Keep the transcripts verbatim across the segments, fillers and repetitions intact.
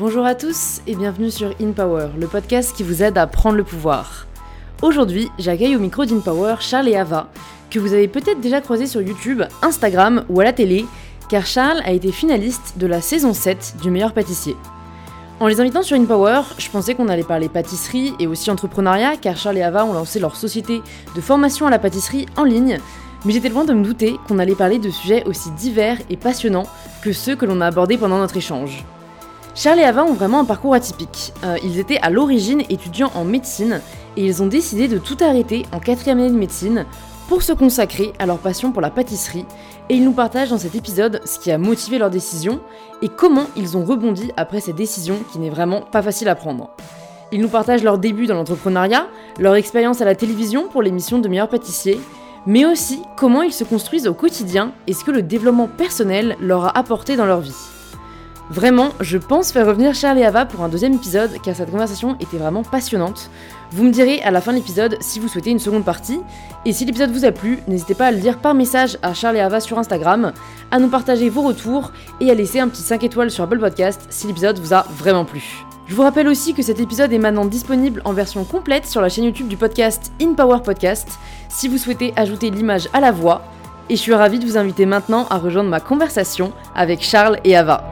Bonjour à tous et bienvenue sur InPower, le podcast qui vous aide à prendre le pouvoir. Aujourd'hui, j'accueille au micro d'InPower Charles et Ava, que vous avez peut-être déjà croisés sur YouTube, Instagram ou à la télé, car Charles a été finaliste de la saison sept du meilleur pâtissier. En les invitant sur InPower, je pensais qu'on allait parler pâtisserie et aussi entrepreneuriat, car Charles et Ava ont lancé leur société de formation à la pâtisserie en ligne, mais j'étais loin de me douter qu'on allait parler de sujets aussi divers et passionnants que ceux que l'on a abordés pendant notre échange. Charles et Ava ont vraiment un parcours atypique. Euh, ils étaient à l'origine étudiants en médecine et ils ont décidé de tout arrêter en quatrième année de médecine pour se consacrer à leur passion pour la pâtisserie, et ils nous partagent dans cet épisode ce qui a motivé leur décision et comment ils ont rebondi après cette décision qui n'est vraiment pas facile à prendre. Ils nous partagent leur début dans l'entrepreneuriat, leur expérience à la télévision pour l'émission de meilleur pâtissier, mais aussi comment ils se construisent au quotidien et ce que le développement personnel leur a apporté dans leur vie. Vraiment, je pense faire revenir Charles et Ava pour un deuxième épisode car cette conversation était vraiment passionnante. Vous me direz à la fin de l'épisode si vous souhaitez une seconde partie. Et si l'épisode vous a plu, n'hésitez pas à le dire par message à Charles et Ava sur Instagram, à nous partager vos retours et à laisser un petit cinq étoiles sur Apple Podcast si l'épisode vous a vraiment plu. Je vous rappelle aussi que cet épisode est maintenant disponible en version complète sur la chaîne YouTube du podcast InPower Podcast si vous souhaitez ajouter l'image à la voix. Et je suis ravie de vous inviter maintenant à rejoindre ma conversation avec Charles et Ava.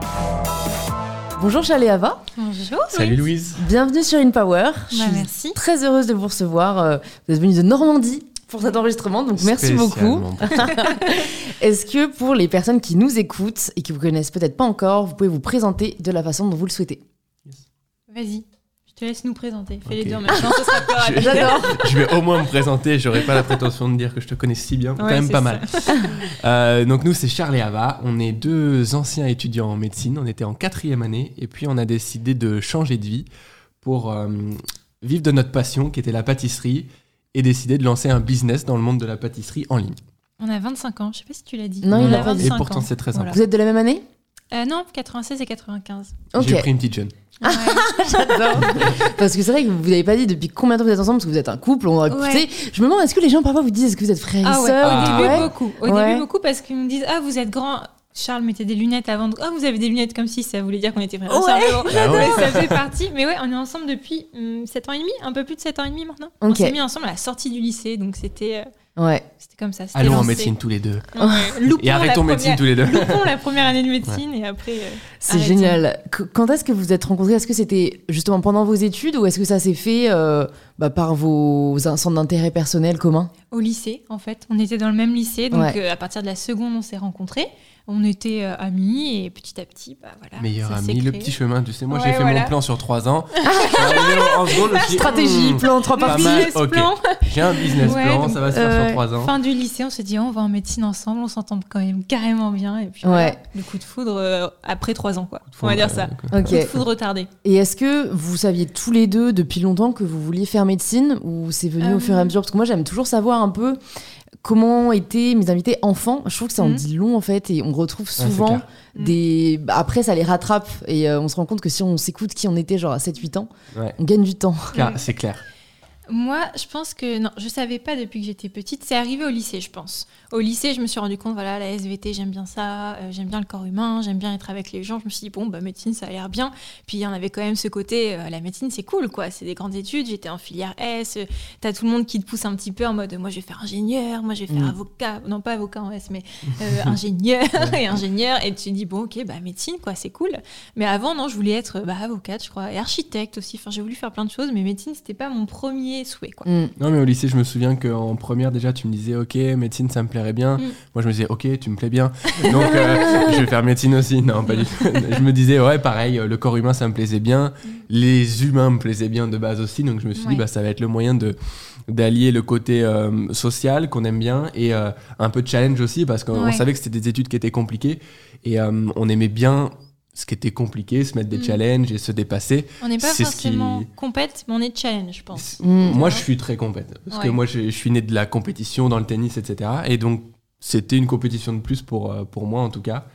Bonjour Charles et Ava. Bonjour. Salut Louise. Bienvenue sur InPower. Je suis bah, merci. très heureuse de vous recevoir. Vous êtes venue de Normandie pour cet enregistrement, donc merci beaucoup. Est-ce que pour les personnes qui nous écoutent et qui vous connaissent peut-être pas encore, vous pouvez vous présenter de la façon dont vous le souhaitez? Vas-y, je te laisse nous présenter. Fais okay. les deux en même temps, ce sera plus rapide. J'adore. Je vais au moins me présenter, j'aurai pas la prétention de dire que je te connais si bien, ouais, quand même pas ça. mal. euh, donc nous c'est Charles et Ava, on est deux anciens étudiants en médecine, on était en quatrième année et puis on a décidé de changer de vie pour euh, vivre de notre passion qui était la pâtisserie et décider de lancer un business dans le monde de la pâtisserie en ligne. On a vingt-cinq ans, je sais pas si tu l'as dit. Non, on il a l'a pas dit. Et pourtant ans. C'est très simple. Voilà. Vous êtes de la même année? euh, Non, quatre-vingt-seize et quatre-vingt-quinze. Okay. J'ai pris une petite jeune. Ouais. J'adore. Parce que c'est vrai que vous n'avez pas dit depuis combien de temps vous êtes ensemble, parce que vous êtes un couple. On a écouté. Ouais. Je me demande, est-ce que les gens parfois vous disent est-ce que vous êtes frères ah et ouais. sœurs? Au ah début ouais. beaucoup. Au ouais. début beaucoup parce qu'ils me disent ah vous êtes grand. Charles mettait des lunettes avant. De... Ah vous avez des lunettes comme si ça voulait dire qu'on était frères et sœurs. Ouais. Mais, bon, mais ça fait partie. Mais ouais, on est ensemble depuis hum, sept ans et demi, un peu plus de sept ans et demi maintenant. Okay. On s'est mis ensemble à la sortie du lycée, donc c'était. Euh... Ouais. C'était comme ça. C'était Allons lancé. en médecine tous les deux. Ouais. Et arrêtons médecine tous les deux. Loupons la première année de médecine ouais. et après. Euh, c'est arrêtons. génial. Quand est-ce que vous vous êtes rencontrés? Est-ce que c'était justement pendant vos études ou est-ce que ça s'est fait euh, bah, par vos centres d'intérêt personnels communs? Au lycée, en fait. On était dans le même lycée, donc ouais. euh, à partir de la seconde, on s'est rencontrés. On était euh, amis et petit à petit, bah voilà. Meilleur ça ami, le petit chemin, tu sais. Moi, ouais, j'ai fait voilà. mon plan sur trois ans. en, en seconde, je stratégie, mmh, plan, trois pas parties. mal. Okay. J'ai un business ouais, plan, donc, ça va se faire euh, sur trois ans. Fin du lycée, on s'est dit, oh, on va en médecine ensemble, on s'entend quand même carrément bien. Et puis, ouais. voilà, le coup de foudre euh, après trois ans, quoi. On va dire ça. Okay. Coup de foudre retardé. Et est-ce que vous saviez tous les deux depuis longtemps que vous vouliez faire médecine ou c'est venu euh... au fur et à mesure? Parce que moi, j'aime toujours savoir un peu comment étaient mes invités enfants. Je trouve que ça en mmh. dit long en fait et on retrouve souvent ouais, des... Après ça les rattrape et euh, on se rend compte que si on s'écoute qui on était genre à sept huit ans, ouais. on gagne du temps. Car, c'est clair. Moi, je pense que... Non, je savais pas depuis que j'étais petite. C'est arrivé au lycée, je pense. Au lycée, je me suis rendu compte, voilà, la S V T, j'aime bien ça. Euh, j'aime bien le corps humain, j'aime bien être avec les gens. Je me suis dit, bon, bah, médecine, ça a l'air bien. Puis, il y en avait quand même ce côté, euh, la médecine, c'est cool, quoi. C'est des grandes études. J'étais en filière S. Euh, t'as tout le monde qui te pousse un petit peu en mode, moi, je vais faire ingénieur, moi, je vais faire mmh. avocat. Non, pas avocat en S, mais euh, ingénieur et ingénieur. Et tu te dis, bon, ok, bah, médecine, quoi, c'est cool. Mais avant, non, je voulais être bah, avocate, je crois, et architecte aussi. Enfin, j'ai voulu faire plein de choses, mais médecine, c'était pas mon premier souhait, quoi. Mmh. Non, mais au lycée, je me souviens qu'en première, déjà, tu me disais, ok, médecine, ça me plairait bien. Mm. Moi, je me disais, ok, tu me plais bien. Donc, euh, je vais faire médecine aussi. Non, pas du tout. Je me disais, ouais, pareil, le corps humain, ça me plaisait bien. Mm. Les humains me plaisaient bien de base aussi. Donc, je me suis ouais. dit, bah, ça va être le moyen de, d'allier le côté euh, social qu'on aime bien et euh, un peu de challenge aussi parce qu'on ouais. savait que c'était des études qui étaient compliquées et euh, on aimait bien ce qui était compliqué, se mettre des mmh. challenges et se dépasser. On n'est pas c'est forcément qui... compète, mais on est challenge, je pense. Mmh. Moi, je suis très compète. Parce ouais. que moi, je, je suis né de la compétition dans le tennis, et cetera. Et donc, c'était une compétition de plus pour, pour moi, en tout cas.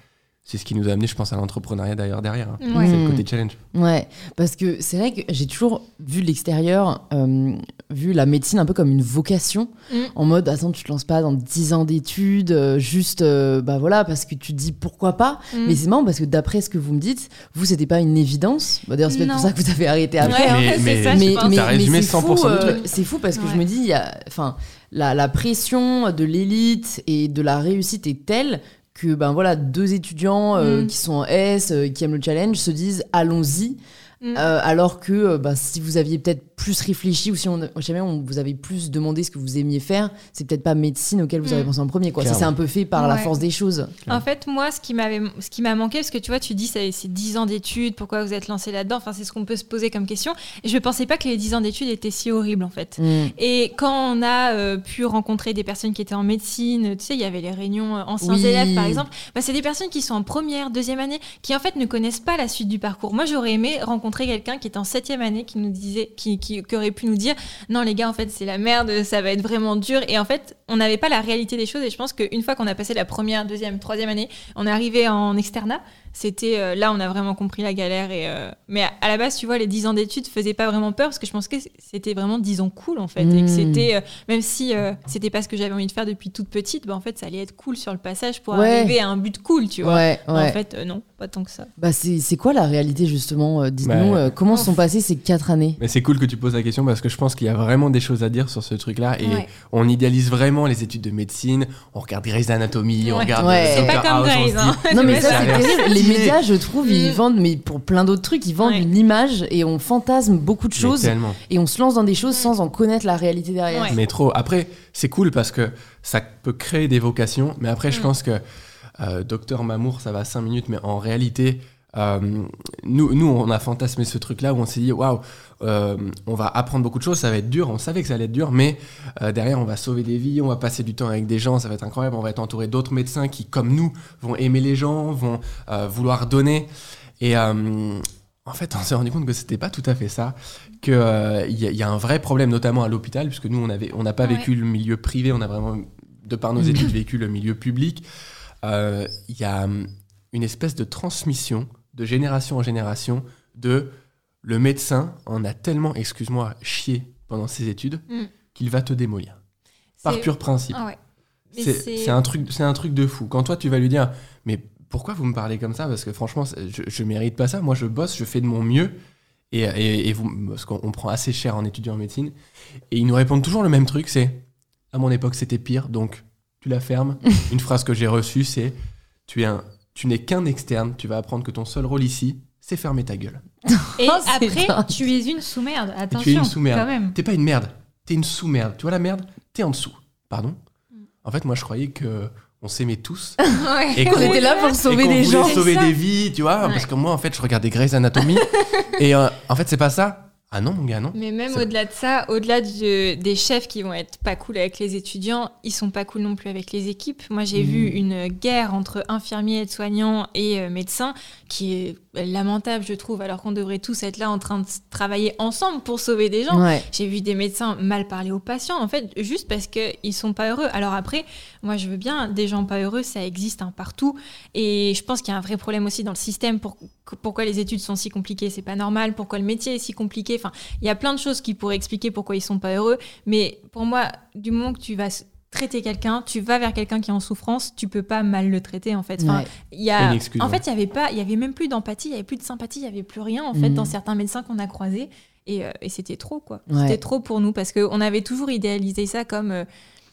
c'est ce qui nous a amené, je pense, à l'entrepreneuriat d'ailleurs derrière. Hein. Ouais. C'est le côté challenge. Ouais, parce que c'est vrai que j'ai toujours vu de l'extérieur, euh, vu la médecine un peu comme une vocation, Mm. en mode, attends, tu te lances pas dans dix ans d'études, euh, juste, euh, bah voilà, parce que tu te dis pourquoi pas. Mm. Mais c'est marrant parce que d'après ce que vous me dites, vous, c'était pas une évidence. Bah, d'ailleurs, c'est peut-être Non. pour ça que vous avez arrêté après. Ouais, hein. en fait, Mais- c'est ça, mais- je mais, pense. mais, T'as mais résumé c'est cent fou, pour cent du euh, truc. c'est fou parce que Ouais. je me dis, il y a, enfin, la, la pression de l'élite et de la réussite est telle que ben voilà, deux étudiants euh, Mm. qui sont en S, euh, qui aiment le challenge, se disent allons-y. Mm. Euh, alors que euh, bah, si vous aviez peut-être plus réfléchi ou si on, jamais on vous avait plus demandé ce que vous aimiez faire, c'est peut-être pas médecine auquel vous avez Mm. pensé en premier. Quoi. Ça, Clairement. c'est un peu fait par la Ouais. force des choses. En fait, moi, ce qui m'avait, ce qui m'a manqué, parce que tu vois, tu dis c'est, c'est dix ans d'études, pourquoi vous êtes lancé là-dedans. Enfin, c'est ce qu'on peut se poser comme question. Et je ne pensais pas que les dix ans d'études étaient si horribles, en fait. Mm. Et quand on a euh, pu rencontrer des personnes qui étaient en médecine, tu sais, il y avait les réunions euh, anciens Oui. élèves, par exemple, bah, c'est des personnes qui sont en première, deuxième année, qui en fait ne connaissent pas la suite du parcours. Moi, j'aurais aimé rencontrer quelqu'un qui est en septième année, qui nous disait, qui, qui, qui aurait pu nous dire, non les gars, en fait, c'est la merde, ça va être vraiment dur. Et en fait, on n'avait pas la réalité des choses. Et je pense qu'une fois qu'on a passé la première, deuxième, troisième année, on est arrivé en externat. C'était euh, là, on a vraiment compris la galère. Et, euh, mais à, à la base, tu vois, les dix ans d'études faisaient pas vraiment peur parce que je pense que c'était vraiment dix ans cool en fait. Mmh. Et que c'était, euh, même si euh, c'était pas ce que j'avais envie de faire depuis toute petite, bah, en fait, ça allait être cool sur le passage pour Ouais. arriver à un but cool, tu vois. Ouais, ouais. En fait, euh, non, pas tant que ça. Bah, c'est, c'est quoi la réalité justement euh, Dites-nous, Bah, euh, comment se sont passées ces quatre années? Mais c'est cool que tu poses la question parce que je pense qu'il y a vraiment des choses à dire sur ce truc-là et Ouais. on idéalise vraiment les études de médecine, on regarde Grey's Anatomy, on Ouais. regarde Ouais. euh, C'est pas Doctor comme House, on se Grey's, dit, hein. Non mais Mais ça ça a c'est l'air terrible. Les stylé. médias, je trouve, ils Mm. vendent, mais pour plein d'autres trucs, ils vendent Ouais. une image et on fantasme beaucoup de mais choses tellement. et on se lance dans des choses sans en connaître la réalité derrière. Ouais. Mais trop. Après, c'est cool parce que ça peut créer des vocations. Mais après, je Mm. pense que euh, Docteur Mamour, ça va cinq minutes. Mais en réalité, euh, nous, nous, on a fantasmé ce truc-là où on s'est dit, waouh, euh, on va apprendre beaucoup de choses. Ça va être dur. On savait que ça allait être dur. Mais euh, derrière, on va sauver des vies. On va passer du temps avec des gens. Ça va être incroyable. On va être entouré d'autres médecins qui, comme nous, vont aimer les gens, vont euh, vouloir donner. Et. Euh, En fait, on s'est rendu compte que c'était pas tout à fait ça, qu'il euh, y, a- y a un vrai problème, notamment à l'hôpital, puisque nous, on avait, on n'a pas Ouais. vécu le milieu privé, on a vraiment, de par nos études, vécu le milieu public. Euh, Il y a hum, une espèce de transmission de génération en génération de le médecin en a tellement, excuse-moi, chié pendant ses études Mm. qu'il va te démolir. Par C'est- pur principe. Ah ouais. Mais C'est c'est- c'est un truc, c'est un truc de fou. Quand toi, tu vas lui dire, mais pourquoi vous me parlez comme ça? Parce que franchement, c'est- je, je mérite pas ça. Moi, je bosse, je fais de mon mieux. Et, et, et vous, parce qu'on on prend assez cher en étudiant en médecine. Et ils nous répondent toujours le même truc, c'est à mon époque, c'était pire, donc tu la fermes. Une phrase que j'ai reçue, c'est tu es un, tu n'es qu'un externe. Tu vas apprendre que ton seul rôle ici, c'est fermer ta gueule. Et Oh, c'est après, dingue. tu es une sous-merde. Et Attention, tu es une sous-merde. quand même. T'es pas une merde, t'es une sous-merde. Tu vois la merde? T'es en dessous. Pardon? Mm. En fait, moi, je croyais que on s'aimait tous. Ouais. Et On était là pour et sauver qu'on des voulait gens. sauver C'est ça. des vies, tu vois, Ouais. parce que moi en fait je regardais Grey's Anatomy et euh, en fait c'est pas ça. Ah non mon gars non. Mais même C'est- au-delà de ça, au-delà du- des chefs qui vont être pas cool avec les étudiants, ils sont pas cool non plus avec les équipes. Moi, j'ai Mhm. vu une guerre entre infirmiers, aides-soignants et euh, médecins qui est lamentable, je trouve, alors qu'on devrait tous être là en train de s- travailler ensemble pour sauver des gens. Ouais. J'ai vu des médecins mal parler aux patients, en fait, juste parce qu'ils sont pas heureux. Alors après, moi, je veux bien, des gens pas heureux, ça existe hein, partout. Et je pense qu'il y a un vrai problème aussi dans le système. Pour, pourquoi les études sont si compliquées, c'est pas normal. Pourquoi le métier est si compliqué. Enfin, il y a plein de choses qui pourraient expliquer pourquoi ils sont pas heureux. Mais pour moi, du moment que tu vas s- traiter quelqu'un, tu vas vers quelqu'un qui est en souffrance, tu peux pas mal le traiter, en fait. Enfin, Ouais. il y C'est a, une excuse, en ouais. fait, il y avait pas, il y avait même plus d'empathie, il y avait plus de sympathie, il y avait plus rien en fait Mhm. dans certains médecins qu'on a croisés et, euh, et c'était trop quoi. Ouais. C'était trop pour nous parce que on avait toujours idéalisé ça comme euh,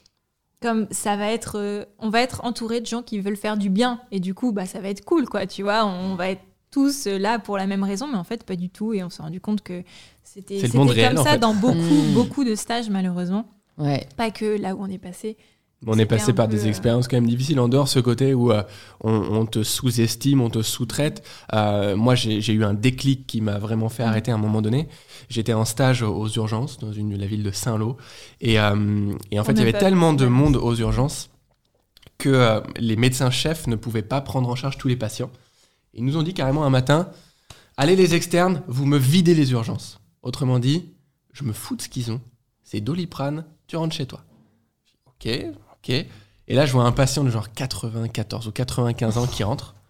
comme ça va être, euh, on va être entouré de gens qui veulent faire du bien et du coup bah ça va être cool quoi, tu vois, on va être tous euh, là pour la même raison, mais en fait pas du tout et on s'est rendu compte que c'était C'est le c'était monde comme réel, en ça fait. dans beaucoup Mhm. beaucoup de stages malheureusement, Ouais. pas que là où on est passé. On est C'était passé un par peu, des euh, expériences quand même difficiles en dehors ce côté où euh, on, on te sous-estime, on te sous-traite. Euh, moi, j'ai j'ai eu un déclic qui m'a vraiment fait Mm. arrêter à un moment donné. J'étais en stage aux urgences dans une, la ville de Saint-Lô. Et, euh, et en fait, On il y a avait pas- tellement de ouais. monde aux urgences que euh, les médecins-chefs ne pouvaient pas prendre en charge tous les patients. Ils nous ont dit carrément un matin, allez les externes, vous me videz les urgences. Autrement dit, je me fous de ce qu'ils ont. C'est Doliprane, tu rentres chez toi. Ok, ok. Et là, je vois un patient de genre quatre-vingt-quatorze ou quatre-vingt-quinze ans qui rentre. Les petits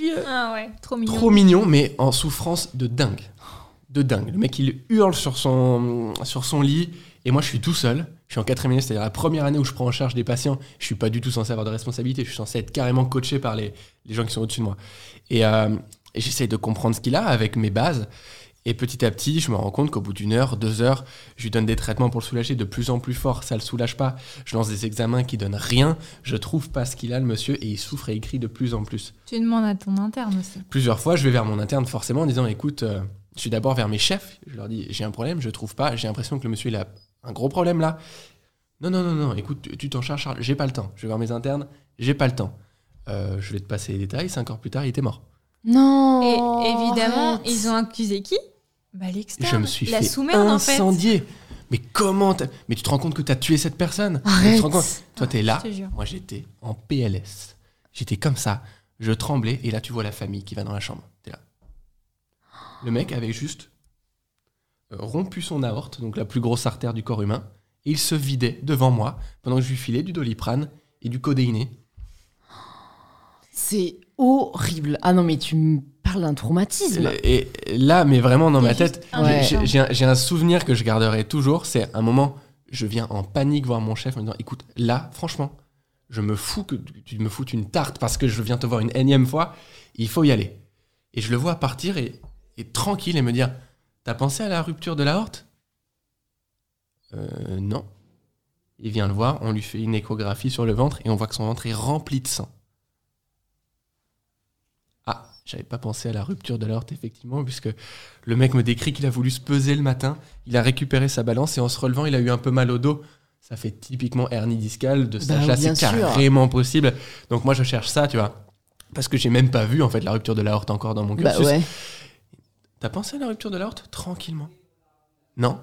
vieux. Ah ouais, trop mignon. Trop mignon, mais en souffrance de dingue. De dingue. Le mec, il hurle sur son, sur son lit. Et moi, je suis tout seul. Je suis en quatrième année, c'est-à-dire la première année où je prends en charge des patients. Je suis pas du tout censé avoir de responsabilité. Je suis censé être carrément coaché par les, les gens qui sont au-dessus de moi. Et, euh, et j'essaye de comprendre ce qu'il a avec mes bases. Et petit à petit, je me rends compte qu'au bout d'une heure, deux heures, je lui donne des traitements pour le soulager de plus en plus fort. Ça le soulage pas. Je lance des examens qui donnent rien. Je trouve pas ce qu'il a, le monsieur, et il souffre et il crie de plus en plus. Tu demandes à ton interne aussi. Plusieurs fois, je vais vers mon interne forcément en disant, écoute, euh, je suis d'abord vers mes chefs. Je leur dis, j'ai un problème, je trouve pas. J'ai l'impression que le monsieur, il a un gros problème là. Non, non, non, non, écoute, tu, tu t'en charges, Charles. J'ai pas le temps. Je vais voir mes internes, j'ai pas le temps. Euh, je vais te passer les détails. Cinq heures plus tard, il était mort. Non. Et évidemment, arrête. ils ont accusé qui? Bah, l'externe. Je me suis la fait sous-merde, en fait. incendier. Mais comment t'as... Mais tu te rends compte que t'as tué cette personne? Arrête. Tu te rends compte? Toi, t'es là. Je te jure. Moi, j'étais en P L S. J'étais comme ça. Je tremblais. Et là, tu vois la famille qui va dans la chambre. T'es là. Le mec avait juste euh, rompu son aorte, donc la plus grosse artère du corps humain. Et il se vidait devant moi pendant que je lui filais du Doliprane et du codéiné. C'est horrible. Ah non, mais tu me parles d'un traumatisme. Et là, mais vraiment dans Il y a ma juste tête, un Ouais. j'ai, j'ai un, j'ai un souvenir que je garderai toujours. C'est un moment, je viens en panique voir mon chef en me disant, écoute, là, franchement, je me fous que tu me foutes une tarte parce que je viens te voir une énième fois. Il faut y aller. Et je le vois partir et, et tranquille et me dire, t'as pensé à la rupture de l'aorte? Euh, non. Il vient le voir, on lui fait une échographie sur le ventre et on voit que son ventre est rempli de sang. Ah, j'avais pas pensé à la rupture de l'aorte, effectivement, puisque le mec me décrit qu'il a voulu se peser le matin, il a récupéré sa balance et en se relevant, il a eu un peu mal au dos. Ça fait typiquement hernie discale, de stage Bah, là, bien c'est sûr. carrément possible. Donc moi, je cherche ça, tu vois, parce que j'ai même pas vu, en fait, la rupture de l'aorte encore dans mon Bah cursus. ouais. T'as pensé à la rupture de l'aorte? Tranquillement. Non?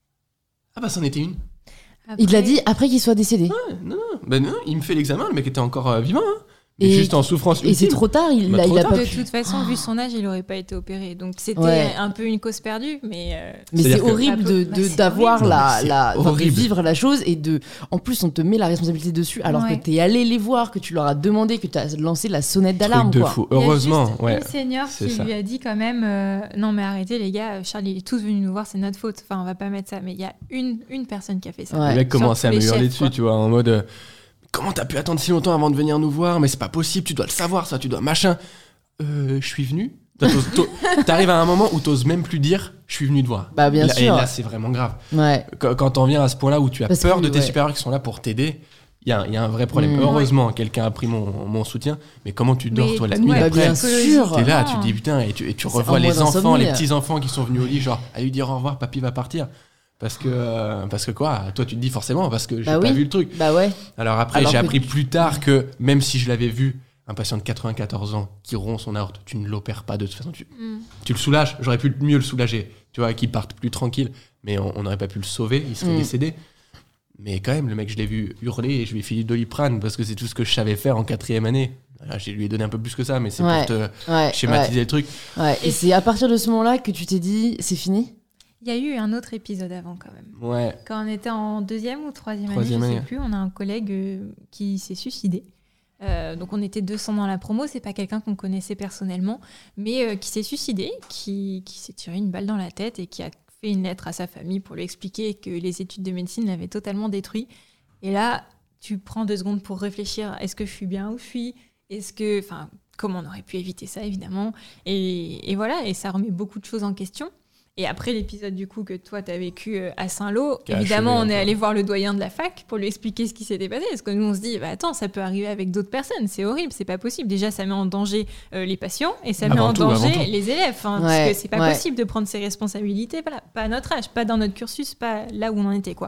Ah bah, c'en était une. Il l'a Après- dit après qu'il soit décédé. Ouais, non, non. Bah non, il me fait l'examen, le mec était encore euh, vivant, hein. Mais Et- juste en souffrance Et c'est ultime. trop tard, il, Bah, a, trop il a tard. pas De pu. toute façon, vu son âge, il aurait pas été opéré. Donc c'était Ouais. un peu une cause perdue, mais. euh, Mais C'est-à-dire c'est que- horrible de, Bah, de- c'est d'avoir horrible. la, Non, mais c'est la enfin, de horrible. vivre la chose et de en plus on te met la responsabilité dessus alors Ouais. que t'es allé les voir, que tu leur as demandé, que tu as lancé la sonnette Truc d'alarme de quoi. fou. il y a Heureusement, juste ouais. une senior c'est qui ça. lui a dit quand même euh, non mais arrêtez les gars, Charles il est tous venu nous voir, c'est notre faute. Enfin on va pas mettre ça. Mais il y a une une personne qui a fait ça. Ouais. Le mec Sur commençait à tous me les hurler chefs, dessus, quoi. tu vois, en mode euh, comment t'as pu attendre si longtemps avant de venir nous voir? Mais c'est pas possible, tu dois le savoir, ça, tu dois machin. Euh, je suis venu. Toi, t'oses- t'o- T'arrives à un moment où t'oses même plus dire je suis venu te voir. Bah bien Là- Et sûr. là, c'est vraiment grave. Ouais. Quand, quand t'en viens à ce point-là où tu as Parce peur que, de tes ouais. supérieurs qui sont là pour t'aider, il y, a- il y a un vrai problème. Mmh. Heureusement, quelqu'un a pris mon, mon soutien, mais comment tu dors, Mais- toi, la ouais, nuit Bah, après bien psychologie. sûr. T'es là, Non. tu te dis putain, et tu, et tu C'est revois un mois les enfants, d'insomnie. les petits-enfants qui sont venus au lit, genre, à lui dire au revoir, papy va partir. Parce que, euh, parce que quoi? Toi, tu te dis forcément, parce que j'ai Bah pas oui. vu le truc. Bah ouais. Alors après, Alors j'ai que appris tu- plus tard que même si je l'avais vu, un patient de quatre-vingt-quatorze ans qui rompt son aorte, tu ne l'opères pas de toute façon. Tu, Mm. tu le soulages. J'aurais pu mieux le soulager, tu vois, qu'il parte plus tranquille. Mais on on n'aurait pas pu le sauver, il serait Mm. décédé. Mais quand même, le mec, je l'ai vu hurler et je lui ai filé de Doliprane parce que c'est tout ce que je savais faire en quatrième année. Alors, je lui ai donné un peu plus que ça, mais c'est Ouais. pour te Ouais. schématiser le truc. Ouais. Ouais. Et c'est à partir de ce moment-là que tu t'es dit c'est fini. Il y a eu un autre épisode avant quand même. Ouais. Quand on était en deuxième ou troisième, Troisième année, je année. sais plus, on a un collègue euh, qui s'est suicidé. Euh, donc on était deux cents dans la promo, c'est pas quelqu'un qu'on connaissait personnellement, mais euh, qui s'est suicidé, qui, qui s'est tiré une balle dans la tête et qui a fait une lettre à sa famille pour lui expliquer que les études de médecine l'avaient totalement détruit. Et là, tu prends deux secondes pour réfléchir, est-ce que je suis bien où je suis? Est-ce que, enfin, comment on aurait pu éviter ça, évidemment? Et, et voilà, et ça remet beaucoup de choses en question. Et après l'épisode du coup que toi t'as vécu euh, à Saint-Lô, Qui a évidemment achevé on un est peu. allé voir le doyen de la fac pour lui expliquer ce qui s'était passé. Parce que nous on se dit, bah attends, ça peut arriver avec d'autres personnes, c'est horrible, c'est pas possible. Déjà ça met en danger euh, les patients et ça met Avant en tout, avant danger tout. les élèves. hein, Ouais, parce que c'est pas ouais. possible de prendre ses responsabilités, voilà, pas à notre âge, pas dans notre cursus, pas là où on en était quoi.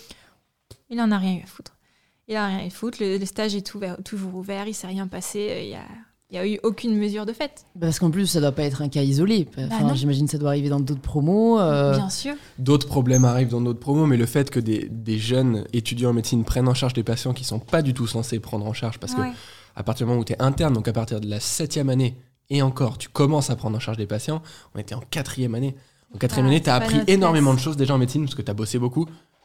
Il en a rien eu à foutre. Il a rien eu à foutre, le, le stage est ouvert, toujours ouvert, il s'est rien passé, euh, il y a, il y a eu aucune mesure de fait. Parce qu'en plus ça doit pas être un cas isolé. Enfin, Bah non. j'imagine que ça doit arriver dans d'autres promos. euh, Bien sûr. D'autres problèmes arrivent dans d'autres promos, mais le fait que des, des jeunes étudiants en médecine prennent en charge des patients qui sont pas du tout censés prendre en charge, parce Ouais. que à partir du moment où tu es interne, donc à partir de la septième année, et encore, tu commences à prendre en charge des patients, on était en quatrième année. En quatrième Ah, année, tu as c'est pas appris notre énormément classe. de choses déjà en médecine, parce que tu as bossé beaucoup,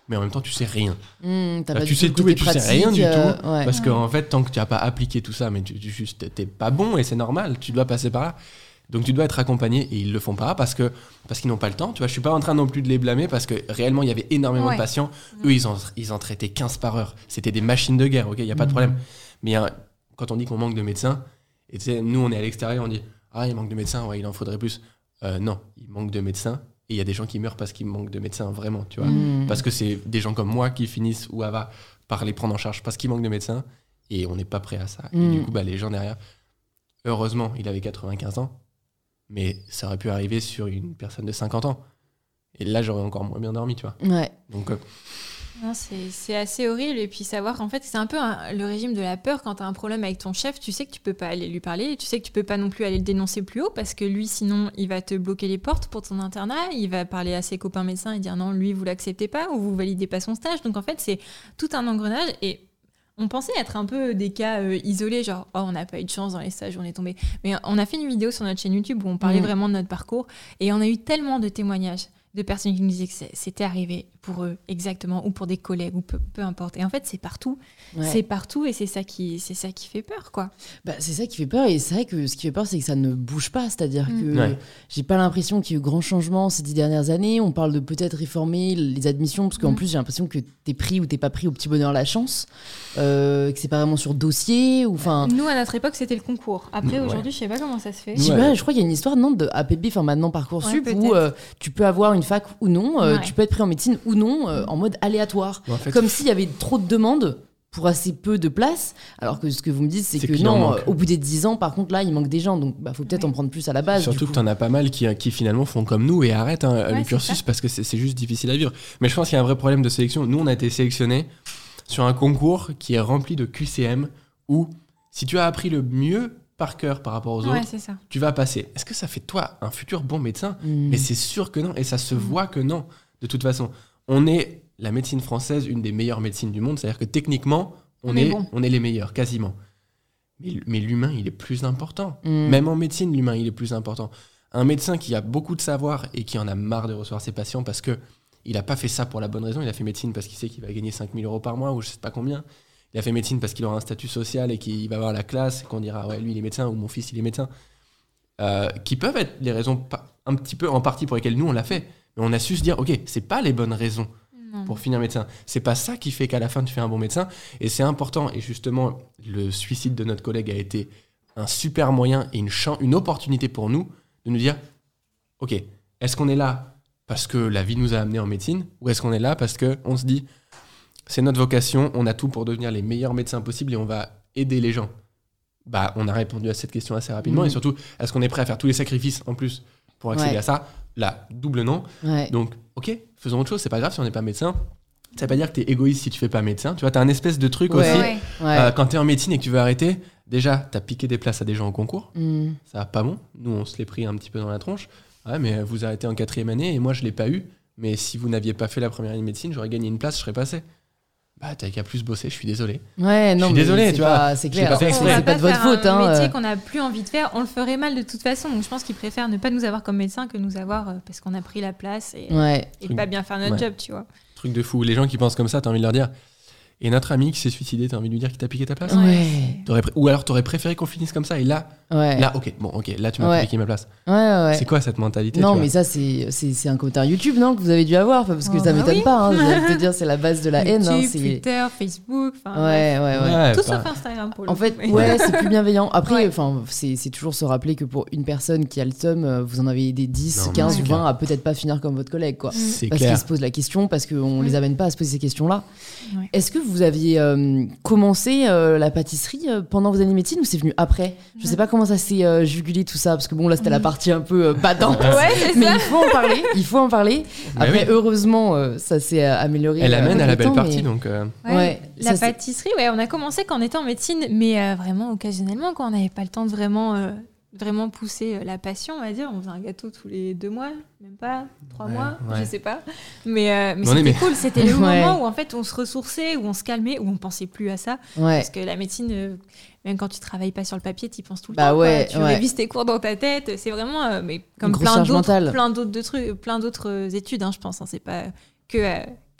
mais en même temps, tu sais rien. Mmh, t'as Bah, pas tu du sais tout tout le et côté tu sais rien pratique, du euh, tout. ouais. Parce qu'en en fait, tant que tu n'as pas appliqué tout ça, mais tu, tu juste, t'es pas bon et c'est normal, tu dois passer par là. Donc tu dois être accompagné et ils le font pas parce que parce qu'ils n'ont pas le temps. Tu vois, je suis pas en train non plus de les blâmer parce que réellement il y avait énormément Ouais. de patients. Eux ils en ils en traitaient quinze par heure. C'était des machines de guerre, ok, il y a pas de problème. Mais hein, quand on dit qu'on manque de médecins, et tu sais, nous on est à l'extérieur, on dit ah il manque de médecins, ouais il en faudrait plus. Euh, non, il manque de médecins et il y a des gens qui meurent parce qu'il manque de médecins vraiment, tu vois. Mmh. Parce que c'est des gens comme moi qui finissent ou Ava par les prendre en charge parce qu'il manque de médecins et on n'est pas prêt à ça. Et Mm. du coup, bah, les gens derrière, heureusement, il avait quatre-vingt-quinze ans, mais ça aurait pu arriver sur une personne de cinquante ans. Et là, j'aurais encore moins bien dormi, tu vois. Ouais. Donc, euh, Non, c'est c'est assez horrible. Et puis savoir qu'en fait, c'est un peu un- le régime de la peur. Quand tu as un problème avec ton chef, tu sais que tu peux pas aller lui parler. Et tu sais que tu peux pas non plus aller le dénoncer plus haut parce que lui, sinon, il va te bloquer les portes pour ton internat. Il va parler à ses copains médecins et dire non, lui, vous l'acceptez pas ou vous validez pas son stage. Donc en fait, c'est tout un engrenage. Et on pensait être un peu des cas euh, isolés, genre oh, on n'a pas eu de chance dans les stages, on est tombé. Mais on a fait une vidéo sur notre chaîne YouTube où on parlait Mhm. vraiment de notre parcours et on a eu tellement de témoignages de personnes qui nous disaient que c'est- c'était arrivé pour eux exactement ou pour des collègues ou peu, peu importe. Et en fait, c'est partout, Ouais. c'est partout et c'est ça qui c'est ça qui fait peur, quoi. Bah, c'est ça qui fait peur, et c'est vrai que ce qui fait peur, c'est que ça ne bouge pas. C'est-à-dire Mm. que Ouais. j'ai pas l'impression qu'il y ait eu grand changement ces dix dernières années. On parle de peut-être réformer les admissions, parce qu'en Mm. plus, j'ai l'impression que t'es pris ou t'es pas pris au petit bonheur la chance, euh, que c'est pas vraiment sur dossier, ou enfin. Nous, à notre époque, c'était le concours. Après, Ouais. aujourd'hui, je sais pas comment ça se fait. Je sais Ouais. pas, je crois qu'il y a une histoire non, de A P B, enfin maintenant Parcoursup, Ouais, où peut-être. euh, tu peux avoir une fac ou non, euh, Ouais. tu peux être pris en médecine ou non, euh, en mode aléatoire. en fait, Comme s'il y avait trop de demandes pour assez peu de place, alors que ce que vous me dites, c'est C'est que qu'il en non, manque. euh, au bout des dix ans, par contre, là, il manque des gens, donc bah, faut peut-être Ouais. en prendre plus à la base. surtout du que coup. t'en as pas mal qui, qui finalement font comme nous et arrêtent hein, le c'est cursus ça. parce que c'est c'est juste difficile à vivre. Mais je pense qu'il y a un vrai problème de sélection. Nous, on a été sélectionnés sur un concours qui est rempli de Q C M où si tu as appris le mieux par cœur par rapport aux Ouais, autres, c'est ça. tu vas passer. Est-ce que ça fait de toi un futur bon médecin? Mm. Mais c'est sûr que non, et ça se Mm. voit que non. De toute façon, on est la médecine française, une des meilleures médecines du monde. C'est-à-dire que techniquement, on, On est est, bon. on est les meilleurs, quasiment. Mais, mais l'humain, il est plus important. Mm. Même en médecine, l'humain, il est plus important. Un médecin qui a beaucoup de savoir et qui en a marre de recevoir ses patients parce que il n'a pas fait ça pour la bonne raison. Il a fait médecine parce qu'il sait qu'il va gagner cinq mille euros par mois ou je sais pas combien. Il a fait médecine parce qu'il aura un statut social et qu'il va avoir la classe et qu'on dira ouais, lui, il est médecin ou mon fils, il est médecin. Euh, qui peuvent être les raisons pa- un petit peu en partie pour lesquelles nous, on l'a fait. Mais on a su se dire, ok, c'est pas les bonnes raisons Non. pour finir médecin. C'est pas ça qui fait qu'à la fin tu fais un bon médecin. Et c'est important. Et justement, le suicide de notre collègue a été un super moyen et une, chan- une opportunité pour nous de nous dire, ok, est-ce qu'on est là parce que la vie nous a amenés en médecine ou est-ce qu'on est là parce qu'on se dit, c'est notre vocation, on a tout pour devenir les meilleurs médecins possibles et on va aider les gens. Bah, on a répondu à cette question assez rapidement. Mhm. Et surtout, est-ce qu'on est prêt à faire tous les sacrifices en plus pour accéder Ouais. à ça? Là, double non. Ouais. Donc, ok, faisons autre chose, c'est pas grave si on n'est pas médecin. Ça veut pas dire que t'es égoïste si tu fais pas médecin. Tu vois, t'as un espèce de truc Ouais. aussi. Ouais. Ouais. Euh, quand t'es en médecine et que tu veux arrêter, déjà, t'as piqué des places à des gens au concours. Mm. Ça va pas bon. Nous, on se l'est pris un petit peu dans la tronche. Ouais, mais vous arrêtez en quatrième année et moi, je l'ai pas eu. Mais si vous n'aviez pas fait la première année de médecine, j'aurais gagné une place, je serais passé. Bah, t'avais qu'à plus bosser, je suis désolé. Ouais, non, suis mais désolé, c'est tu pas- vois. c'est Je l'ai clair. pas fait C'est exprès. On va c'est pas de votre faire faute. un Hein, métier euh. qu'on n'a plus envie de faire, on le ferait mal de toute façon. Donc je pense qu'ils préfèrent ne pas nous avoir comme médecin que nous avoir euh, parce qu'on a pris la place et, Ouais. et pas bien faire notre Ouais. job, tu vois. Truc de fou. Les gens qui pensent comme ça, t'as envie de leur dire. Et notre ami qui s'est suicidé, t'as envie de lui dire qu'il t'a piqué ta place? Ouais. T'aurais pré- Ou alors t'aurais préféré qu'on finisse comme ça et là, Ouais. là, ok, bon, ok, là tu m'as Ouais. piqué ma place. Ouais, ouais. C'est quoi cette mentalité? Non, tu vois mais ça, c'est c'est- c'est un commentaire YouTube, non, que vous avez dû avoir, enfin, parce que Oh, ça bah m'étonne oui. pas. Hein, je vais te dire, c'est la base de la haine. hein, YouTube, c'est- Twitter, Facebook, enfin Ouais, ouais, ouais. Ouais, tout pas- sauf Instagram pour le En coup, fait, mais- ouais, c'est plus bienveillant. Après, Ouais. enfin, c'est c'est toujours se rappeler que pour une personne qui a le seum, euh, vous en avez aidé dix, Non, mais quinze c'est ou clair. vingt à peut-être pas finir comme votre collègue, quoi. C'est Parce clair. qu'ils se posent la question, parce qu'on Mm. les amène pas à se poser ces questions-là. Ouais. Est-ce que vous aviez euh, commencé euh, la pâtisserie euh, pendant vos années de médecine ou c'est venu après? Je sais pas comment ça s'est euh, jugulé tout ça, parce que bon, là, c'était la Mm. partie un peu euh, badante. Ouais, c'est Mais ça. il faut en parler, il faut en parler. Bah Après, oui. heureusement, euh, ça s'est euh, amélioré. Elle euh, amène avec à la le belle temps, partie, mais- donc. euh, Ouais, Ouais, la ça, c'est- pâtisserie, ouais, on a commencé quand on était en médecine, mais euh, vraiment occasionnellement, quand on n'avait pas le temps de vraiment, euh, vraiment pousser euh, la passion, on va dire. On faisait un gâteau tous les deux mois, même pas, trois Ouais, mois, ouais. je sais pas. Mais, euh, mais Mais on c'était aimait. cool, c'était le Ouais. moment où en fait on se ressourçait, où on se calmait, où on pensait plus à ça. Ouais. Parce que la médecine, euh, même quand tu travailles pas sur le papier, tu y penses tout le Bah temps. ouais, quoi. Tu ouais. révises tes cours dans ta tête. C'est vraiment, euh, mais comme grosse plein charge d'autres, mentale. plein d'autres de trucs, plein d'autres euh, études, hein, je pense. Hein, c'est pas que, euh,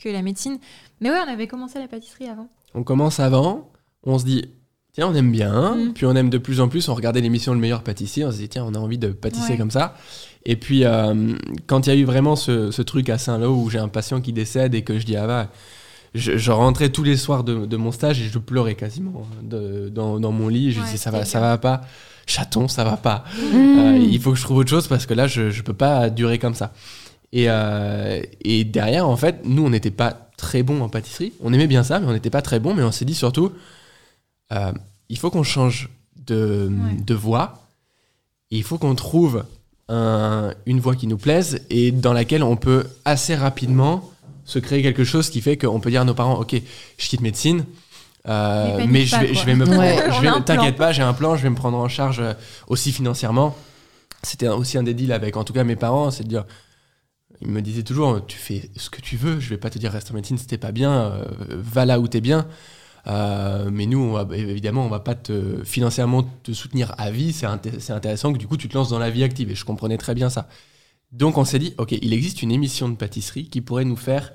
que la médecine. Mais ouais, on avait commencé la pâtisserie avant. On commence avant, on se dit, tiens, on aime bien, Mm. puis on aime de plus en plus, on regardait l'émission Le Meilleur Pâtissier, on se dit, tiens, on a envie de pâtisser Ouais. comme ça. Et puis, euh, quand il y a eu vraiment ce, ce truc à Saint-Lô où j'ai un patient qui décède et que je dis, ah va, je, je rentrais tous les soirs de, de mon stage et je pleurais quasiment de, dans, dans mon lit. Je Ouais, disais, ça va, c'était ça dur. va pas. Chaton, ça va pas. Mmh. Euh, il faut que je trouve autre chose parce que là, je, je peux pas durer comme ça. Et, euh, et derrière, en fait, nous, on n'était pas très bons en pâtisserie. On aimait bien ça, mais on n'était pas très bons. Mais on s'est dit surtout, euh, il faut qu'on change de, Ouais. de voie. Et il faut qu'on trouve un- une voie qui nous plaise et dans laquelle on peut assez rapidement se créer quelque chose qui fait qu'on peut dire à nos parents, ok, je quitte médecine. euh, Mais panique mais je pas, vais, quoi. je vais me prendre, Ouais. je On vais- a un plan. t'inquiète pas, j'ai un plan, je vais me prendre en charge euh, aussi financièrement. C'était aussi un des deals avec, en tout cas, mes parents, c'est de dire, ils me disaient toujours, tu fais ce que tu veux, je vais pas te dire reste en médecine si t'es pas bien, euh, va là où t'es bien. Euh, mais nous, on va, évidemment, on va pas te, financièrement te soutenir à vie. C'est, inté- c'est intéressant que du coup, tu te lances dans la vie active. Et je comprenais très bien ça. Donc, on s'est dit, ok, il existe une émission de pâtisserie qui pourrait nous faire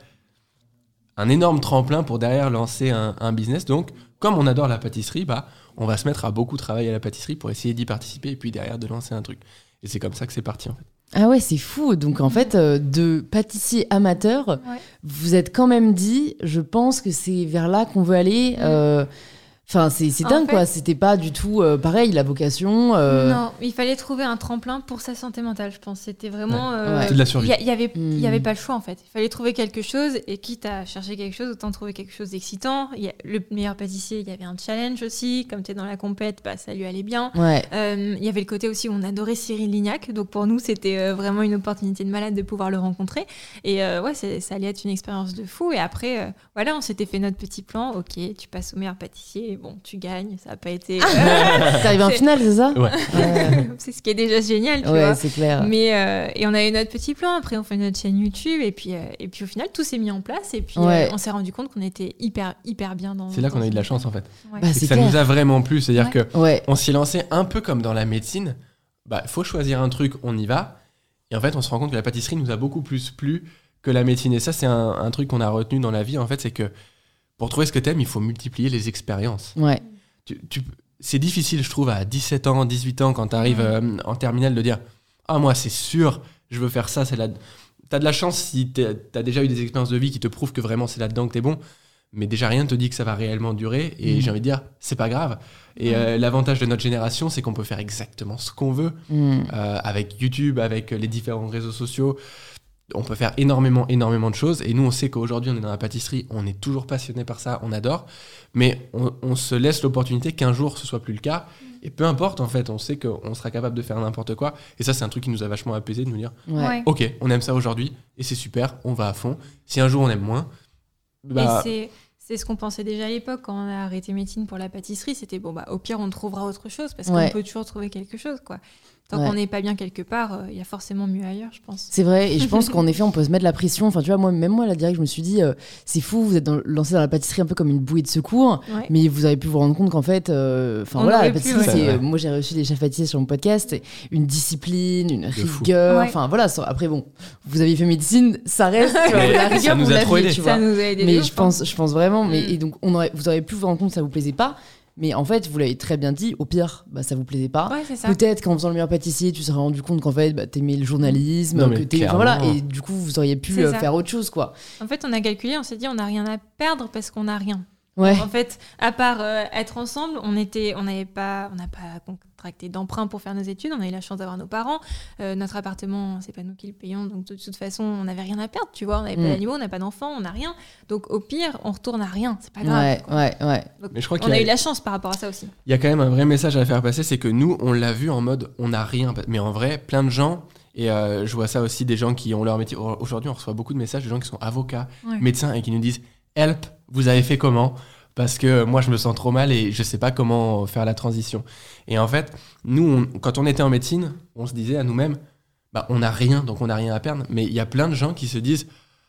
un énorme tremplin pour derrière lancer un, un business. Donc, comme on adore la pâtisserie, bah, on va se mettre à beaucoup travailler à la pâtisserie pour essayer d'y participer et puis derrière de lancer un truc. Et c'est comme ça que c'est parti en fait. Ah ouais, c'est fou. Donc en fait, euh, de pâtissier amateur, Ouais. vous êtes quand même dit, je pense que c'est vers là qu'on veut aller. euh, Enfin, c'est, c'est En dingue fait- quoi. C'était pas du tout euh, pareil, la vocation. euh, Non, il fallait trouver un tremplin pour sa santé mentale, je pense. C'était vraiment. Ouais. euh, Ouais. C'est de la survie. Il y, a- il y avait, il y Mm. avait pas le choix en fait. Il fallait trouver quelque chose et quitte à chercher quelque chose, autant trouver quelque chose d'excitant. Il y a le meilleur pâtissier, il y avait un challenge aussi. Comme tu es dans la compète, bah, ça lui allait bien. Ouais. Euh, il y avait le côté aussi où on adorait Cyril Lignac. Donc pour nous, c'était euh, vraiment une opportunité de malade de pouvoir le rencontrer. Et euh, ouais, c'est- ça allait être une expérience de fou. Et après, euh, voilà, on s'était fait notre petit plan. Ok, tu passes au meilleur pâtissier. Bon, tu gagnes. Ça n'a pas été. euh, T'es arrivé en C'est- finale, c'est ça Ouais. Ouais, c'est ce qui est déjà génial, tu ouais, vois. c'est clair. Mais euh, et on a eu notre petit plan. Après, on fait notre chaîne YouTube et puis euh, et puis au final, tout s'est mis en place et puis Ouais. euh, on s'est rendu compte qu'on était hyper hyper bien dans. C'est là qu'on dans a eu de la ce chance en fait. Ouais. Bah, C'est c'est que ça clair. nous a vraiment plu. C'est-à-dire Ouais. que Ouais. on s'y lançait un peu comme dans la médecine. Bah, faut choisir un truc, on y va. Et en fait, on se rend compte que la pâtisserie nous a beaucoup plus plu que la médecine. Et ça, c'est un, un truc qu'on a retenu dans la vie. En fait, c'est que pour trouver ce que t'aimes, il faut multiplier les expériences. Ouais. Tu, tu- c'est difficile, je trouve, à dix-sept ans, dix-huit ans, quand t'arrives Ouais. euh, en terminale, de dire ah, moi, c'est sûr, je veux faire ça. C'est la... T'as de la chance si t'es- t'as déjà eu des expériences de vie qui te prouvent que vraiment c'est là-dedans que t'es bon. Mais déjà, rien ne te dit que ça va réellement durer. Et Mm. j'ai envie de dire, c'est pas grave. Et Ouais. euh, l'avantage de notre génération, c'est qu'on peut faire exactement ce qu'on veut. Mm. Euh, avec YouTube, avec les différents réseaux sociaux. On peut faire énormément, énormément de choses. Et nous, on sait qu'aujourd'hui, on est dans la pâtisserie, on est toujours passionné par ça, on adore. Mais on, on se laisse l'opportunité qu'un jour, ce soit plus le cas. Et peu importe, en fait, on sait qu'on sera capable de faire n'importe quoi. Et ça, c'est un truc qui nous a vachement apaisé, de nous dire, Ouais. Ouais. ok, on aime ça aujourd'hui, et c'est super, on va à fond. Si un jour, on aime moins, bah, Et c'est c'est ce qu'on pensait déjà à l'époque quand on a arrêté médecine pour la pâtisserie. C'était bon, bah au pire, on trouvera autre chose parce Ouais. qu'on peut toujours trouver quelque chose, quoi. Tant Ouais. qu'on n'est pas bien quelque part, euh, il y a forcément mieux ailleurs, je pense. C'est vrai, et je pense qu'en effet, on peut se mettre la pression. Enfin, tu vois, moi, même moi, là, direct, je me suis dit, euh, c'est fou, vous êtes dans- lancé dans la pâtisserie un peu comme une bouée de secours, Ouais. mais vous avez pu vous rendre compte qu'en fait, euh, enfin On voilà, la aurait pu, pâtisserie, ouais. c'est, Ouais. euh, moi, j'ai reçu des chefs pâtissiers sur mon podcast, c'est une discipline, une fou. rigueur. Ouais. Enfin, voilà. sans- Après, bon, vous avez fait médecine, ça reste. tu vois, Mais la ça rigueur, nous vous a trop l'aviez, aidé. tu Ça vois. nous a aidé. de Mais ouf, je pense, je pense vraiment. Mais Mm. et donc, on aurait, vous auriez pu vous rendre compte que ça vous plaisait pas. Mais en fait, vous l'avez très bien dit. Au pire, bah, ça vous plaisait pas. hein. Ouais, c'est ça. Peut-être qu'en faisant le meilleur pâtissier, tu serais rendu compte qu'en fait, bah, t'aimais le journalisme, Non, mais que t'es, enfin, voilà, clairement. et du coup, vous auriez pu C'est euh, ça. faire autre chose, quoi. En fait, on a calculé, on s'est dit, on n'a rien à perdre parce qu'on n'a rien. Ouais. En fait, à part euh, être ensemble, on était, on n'avait pas, on n'a pas contracté d'emprunt pour faire nos études. On a eu la chance d'avoir nos parents. Euh, notre appartement, c'est pas nous qui le payons, donc de toute façon, on n'avait rien à perdre. Tu vois, on n'avait Mm. pas d'animaux, on n'a pas d'enfants, on n'a rien. Donc au pire, on retourne à rien. C'est pas grave. Ouais, ouais, ouais. Donc, Mais je crois on qu'il y a a- eu de la chance par rapport à ça aussi. il y a quand même un vrai message à faire passer, c'est que nous, on l'a vu en mode on n'a rien. Mais en vrai, plein de gens, et euh, je vois ça aussi des gens qui ont leur métier. Aujourd'hui, on reçoit beaucoup de messages de gens qui sont avocats, Ouais. médecins, et qui nous disent help, vous avez fait comment? Parce que moi, je me sens trop mal et je sais pas comment faire la transition. Et en fait, nous, on- quand on était en médecine, on se disait à nous-mêmes, bah, on n'a rien, donc on n'a rien à perdre. Mais il y a plein de gens qui se disent,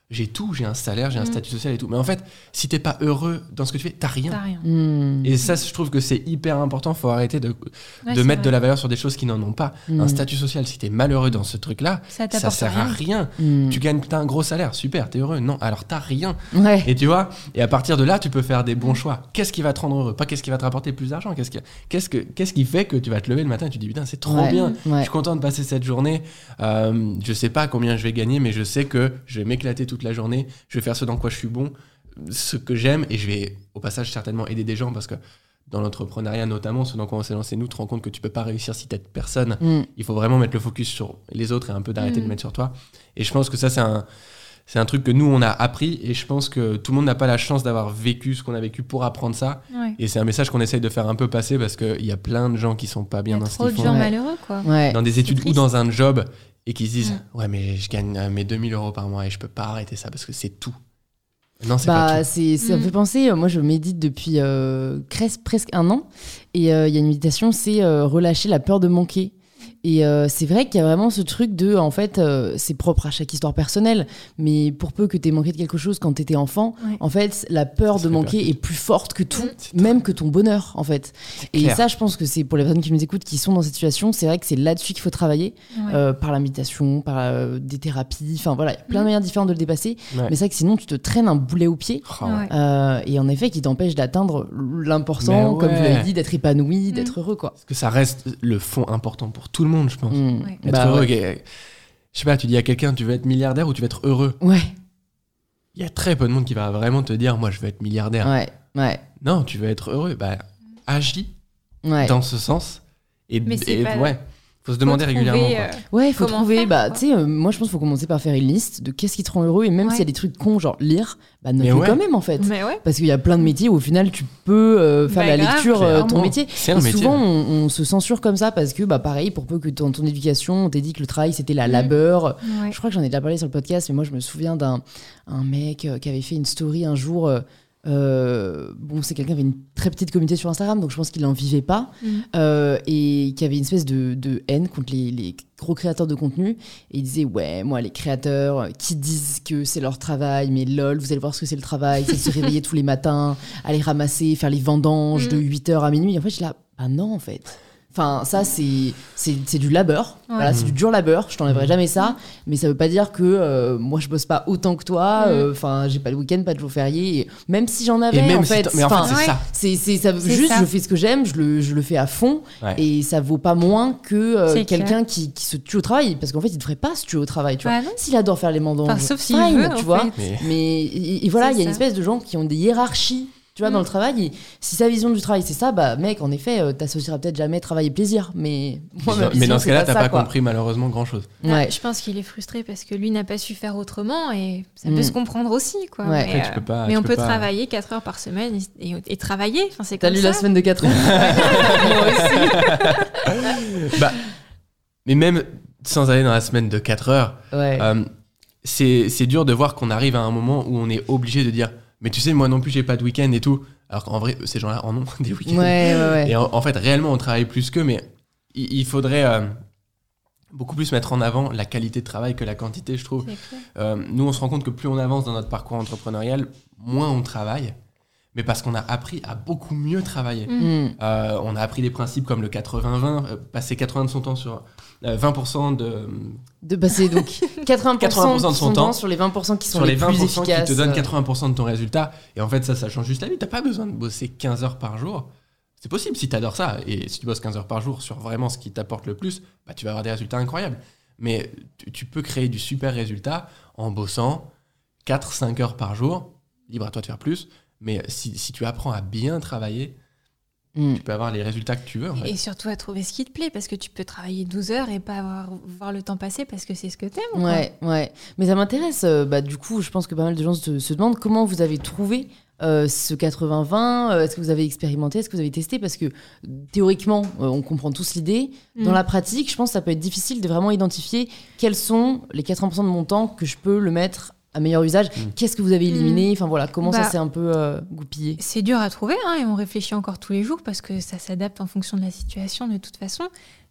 j'ai tout, j'ai un salaire, j'ai un Mm. statut social et tout. Mais en fait, si t'es pas heureux dans ce que tu fais, t'as rien. T'as rien. Mm. Et ça, je trouve que c'est hyper important. Faut arrêter de, Ouais, de c'est mettre vrai. de la valeur sur des choses qui n'en ont pas. Mm. Un statut social, si t'es malheureux dans ce truc-là, Ça ça t'apporte sert à rien. rien. Mm. Tu gagnes, t'as un gros salaire, super, t'es heureux. Non, alors t'as rien. Ouais. Et tu vois, et à partir de là, tu peux faire des bons choix. Qu'est-ce qui va te rendre heureux? Pas qu'est-ce qui va te rapporter plus d'argent. Qu'est-ce qui, qu'est-ce que, qu'est-ce qui fait que tu vas te lever le matin et tu te dis putain, c'est trop Ouais. bien. Je Ouais. suis content de passer cette journée. Euh, je sais pas combien je vais gagner, mais je sais que je vais m'éclater toute la journée. Je vais faire ce dans quoi je suis bon, ce que j'aime, et je vais au passage certainement aider des gens parce que dans l'entrepreneuriat notamment, ce dans quoi on s'est lancé nous, tu te rends compte que tu peux pas réussir si t'aides personne. Mm. Il faut vraiment mettre le focus sur les autres et un peu d'arrêter Mm. de mettre sur toi. Et je pense que ça, c'est un, c'est un truc que nous, on a appris. Et je pense que tout le monde n'a pas la chance d'avoir vécu ce qu'on a vécu pour apprendre ça. Ouais. Et c'est un message qu'on essaye de faire un peu passer parce qu'il y a plein de gens qui sont pas Il y bien a dans ce trop qu'ils de font. gens Ouais. malheureux, quoi. Ouais. Dans des études ou triste. dans un job et qui se disent Mm. ouais, mais je gagne euh, mes deux mille euros par mois et je peux pas arrêter ça parce que c'est tout. Non, c'est Bah, pas tout. c'est, ça me Mm. fait penser, euh, moi je médite depuis euh, cres- presque un an, et euh, il y a une méditation, c'est euh, relâcher la peur de manquer. Et euh, c'est vrai qu'il y a vraiment ce truc de, en fait, euh, c'est propre à chaque histoire personnelle, mais pour peu que tu aies manqué de quelque chose quand tu étais enfant, Ouais. en fait, la peur Ça de fait manquer peur. est plus forte que tout, C'est trop- même que ton bonheur, en fait. Et clair. ça, je pense que c'est pour les personnes qui nous écoutent, qui sont dans cette situation, c'est vrai que c'est là-dessus qu'il faut travailler, Ouais. euh, par la méditation, par euh, des thérapies, enfin voilà, il y a plein de Mm. manières différentes de le dépasser, Ouais. mais c'est vrai que sinon, tu te traînes un boulet au pied. Oh, ouais. Ouais. Euh, et en effet, qui t'empêche d'atteindre l'important, Mais comme vous ouais. l'avez dit, d'être épanoui, Mm. d'être heureux, quoi. Parce que ça reste le fond important pour tout le monde, je pense. Mm. Ouais. Être Bah heureux. ouais. que- Je sais pas, tu dis à quelqu'un, tu veux être milliardaire ou tu veux être heureux? Ouais, Il y a très peu de monde qui va vraiment te dire, moi, je veux être milliardaire. ouais, ouais, Non, tu veux être heureux. Bah, agis ouais. dans ce sens. Et, Mais c'est et pas- ouais, faut se demander Faut régulièrement. trouver, quoi. euh, Ouais, il faut Comment trouver, faire, bah, quoi. tu sais, euh, moi je pense qu'il faut commencer par faire une liste de qu'est-ce qui te rend heureux, et même Ouais. s'il y a des trucs cons, genre lire, bah note-le Mais ouais. quand même, en fait. Mais ouais. Parce qu'il y a plein de métiers où au final tu peux euh, faire Bah, la grave, lecture, euh, ton clairement. métier. C'est un Et métier. souvent on, on se censure comme ça parce que, bah pareil, pour peu que dans ton éducation, on t'ait dit que le travail c'était la Mm. labeur. Ouais. Je crois que j'en ai déjà parlé sur le podcast, mais moi je me souviens d'un un mec euh, qui avait fait une story un jour. euh, euh, bon, c'est quelqu'un qui avait une très petite communauté sur Instagram, donc je pense qu'il n'en vivait pas, Mm. euh, et qui avait une espèce de, de haine contre les, les gros créateurs de contenu. Et il disait ouais, moi les créateurs euh, qui disent que c'est leur travail, mais lol, vous allez voir ce que c'est le travail, c'est de se réveiller tous les matins, aller ramasser, faire les vendanges Mm. de huit heures à minuit. Et en fait, je suis là, bah non en fait. Enfin, ça, c'est, c'est, c'est du labeur. Ouais. Voilà, c'est du dur labeur. Je t'enlèverai jamais ça. Mais ça veut pas dire que euh, moi, je bosse pas autant que toi. Mm. euh, Enfin, j'ai pas le week-end, pas de jour férié. Et même si j'en avais, Et même en si fait. t'en- mais en enfin, fait, c'est ouais. ça. c'est, c'est, ça, C'est juste, ça. je fais ce que j'aime, je le, je le fais à fond. Ouais. Et ça vaut pas moins que euh, C'est quelqu'un qui, qui se tue au travail. Parce qu'en fait, il devrait pas se tuer au travail, tu vois. Bah non. S'il adore faire les vendanges, Enfin, sauf s'il fine, veut, tu en vois. fait. Mais- Mais et, et voilà, C'est il y a une ça. espèce de gens qui ont des hiérarchies, tu vois, Mm. dans le travail. Et si sa vision du travail, c'est ça, bah mec, en effet, euh, t'associeras peut-être jamais travail et plaisir. Mais moi, ma mais vision, dans ce c'est cas-là, t'as ça, pas quoi. compris malheureusement grand chose. Ah, Ouais. Je pense qu'il est frustré parce que lui n'a pas su faire autrement et ça Mm. peut se comprendre aussi. Quoi. Ouais. Mais, Après, tu euh, peux pas- mais tu on peux peut pas- travailler quatre heures par semaine et, et- et travailler. Enfin, c'est T'as comme lu ça. la semaine de quatre ans Moi aussi. Bah, mais même sans aller dans la semaine de quatre heures, Ouais. euh, c'est c'est dur de voir qu'on arrive à un moment où on est obligé de dire mais tu sais, moi non plus, j'ai pas de week-end et tout. Alors qu'en vrai, ces gens-là en ont des week-ends. Ouais, ouais, ouais. Et en, en fait, réellement, on travaille plus qu'eux, mais il, il faudrait euh, beaucoup plus mettre en avant la qualité de travail que la quantité, je trouve. C'est clair. Euh, nous, on se rend compte que plus on avance dans notre parcours entrepreneurial, moins on travaille, mais parce qu'on a appris à beaucoup mieux travailler. Mm. Euh, on a appris des principes comme le quatre-vingts vingt, euh, passer quatre-vingts de son temps sur euh, vingt pour cent de, De passer donc quatre-vingts pour cent, quatre-vingts pour cent de son temps sur les vingt pour cent qui sont sur les les, vingt plus pour cent qui efficaces. te donnent quatre-vingts pour cent de ton résultat. Et en fait, ça, ça change juste la vie. T'as pas besoin de bosser quinze heures par jour. C'est possible si t'adores ça. Et si tu bosses quinze heures par jour sur vraiment ce qui t'apporte le plus, bah, tu vas avoir des résultats incroyables. Mais tu, tu peux créer du super résultat en bossant quatre cinq heures par jour. Libre à toi de faire plus. Mais si, si tu apprends à bien travailler, Mm. tu peux avoir les résultats que tu veux. En fait. Et surtout à trouver ce qui te plaît parce que tu peux travailler douze heures et pas avoir, voir le temps passer parce que c'est ce que t'aimes. quoi. Ouais, ouais. Mais ça m'intéresse. euh, bah, du coup, je pense que pas mal de gens se, se demandent comment vous avez trouvé euh, ce quatre-vingts vingt. euh, Est-ce que vous avez expérimenté? Est-ce que vous avez testé? Parce que théoriquement, euh, on comprend tous l'idée. Dans Mm. la pratique, je pense que ça peut être difficile de vraiment identifier quels sont les quatre-vingts pour cent de mon temps que je peux le mettre à meilleur usage. Mm. Qu'est-ce que vous avez éliminé? Enfin voilà, comment ça Bah, s'est un peu euh, goupillé? C'est dur à trouver hein, et on réfléchit encore tous les jours parce que ça s'adapte en fonction de la situation de toute façon.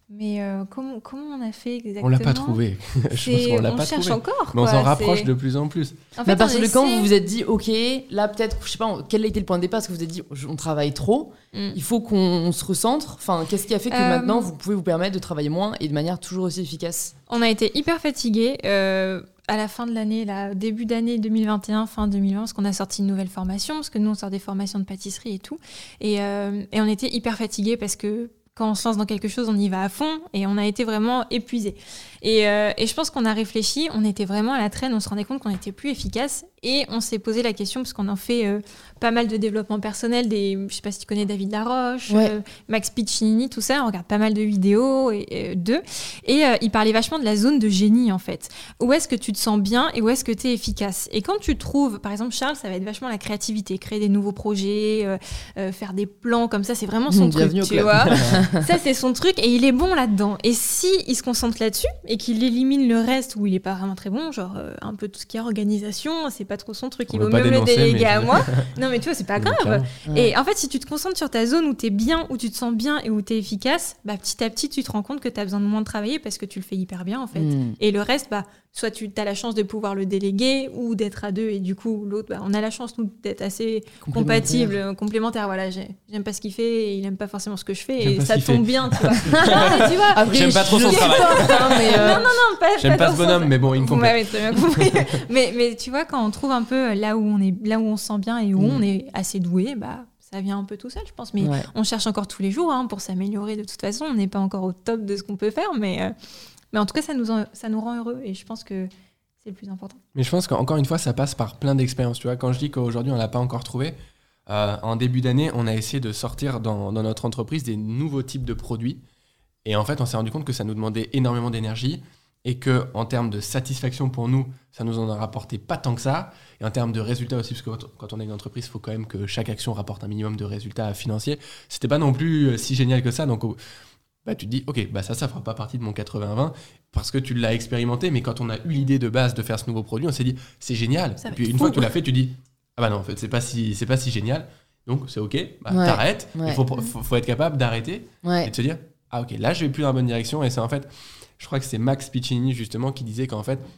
Mais euh, comment, comment on a fait exactement ? On l'a pas trouvé. Je pense qu'on l'a on pas cherche trouvé. encore. Mais on quoi. s'en rapproche C'est... de plus en plus. En Mais à fait, partir on de quand essaie- vous vous êtes dit, ok, là peut-être, je sais pas, quel a été le point de départ ? Parce que vous vous êtes dit, on travaille trop, Mm. il faut qu'on se recentre. Enfin, qu'est-ce qui a fait que Euh, maintenant vous pouvez vous permettre de travailler moins et de manière toujours aussi efficace ? On a été hyper fatigués euh, à la fin de l'année, là, début d'année deux mille vingt et un, fin deux mille vingt, parce qu'on a sorti une nouvelle formation, parce que nous on sort des formations de pâtisserie et tout, et, euh, et on était hyper fatigués parce que quand on se lance dans quelque chose, on y va à fond et on a été vraiment épuisés. Et, euh, et je pense qu'on a réfléchi, on était vraiment à la traîne, on se rendait compte qu'on était plus efficace et on s'est posé la question parce qu'on en fait euh, pas mal de développement personnel, des, je sais pas si tu connais David Laroche, Ouais. euh, Max Piccinini, tout ça, on regarde pas mal de vidéos et, et, d'eux et euh, il parlait vachement de la zone de génie en fait. Où est-ce que tu te sens bien et où est-ce que tu es efficace ? Et quand tu trouves, par exemple Charles, ça va être vachement la créativité, créer des nouveaux projets, euh, euh, faire des plans comme ça, c'est vraiment son Mmh, truc, bienvenue au tu club. vois. Ça, c'est son truc et il est bon là-dedans. Et si il se concentre là-dessus et qu'il élimine le reste où il est pas vraiment très bon, genre euh, un peu tout ce qui est organisation, c'est pas trop son truc, il On vaut veut pas mieux me le dénoncer, déléguer mais- à moi. Non, mais tu vois, c'est pas Mais grave. clairement. Ouais. Et en fait, si tu te concentres sur ta zone où t'es bien, où tu te sens bien et où t'es efficace, bah, petit à petit, tu te rends compte que t'as besoin de moins de travailler parce que tu le fais hyper bien, en fait. Mm. Et le reste, bah, soit tu as la chance de pouvoir le déléguer ou d'être à deux et du coup, l'autre, bah, on a la chance, nous, d'être assez compatibles, euh, complémentaires. Voilà, j'ai- j'aime pas ce qu'il fait et il aime pas forcément ce que je fais J'aime et pas ce ça qu'il tombe fait. bien, tu vois. Non, mais tu vois. Après, J'aime pas trop je son le travail. supporte, hein, mais, euh, Non, non, non, pas, J'aime pas dans ce le bonhomme, sens- mais bon, il me Vous complète. m'avez très bien compris. mais, mais tu vois, quand on trouve un peu là où on, est, là où on se sent bien et où Mm. on est assez doué, bah, ça vient un peu tout seul, je pense. Mais ouais. on cherche encore tous les jours hein, pour s'améliorer de toute façon. On n'est pas encore au top de ce qu'on peut faire, mais, euh, mais en tout cas, ça nous, en- ça nous rend heureux et je pense que c'est le plus important. Mais je pense qu'encore une fois, ça passe par plein d'expériences. Tu vois, quand je dis qu'aujourd'hui, on l'a pas encore trouvé, euh, en début d'année, on a essayé de sortir dans, dans notre entreprise des nouveaux types de produits. Et en fait, on s'est rendu compte que ça nous demandait énormément d'énergie et que en termes de satisfaction pour nous, ça nous en a rapporté pas tant que ça. Et en termes de résultats aussi, parce que quand- quand on est une entreprise, il faut quand même que chaque action rapporte un minimum de résultats financiers. C'était pas non plus euh, si génial que ça. Donc, oh, bah, tu te dis, ok, bah ça, ça fera pas partie de mon quatre-vingts vingt parce que tu l'as expérimenté. Mais quand on a eu l'idée de base de faire ce nouveau produit, on s'est dit, c'est génial. Ça Et va puis être une fois fou. que tu l'as fait, tu dis, ah bah non, en fait, c'est pas si, c'est pas si génial. Donc, c'est ok, bah, Ouais. t'arrêtes. Il Ouais. faut, faut, faut être capable d'arrêter et Ouais. de se dire, ah ok, là, je vais plus dans la bonne direction. Et c'est en fait, je crois que c'est Max Piccinini justement qui disait qu'en fait,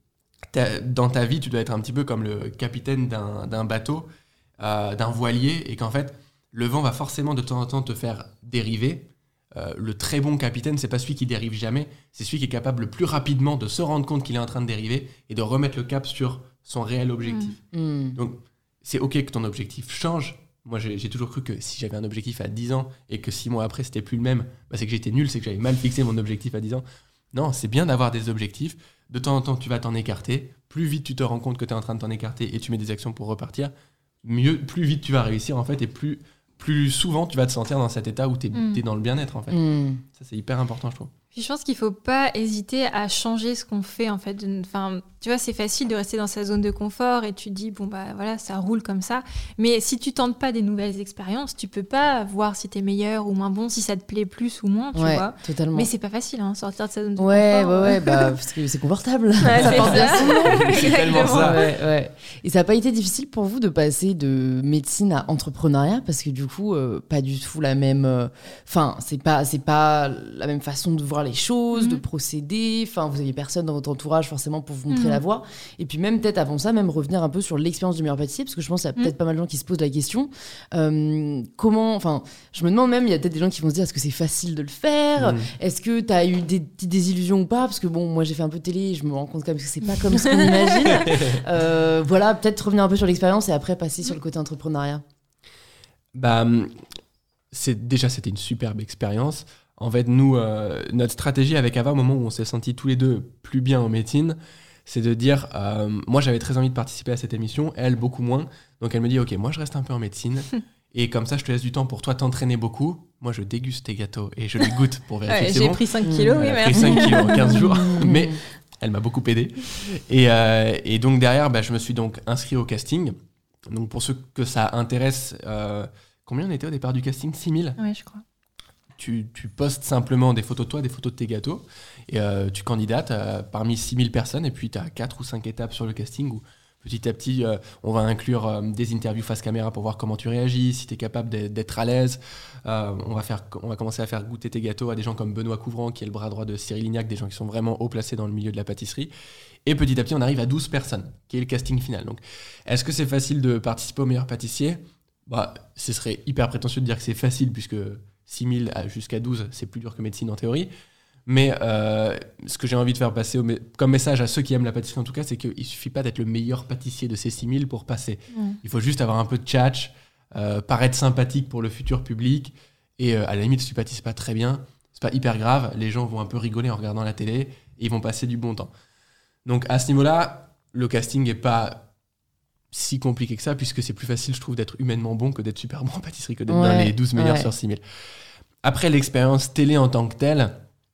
t'as- dans ta vie, tu dois être un petit peu comme le capitaine d'un d'un bateau, euh, d'un voilier, et qu'en fait, le vent va forcément de temps en temps te faire dériver. Euh, le très bon capitaine, c'est pas celui qui dérive jamais, c'est celui qui est capable le plus rapidement de se rendre compte qu'il est en train de dériver et de remettre le cap sur son réel objectif. Mm. Donc, c'est ok que ton objectif change. Moi, j'ai j'ai toujours cru que si j'avais un objectif à dix ans et que six mois après, c'était plus le même, bah, c'est que j'étais nul, c'est que j'avais mal fixé mon objectif à dix ans. Non, c'est bien d'avoir des objectifs. De temps en temps, tu vas t'en écarter. Plus vite tu te rends compte que tu es en train de t'en écarter et tu mets des actions pour repartir, mieux, plus vite tu vas réussir, en fait, et plus, plus souvent tu vas te sentir dans cet état où tu es, Mm. dans le bien-être, en fait. Mm. Ça, c'est hyper important, je trouve. Puis je pense qu'il faut pas hésiter à changer ce qu'on fait en fait. De- Enfin, tu vois, c'est facile de rester dans sa zone de confort et tu te dis bon bah voilà, ça roule comme ça. Mais si tu tentes pas des nouvelles expériences, tu peux pas voir si t'es meilleur ou moins bon, si ça te plaît plus ou moins, tu Ouais, vois. totalement. Mais c'est pas facile, hein, sortir de sa zone de Ouais, confort. ouais, ouais, bah, parce que c'est confortable. Ouais, Ça c'est porte bien ça. son nom. C'est tellement Exactement. ça. Ouais, ouais. Et ça n'a pas été difficile pour vous de passer de médecine à entrepreneuriat parce que du coup, euh, pas du tout la même. Enfin, c'est pas, c'est pas la même façon de voir les choses, Mhm. de procéder. Enfin, vous aviez personne dans votre entourage forcément pour vous montrer Mhm. la voie. Et puis même peut-être avant ça, même revenir un peu sur l'expérience du meilleur pâtissier parce que je pense qu'il y a peut-être Mhm. pas mal de gens qui se posent la question. Euh, comment, enfin, je me demande même, il y a peut-être des gens qui vont se dire est-ce que c'est facile de le faire Mm. Est-ce que tu as eu des petites désillusions ou pas Parce que bon, moi j'ai fait un peu de télé et je me rends compte quand même que c'est pas comme ce qu'on imagine. Euh, voilà, peut-être revenir un peu sur l'expérience et après passer sur le côté entrepreneuriat. Bah, hum, c'est, déjà, c'était une superbe expérience. En fait, nous, euh, notre stratégie avec Ava, au moment où on s'est sentis tous les deux plus bien en médecine, c'est de dire, euh, moi j'avais très envie de participer à cette émission, elle beaucoup moins. Donc elle me dit, ok, moi je reste un peu en médecine. Et comme ça, je te laisse du temps pour toi t'entraîner beaucoup. Moi, je déguste tes gâteaux et je les goûte pour vérifier Ouais, que c'est j'ai bon. pris cinq kilos, oui, Elle a pris merci. cinq kilos en quinze jours, mais elle m'a beaucoup aidé. Et, euh, et donc derrière, bah, je me suis donc inscrit au casting. Donc pour ceux que ça intéresse, euh, combien on était au départ du casting ? six mille. Ouais, je crois. Tu, tu postes simplement des photos de toi, des photos de tes gâteaux, et euh, tu candidates euh, parmi six mille personnes, et puis tu as quatre ou cinq étapes sur le casting où Petit à petit, euh, on va inclure euh, des interviews face caméra pour voir comment tu réagis, si tu es capable d'être, d'être à l'aise. Euh, on, va faire, on va commencer à faire goûter tes gâteaux à des gens comme Benoît Couvrant, qui est le bras droit de Cyril Lignac, des gens qui sont vraiment haut placés dans le milieu de la pâtisserie. Et petit à petit, on arrive à douze personnes, qui est le casting final. Donc, est-ce que c'est facile de participer au meilleur pâtissier ? Bah, ce serait hyper prétentieux de dire que c'est facile, puisque six mille jusqu'à douze, c'est plus dur que médecine en théorie. Mais euh, ce que j'ai envie de faire passer au me- comme message à ceux qui aiment la pâtisserie en tout cas, c'est qu'il ne suffit pas d'être le meilleur pâtissier de ces six mille pour passer. Mmh. Il faut juste avoir un peu de tchatch, euh, paraître sympathique pour le futur public. Et euh, à la limite, si tu ne pâtisses pas très bien, c'est pas hyper grave. Les gens vont un peu rigoler en regardant la télé et ils vont passer du bon temps. Donc à ce niveau-là, le casting n'est pas si compliqué que ça, puisque c'est plus facile, je trouve, d'être humainement bon que d'être super bon en pâtisserie, que d'être ouais, dans les douze meilleurs ouais. sur six mille. Après, l'expérience télé en tant que telle,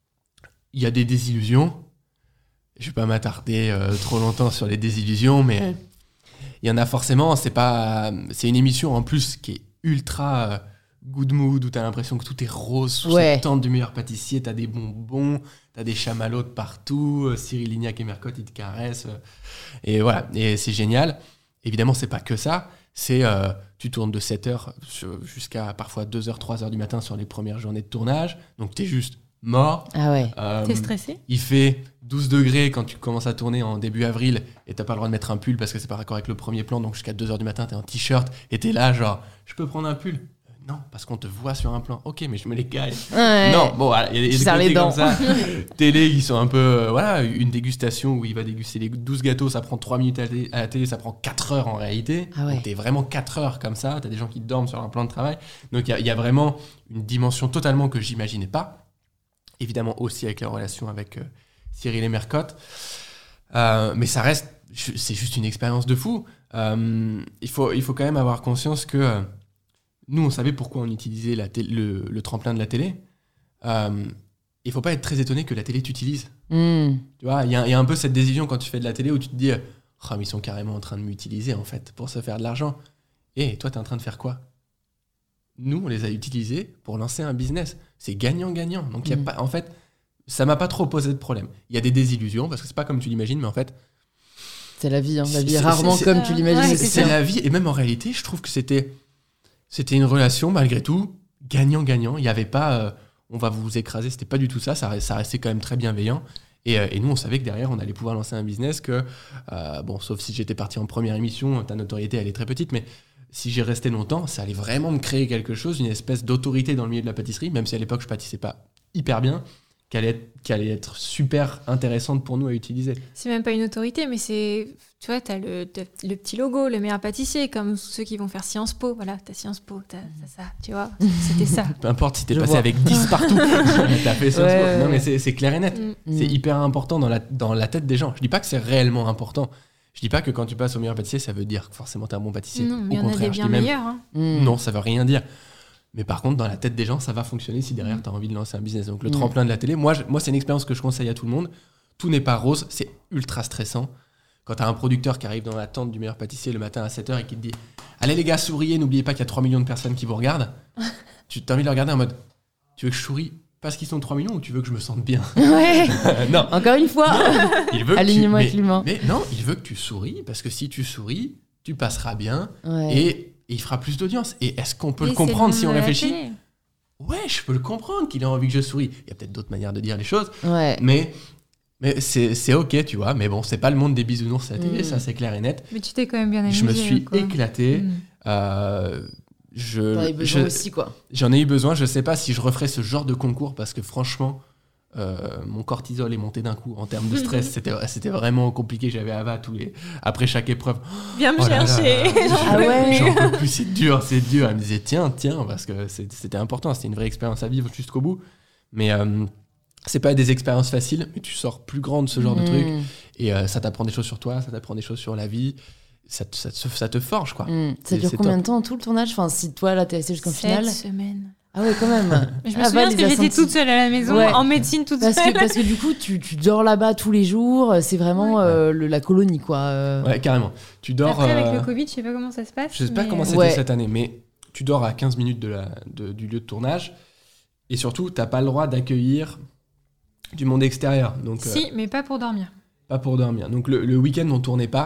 il y a des désillusions. Je ne vais pas m'attarder euh, trop longtemps sur les désillusions, mais il ouais. y en a forcément. C'est, pas, c'est une émission en plus qui est ultra euh, good mood, où tu as l'impression que tout est rose sous ouais. cette tente du meilleur pâtissier. Tu as des bonbons, tu as des chamallows de partout. Euh, Cyril Lignac et Mercotte, ils te caressent. Euh, et voilà, et c'est génial. Évidemment, ce n'est pas que ça. C'est, euh, tu tournes de sept heures jusqu'à parfois deux heures, trois heures du matin sur les premières journées de tournage. Donc, tu es juste mort. Ah ouais. Euh, T'es stressé ? Il fait douze degrés quand tu commences à tourner en début avril et t'as pas le droit de mettre un pull parce que c'est pas raccord avec le premier plan, donc jusqu'à deux heures du matin t'es en t-shirt et t'es là genre je peux prendre un pull ? Non, parce qu'on te voit sur un plan. Ok, mais je me les gagne. Ouais. Non, bon, voilà, il y a, y a des côtés comme ça. Télé, ils sont un peu... Euh, voilà, une dégustation où il va déguster les douze gâteaux, ça prend trois minutes à, t- à la télé, ça prend quatre heures en réalité. Ah ouais. Donc t'es vraiment quatre heures comme ça, t'as des gens qui dorment sur un plan de travail. Donc il y, y a vraiment une dimension totalement que j'imaginais pas. Évidemment aussi avec la relation avec euh, Cyril et Mercotte. Euh, mais ça reste... C'est juste une expérience de fou. Euh, il, faut, il faut quand même avoir conscience que... Euh, nous, on savait pourquoi on utilisait la té- le, le tremplin de la télé. Euh, il ne faut pas être très étonné que la télé t'utilise. Mm. Tu vois, il y, y a un peu cette décision quand tu fais de la télé où tu te dis oh, mais ils sont carrément en train de m'utiliser en fait pour se faire de l'argent. Et toi, tu es en train de faire quoi ? Nous, on les a utilisés pour lancer un business. C'est gagnant-gagnant. Donc, y a mm. pas, en fait, ça ne m'a pas trop posé de problème. Il y a des désillusions parce que ce n'est pas comme tu l'imagines, mais en fait... C'est la vie. Hein. La vie est rarement c'est, comme c'est, tu l'imagines. Ouais, c'est, c'est la vie. Et même en réalité, je trouve que c'était... C'était une relation, malgré tout, gagnant-gagnant. Il n'y avait pas euh, « on va vous écraser », c'était pas du tout ça. Ça, ça restait quand même très bienveillant. Et, euh, et nous, on savait que derrière, on allait pouvoir lancer un business que, euh, bon, sauf si j'étais parti en première émission, ta notoriété, elle est très petite, mais si j'ai resté longtemps, ça allait vraiment me créer quelque chose, une espèce d'autorité dans le milieu de la pâtisserie, même si à l'époque, je pâtissais pas hyper bien, qui allait être, qui allait être super intéressante pour nous à utiliser. C'est même pas une autorité, mais c'est... Tu vois, t'as le, le petit logo, le meilleur pâtissier, comme ceux qui vont faire Sciences Po. Voilà, t'as Sciences Po, t'as, t'as ça, tu vois, c'était ça. Peu importe si t'es je passé vois. Avec dix partout, t'as fait Sciences ouais, Po. Non, mais c'est, c'est clair et net. Mm. C'est hyper important dans la, dans la tête des gens. Je dis pas que c'est réellement important. Je dis pas que quand tu passes au meilleur pâtissier, ça veut dire que forcément t'es un bon pâtissier. Non, mais il y en a des bien même, meilleurs. Hein. Mm. Non, ça veut rien dire. Mais par contre, dans la tête des gens, ça va fonctionner si derrière t'as envie de lancer un business. Donc le mm. tremplin de la télé, moi, je, moi c'est une expérience que je conseille à tout le monde. Tout n'est pas rose, c'est ultra stressant. Quand t'as un producteur qui arrive dans la tente du meilleur pâtissier le matin à sept heures et qui te dit « Allez les gars, souriez, n'oubliez pas qu'il y a trois millions de personnes qui vous regardent. » Tu as envie de le regarder en mode « Tu veux que je souris parce qu'ils sont trois millions ou tu veux que je me sente bien ?» Ouais. Non. Encore une fois, il veut alignement avec l'humain. Mais non, il veut que tu souris parce que si tu souris, tu passeras bien ouais. et, et il fera plus d'audience. Et est-ce qu'on peut et le comprendre si on réfléchit ? Ouais, je peux le comprendre qu'il ait envie que je souris. Il y a peut-être d'autres manières de dire les choses, ouais. mais... Mais c'est, c'est ok, tu vois. Mais bon, c'est pas le monde des bisounours à la télé, mmh. ça c'est clair et net. Mais tu t'es quand même bien amusé. Je me suis quoi. éclaté. Mmh. Euh, je, T'en as eu besoin je, aussi, quoi. J'en ai eu besoin. Je sais pas si je referais ce genre de concours parce que franchement, euh, mon cortisol est monté d'un coup en termes de stress. c'était, c'était vraiment compliqué. J'avais Ava tous les... après chaque épreuve. Viens me oh chercher. Là là, ah ouais. J'en peux plus, c'est dur, c'est dur. Elle me disait tiens, tiens, parce que c'était important. C'était une vraie expérience à vivre jusqu'au bout. Mais... Euh, c'est pas des expériences faciles, mais tu sors plus grand de ce genre mmh. de truc. Et euh, ça t'apprend des choses sur toi, ça t'apprend des choses sur la vie. Ça te, ça te, ça te forge, quoi. Mmh. Ça dure combien top. de temps, tout le tournage ? Enfin, si toi, là, t'es resté jusqu'au final. Sept semaines. Ah ouais, quand même. Mais je me ah souviens bah, que j'étais toute seule à la maison, ouais. en médecine toute parce seule. Que, parce que du coup, tu, tu dors là-bas tous les jours. C'est vraiment ouais. euh, le, la colonie, quoi. Euh... Ouais, carrément. Tu dors... Après, avec euh... le Covid, je sais pas comment ça se passe. Je sais mais... pas comment c'était ouais. cette année, mais tu dors à quinze minutes de la, de, du lieu de tournage. Et surtout, t'as pas le droit d'accueillir... du monde extérieur. Donc, si, euh, mais pas pour dormir. Pas pour dormir. Donc le, le week-end, on tournait pas.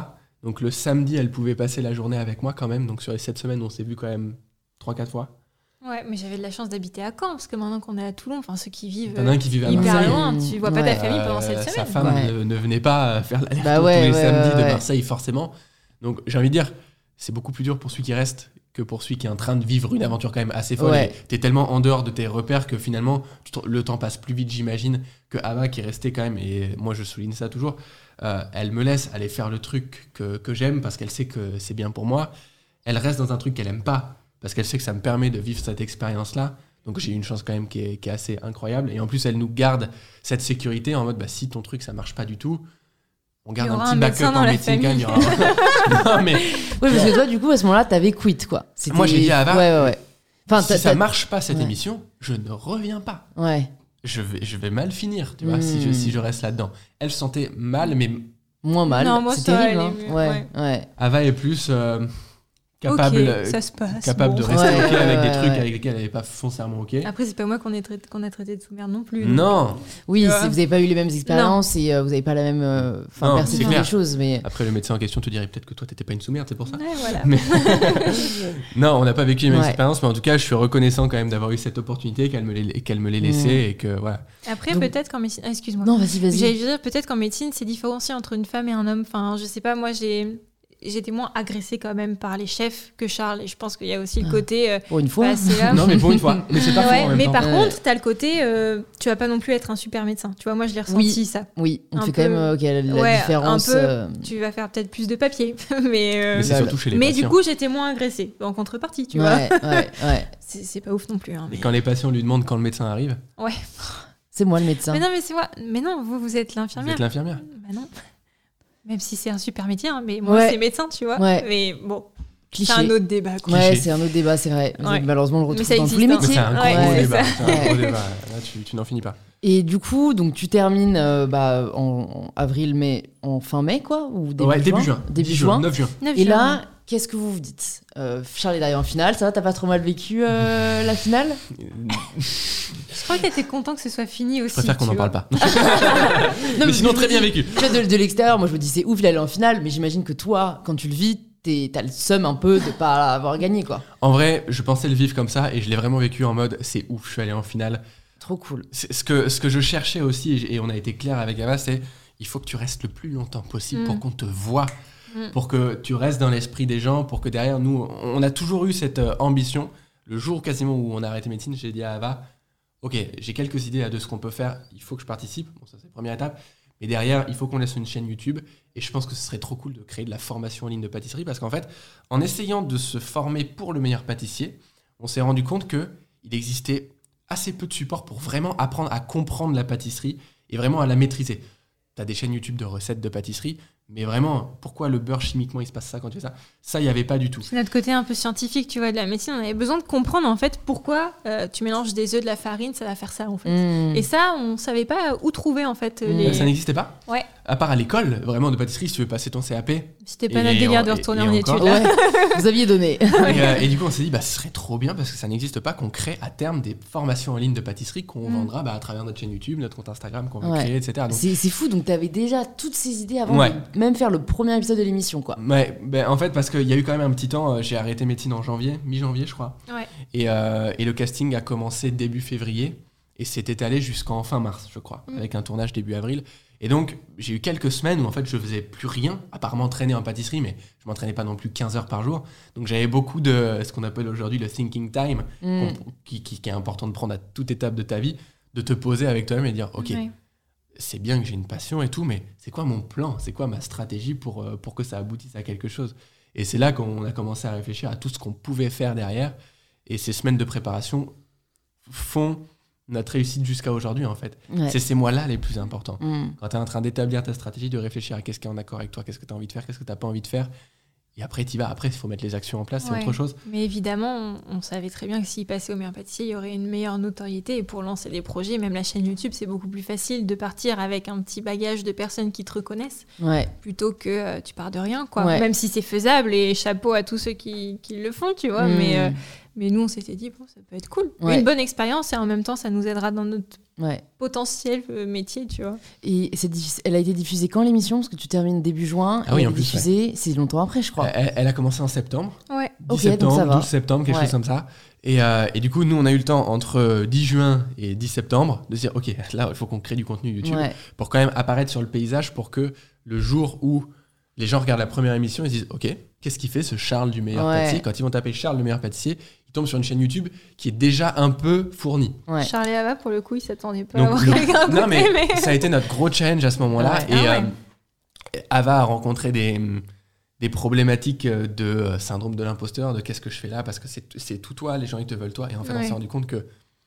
Donc le samedi, elle pouvait passer la journée avec moi quand même. Donc sur les sept semaines, on s'est vu quand même trois quatre fois. Ouais, mais j'avais de la chance d'habiter à Caen, parce que maintenant qu'on est à Toulon, enfin ceux qui vivent T'en as un qui vivait à hyper Marseille. loin, tu vois Ouais. pas ta famille pendant cette Euh, semaine. Sa femme Ouais. ne, ne venait pas faire l'aller-retour Bah ouais, tous les ouais, samedis ouais, de ouais. Marseille, forcément. Donc j'ai envie de dire, c'est beaucoup plus dur pour celui qui reste que pour celui qui est en train de vivre une aventure quand même assez folle. Ouais. Et t'es tellement en dehors de tes repères que finalement, tu te- le temps passe plus vite, j'imagine, que Ava qui est restée quand même, et moi je souligne ça toujours, euh, elle me laisse aller faire le truc que, que j'aime parce qu'elle sait que c'est bien pour moi. Elle reste dans un truc qu'elle aime pas parce qu'elle sait que ça me permet de vivre cette expérience-là. Donc j'ai une chance quand même qui est, qui est assez incroyable. Et en plus, elle nous garde cette sécurité en mode, bah, si ton truc ça marche pas du tout, on garde Il y un aura petit un backup médecin dans en la médecine quand même. il y famille. aura- non, mais Oui, parce que toi, du coup, à ce moment-là, t'avais quit, quoi. C'était- Moi, j'ai dit à Ava, Ouais, ouais, ouais. Enfin, si t'as- ça t'as- marche pas cette Ouais. émission, je ne reviens pas. Ouais. Je vais, je vais mal finir, tu vois, Mm. si, je, si je reste là-dedans. Elle se sentait mal, mais Moins mal. Non, moi, c'est ça terrible. allait Hein. mieux, Ouais, ouais. ouais. Ava est plus euh, capable, Ok, ça se passe. capable bon. de rester Ouais, OK ouais, avec ouais, des trucs ouais. avec lesquels elle n'est pas foncièrement OK. Après, c'est pas moi qu'on est traité- qu'on a traité de sous-merde non plus. donc. Non. Oui, Tu c'est- vois. vous n'avez pas eu les mêmes expériences et euh, vous n'avez pas la même euh, enfin, Non, perception c'est clair. des choses. Mais... Après, le médecin en question te dirait peut-être que toi, t'étais pas une sous-merde, c'est pour ça. Ouais, voilà. Mais- non, on n'a pas vécu les mêmes Ouais. expériences, mais en tout cas, je suis reconnaissant quand même d'avoir eu cette opportunité, qu'elle me l'ait, qu'elle me l'ait laissée Mm. et que voilà. Après, Donc- peut-être qu'en médecine. Ah, excuse-moi. Non, vas-y, vas-y. J'allais dire, peut-être qu'en médecine, c'est différencié entre une femme et un homme. Enfin, je sais pas, moi, j'ai. J'étais moins agressée quand même par les chefs que Charles. Et je pense qu'il y a aussi le Ah. côté. euh, Pour une fois. bah, c'est là. Non, mais pour une fois. Mais c'est pas faux Ouais, en même mais temps. par Ouais. contre, t'as le côté. euh, tu vas pas non plus être un super médecin. Tu vois, moi, je l'ai ressenti, Oui. ça. Oui, on Un fait peu- quand même euh, quelle- la Ouais, différence. un peu. euh, Tu vas faire peut-être plus de papier. mais euh, Mais c'est Là, surtout chez les mais patients. du coup, j'étais moins agressée. En contrepartie, tu vois. ouais, ouais, ouais. C'est c'est pas ouf non plus. Hein, Et mais... quand les patients lui demandent quand le médecin arrive, C'est moi le médecin. mais non, mais c'est moi. Mais non, vous, vous êtes vous l'infirmière. êtes l'infirmière. Bah non. Même si c'est un super métier, hein, mais moi, Ouais. c'est médecin, tu vois. Ouais. Mais bon, Cliché. c'est un autre débat. Quoi. Ouais, cliché. c'est un autre débat, c'est vrai. Ouais. Malheureusement, on le Mais retrouve ça dans tous les existe, hein. Mais métiers. c'est un Ouais, gros c'est débat. ça. C'est un gros débat. Là, tu, tu n'en finis pas. Et du coup, donc tu termines euh, bah, en, en avril, mai, en fin mai, quoi, ou début ouais, juin. début juin. Début dix juin. neuf juin. Neuf Et juin. là, qu'est-ce que vous vous dites euh, Charles est derrière en finale, ça va, t'as pas trop mal vécu euh, la finale Je crois que t'étais content que ce soit fini aussi. Je préfère qu'on tu n'en vois. parle pas. Non, mais sinon, je très me bien dis, vécu. tu vois, de, de l'extérieur, moi je me dis c'est ouf, il allait en finale, mais j'imagine que toi, quand tu le vis, t'es- t'as le seum un peu de pas avoir gagné, quoi. En vrai, je pensais le vivre comme ça et je l'ai vraiment vécu en mode c'est ouf, je suis allé en finale. Trop cool. C'est- Ce que, ce que je cherchais aussi, et j- et on a été clair avec Ava, c'est il faut que tu restes le plus longtemps possible Mm. pour qu'on te voie, Mm. pour que tu restes dans l'esprit des gens, pour que derrière nous, on a toujours eu cette euh, ambition. Le jour quasiment où on a arrêté médecine, j'ai dit à Ava, ok, j'ai quelques idées là, de ce qu'on peut faire, il faut que je participe, bon ça c'est la première étape, mais derrière, il faut qu'on laisse une chaîne YouTube, et je pense que ce serait trop cool de créer de la formation en ligne de pâtisserie, parce qu'en fait, en essayant de se former pour le meilleur pâtissier, on s'est rendu compte que il existait assez peu de support pour vraiment apprendre à comprendre la pâtisserie et vraiment à la maîtriser. Tu as des chaînes YouTube de recettes de pâtisserie, mais vraiment, pourquoi le beurre chimiquement il se passe ça quand tu fais ça Ça, il n'y avait pas du tout. C'est notre côté un peu scientifique, tu vois, de la médecine. On avait besoin de comprendre en fait pourquoi euh, tu mélanges des œufs, de la farine, ça va faire ça en fait. Mm. Et ça, on savait pas où trouver en fait Mm. les. Ça n'existait pas. Ouais. À part à l'école, vraiment de pâtisserie, si tu veux passer ton C A P. C'était pas Et notre délire en- de et- retourner et en encore. études là. Ouais, vous aviez donné. Et, euh, et du coup, on s'est dit, bah, ce serait trop bien parce que ça n'existe pas qu'on crée à terme des formations en ligne de pâtisserie qu'on Mm. vendra bah, à travers notre chaîne YouTube, notre compte Instagram qu'on va Ouais. créer, et cetera. Donc, C'est c'est fou, donc t'avais déjà toutes ces idées avant Ouais. de même faire le premier épisode de l'émission, quoi. ouais, ben, en fait, parce qu'il y a eu quand même un petit temps, euh, j'ai arrêté médecine en janvier, mi-janvier, je crois. Ouais. Et, euh, et le casting a commencé début février et s'est étalé jusqu'en fin mars, je crois, Mm. avec un tournage début avril. Et donc, j'ai eu quelques semaines où en fait je faisais plus rien, à part m'entraîner en pâtisserie, mais je m'entraînais pas non plus quinze heures par jour. Donc j'avais beaucoup de ce qu'on appelle aujourd'hui le thinking time, Mm. qu'on- qui, qui- qui est important de prendre à toute étape de ta vie, de te poser avec toi-même et dire, ok, Ouais. c'est bien que j'ai une passion et tout, mais c'est quoi mon plan? C'est quoi ma stratégie pour, euh, pour que ça aboutisse à quelque chose? Et c'est là qu'on a commencé à réfléchir à tout ce qu'on pouvait faire derrière. Et ces semaines de préparation font notre réussite jusqu'à aujourd'hui, en fait. Ouais. C'est ces mois-là les plus importants. Mm. Quand tu es en train d'établir ta stratégie, de réfléchir à qu'est-ce qui est en accord avec toi, qu'est-ce que tu as envie de faire, qu'est-ce que tu n'as pas envie de faire. Et après, tu vas. Après, il faut mettre les actions en place, c'est Ouais. autre chose. Mais évidemment, on, on savait très bien que s'il passait au meilleur pâtissier, il y aurait une meilleure notoriété. Et pour lancer des projets, même la chaîne YouTube, c'est beaucoup plus facile de partir avec un petit bagage de personnes qui te reconnaissent Ouais. plutôt que euh, tu pars de rien, quoi. Ouais. Même si c'est faisable et chapeau à tous ceux qui, qui le font, tu vois. Mm. Mais, euh, mais nous, on s'était dit, bon, ça peut être cool. Ouais. Une bonne expérience et en même temps, ça nous aidera dans notre ouais. potentiel euh, métier, tu vois. Et c'est difficile. Elle a été diffusée quand l'émission? Parce que tu termines début juin. Ah oui, elle en est plus, diffusée, c'est longtemps après, je crois. Elle, elle a commencé en septembre. Ouais. dix Ok, septembre, donc ça va. douze septembre, quelque Ouais. chose comme ça. Et, euh, et du coup, nous, on a eu le temps entre dix juin et dix septembre de se dire, ok, là, il faut qu'on crée du contenu YouTube Ouais. pour quand même apparaître sur le paysage pour que le jour où les gens regardent la première émission, ils se disent, ok, qu'est-ce qu'il fait ce Charles du meilleur Ouais. pâtissier? Quand ils vont taper Charles le meilleur pâtissier, ils tombent sur une chaîne YouTube qui est déjà un peu fournie. Ouais. Charles et Ava, pour le coup, ils s'attendaient pas Donc, à avoir le- quelqu'un à non, côté, mais, mais... ça a été notre gros challenge à ce moment-là. Ouais. Et Ah ouais. euh, Ava a rencontré des, des problématiques de syndrome de l'imposteur, de qu'est-ce que je fais là, parce que c'est, c'est tout toi, les gens ils te veulent toi. Et en fait, on Ouais. s'est rendu compte que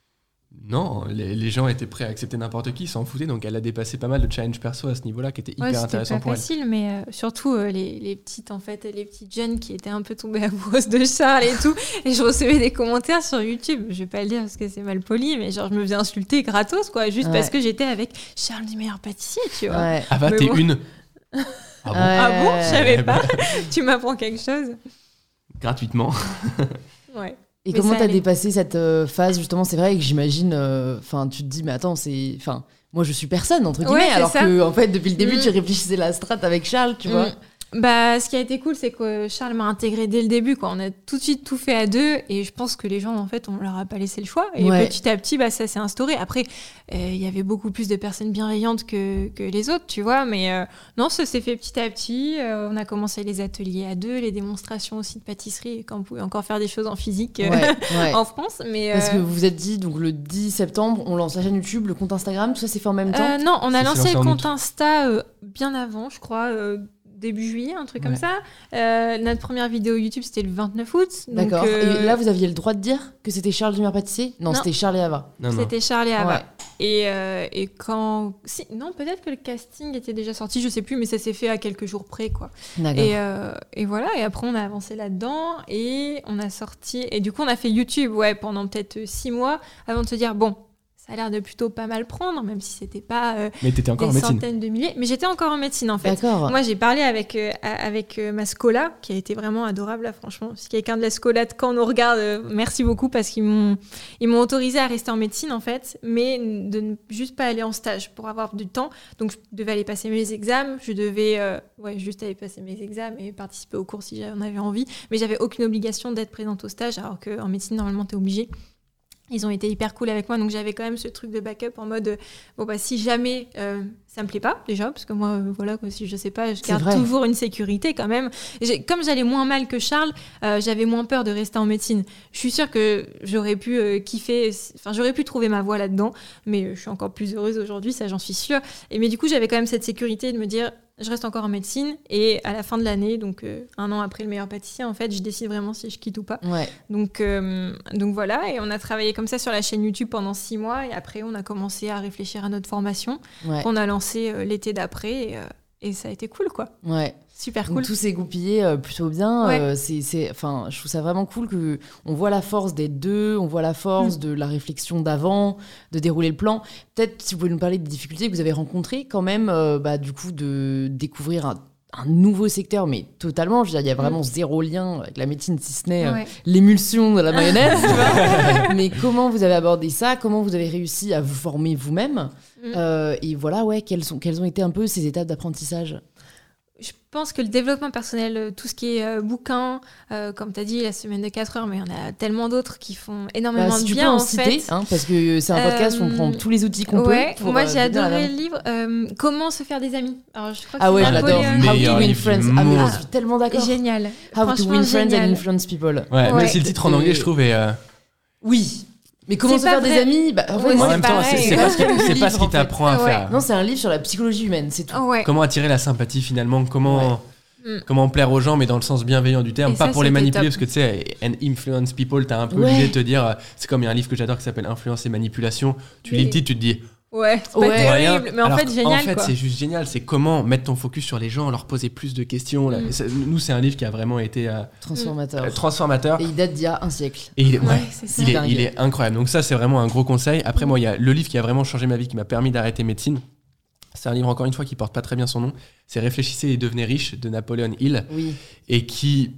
non, les, les gens étaient prêts à accepter n'importe qui, ils s'en foutaient. Donc elle a dépassé pas mal de challenges perso à ce niveau-là qui étaient hyper Ouais, c'était intéressants pas pour elle. facile, mais euh, surtout euh, les, les petites en fait, les petites jeunes qui étaient un peu tombées amoureuses de Charles et tout. Et je recevais des commentaires sur YouTube. Je vais pas le dire parce que c'est mal poli, mais genre je me faisais insulter gratos quoi, juste Ouais. parce que j'étais avec Charles du meilleur pâtissier, tu vois. Ouais. Ava, Mais t'es bon. une. Ah bon Ouais. Ah bon, je savais Eh ben. pas. Tu m'apprends quelque chose. Gratuitement. Ouais. Et Mais comment ça t'as allait. dépassé cette euh, phase justement? C'est vrai que j'imagine, enfin, tu te dis, mais attends, c'est, enfin, moi je suis personne entre guillemets, Ouais, c'est alors ça. que en fait depuis le début Mm. tu réfléchissais la strat avec Charles, tu vois. Mm. Bah, ce qui a été cool, c'est que Charles m'a intégré dès le début, quoi. On a tout de suite tout fait à deux, et je pense que les gens, en fait, on leur a pas laissé le choix. Et Ouais. petit à petit, bah, ça s'est instauré. Après, il y avait beaucoup plus de personnes bienveillantes que, que les autres, tu vois. Mais euh, non, ça s'est fait petit à petit. Euh, on a commencé les ateliers à deux, les démonstrations aussi de pâtisserie, quand on pouvait encore faire des choses en physique euh, Ouais, ouais. en France. Mais Parce que euh, vous vous êtes dit, donc le dix septembre, on lance la chaîne YouTube, le compte Instagram, tout ça s'est fait en même temps. euh, non, on a C'est lancé lancé le en compte août. Insta euh, bien avant, je crois. euh, début juillet, un truc Ouais. comme ça. Euh, notre première vidéo YouTube, c'était le vingt-neuf août. donc, D'accord. euh, Et là, vous aviez le droit de dire que c'était Charles du meilleur pâtissier? Non, Non. c'était Charles et Ava. Non, non. C'était Charles et Ava. Ouais. Et, euh, et quand... Si, non, peut-être que le casting était déjà sorti, je sais plus, mais ça s'est fait à quelques jours près, quoi. D'accord. Et, euh, et voilà, et après on a avancé là-dedans, et on a sorti... Et du coup, on a fait YouTube, ouais, pendant peut-être six mois, avant de se dire, bon, ça a l'air de plutôt pas mal prendre, même si c'était pas euh, Mais t'étais encore en des médecine. centaines de milliers. Mais j'étais encore en médecine, en fait. D'accord. Moi, j'ai parlé avec, euh, a- avec euh, ma scola, qui a été vraiment adorable, là, franchement. Si quelqu'un de la scola, quand on nous regarde, euh, merci beaucoup, parce qu'ils m'ont, ils m'ont autorisé à rester en médecine, en fait, mais de ne juste pas aller en stage pour avoir du temps. Donc, je devais aller passer mes examens, je devais euh, ouais, juste aller passer mes examens et participer aux cours si j'en avais envie. Mais j'avais aucune obligation d'être présente au stage, alors qu'en médecine, normalement, t'es obligée. Ils ont été hyper cool avec moi, donc j'avais quand même ce truc de backup en mode, euh, bon bah si jamais euh, ça me plaît pas déjà, parce que moi euh, voilà quoi, si je sais pas, je C'est garde vrai. toujours une sécurité quand même. J'ai, comme j'allais moins mal que Charles, euh, j'avais moins peur de rester en médecine. Je suis sûre que j'aurais pu euh, kiffer, enfin j'aurais pu trouver ma voie là-dedans, mais euh, je suis encore plus heureuse aujourd'hui, ça j'en suis sûre. Et mais du coup j'avais quand même cette sécurité de me dire, je reste encore en médecine, et à la fin de l'année, donc euh, un an après le meilleur pâtissier, en fait, je décide vraiment si je quitte ou pas. Ouais. Donc, euh, donc voilà, et on a travaillé comme ça sur la chaîne YouTube pendant six mois, et après on a commencé à réfléchir à notre formation, Ouais. qu'on a lancé euh, l'été d'après, et, euh, et ça a été cool, quoi. Ouais. Super Donc cool. tout s'est goupillé euh, plutôt bien. Ouais. Euh, c'est, c'est, enfin, je trouve ça vraiment cool que on voit la force des deux, on voit la force Mm. de la réflexion d'avant, de dérouler le plan. Peut-être si vous pouvez nous parler des difficultés que vous avez rencontrées quand même, euh, bah, du coup de découvrir un, un nouveau secteur, mais totalement. Je veux dire, il y a vraiment zéro lien avec la médecine, si ce n'est euh, Ouais. l'émulsion de la mayonnaise. tu vois. Mais comment vous avez abordé ça? Comment vous avez réussi à vous former vous-même? Mm. Euh, Et voilà, ouais, quelles, sont, quelles ont été un peu ces étapes d'apprentissage? Je pense que le développement personnel, euh, tout ce qui est euh, bouquin, euh, comme tu as dit, la semaine de quatre heures, mais il y en a tellement d'autres qui font énormément Bah, si de tu bien, peux en, en citer, fait. hein, parce que c'est un podcast où on Euh, prend tous les outils qu'on Ouais, peut. pour, moi euh, j'ai devenir la adoré même. le livre euh, Comment se faire des amis. Alors, je crois que Ah c'est ouais, je Napoléon. l'adore. How to Meilleur win livre du friends. Ah mais monde. je suis tellement d'accord. Génial. How to Franchement, win friends génial. and influence people. Ouais, Ouais. mais c'est le titre en anglais, je trouve. Et, euh, Oui. Mais comment C'est se pas faire des vrai. amis? Bah, en fait, Ouais, moi, en c'est même temps, c'est, pareil. c'est pas ce qui, c'est pas ce Livre, qui en fait. t'apprend à Ouais. faire. Non, c'est un livre sur la psychologie humaine, c'est tout. Ah ouais. Comment attirer la sympathie finalement, comment, Ouais. Mm. comment plaire aux gens, mais dans le sens bienveillant du terme, Et pas ça, pour les c'était manipuler, top. parce que tu sais, and influence people, t'as un peu Ouais. l'idée de te dire, euh, c'est comme il y a un livre que j'adore qui s'appelle Influence et manipulation, tu lis Mais- le titre, tu te dis, Ouais, c'est Ouais. pas terrible, rien. mais en Alors fait, qu'en génial, fait, quoi. c'est juste génial, c'est comment mettre ton focus sur les gens, leur poser plus de questions. Là. Mm. Et ça- nous, c'est un livre qui a vraiment été euh, Transformateur. euh, transformateur. Et il date d'il y a un siècle. Et il est, ouais, Ouais, c'est ça. il, est, Dingue. il est incroyable. Donc ça, c'est vraiment un gros conseil. Après, moi, il y a le livre qui a vraiment changé ma vie, qui m'a permis d'arrêter médecine. C'est un livre, encore une fois, qui porte pas très bien son nom. C'est Réfléchissez et devenez riche de Napoléon Hill. Oui. Et qui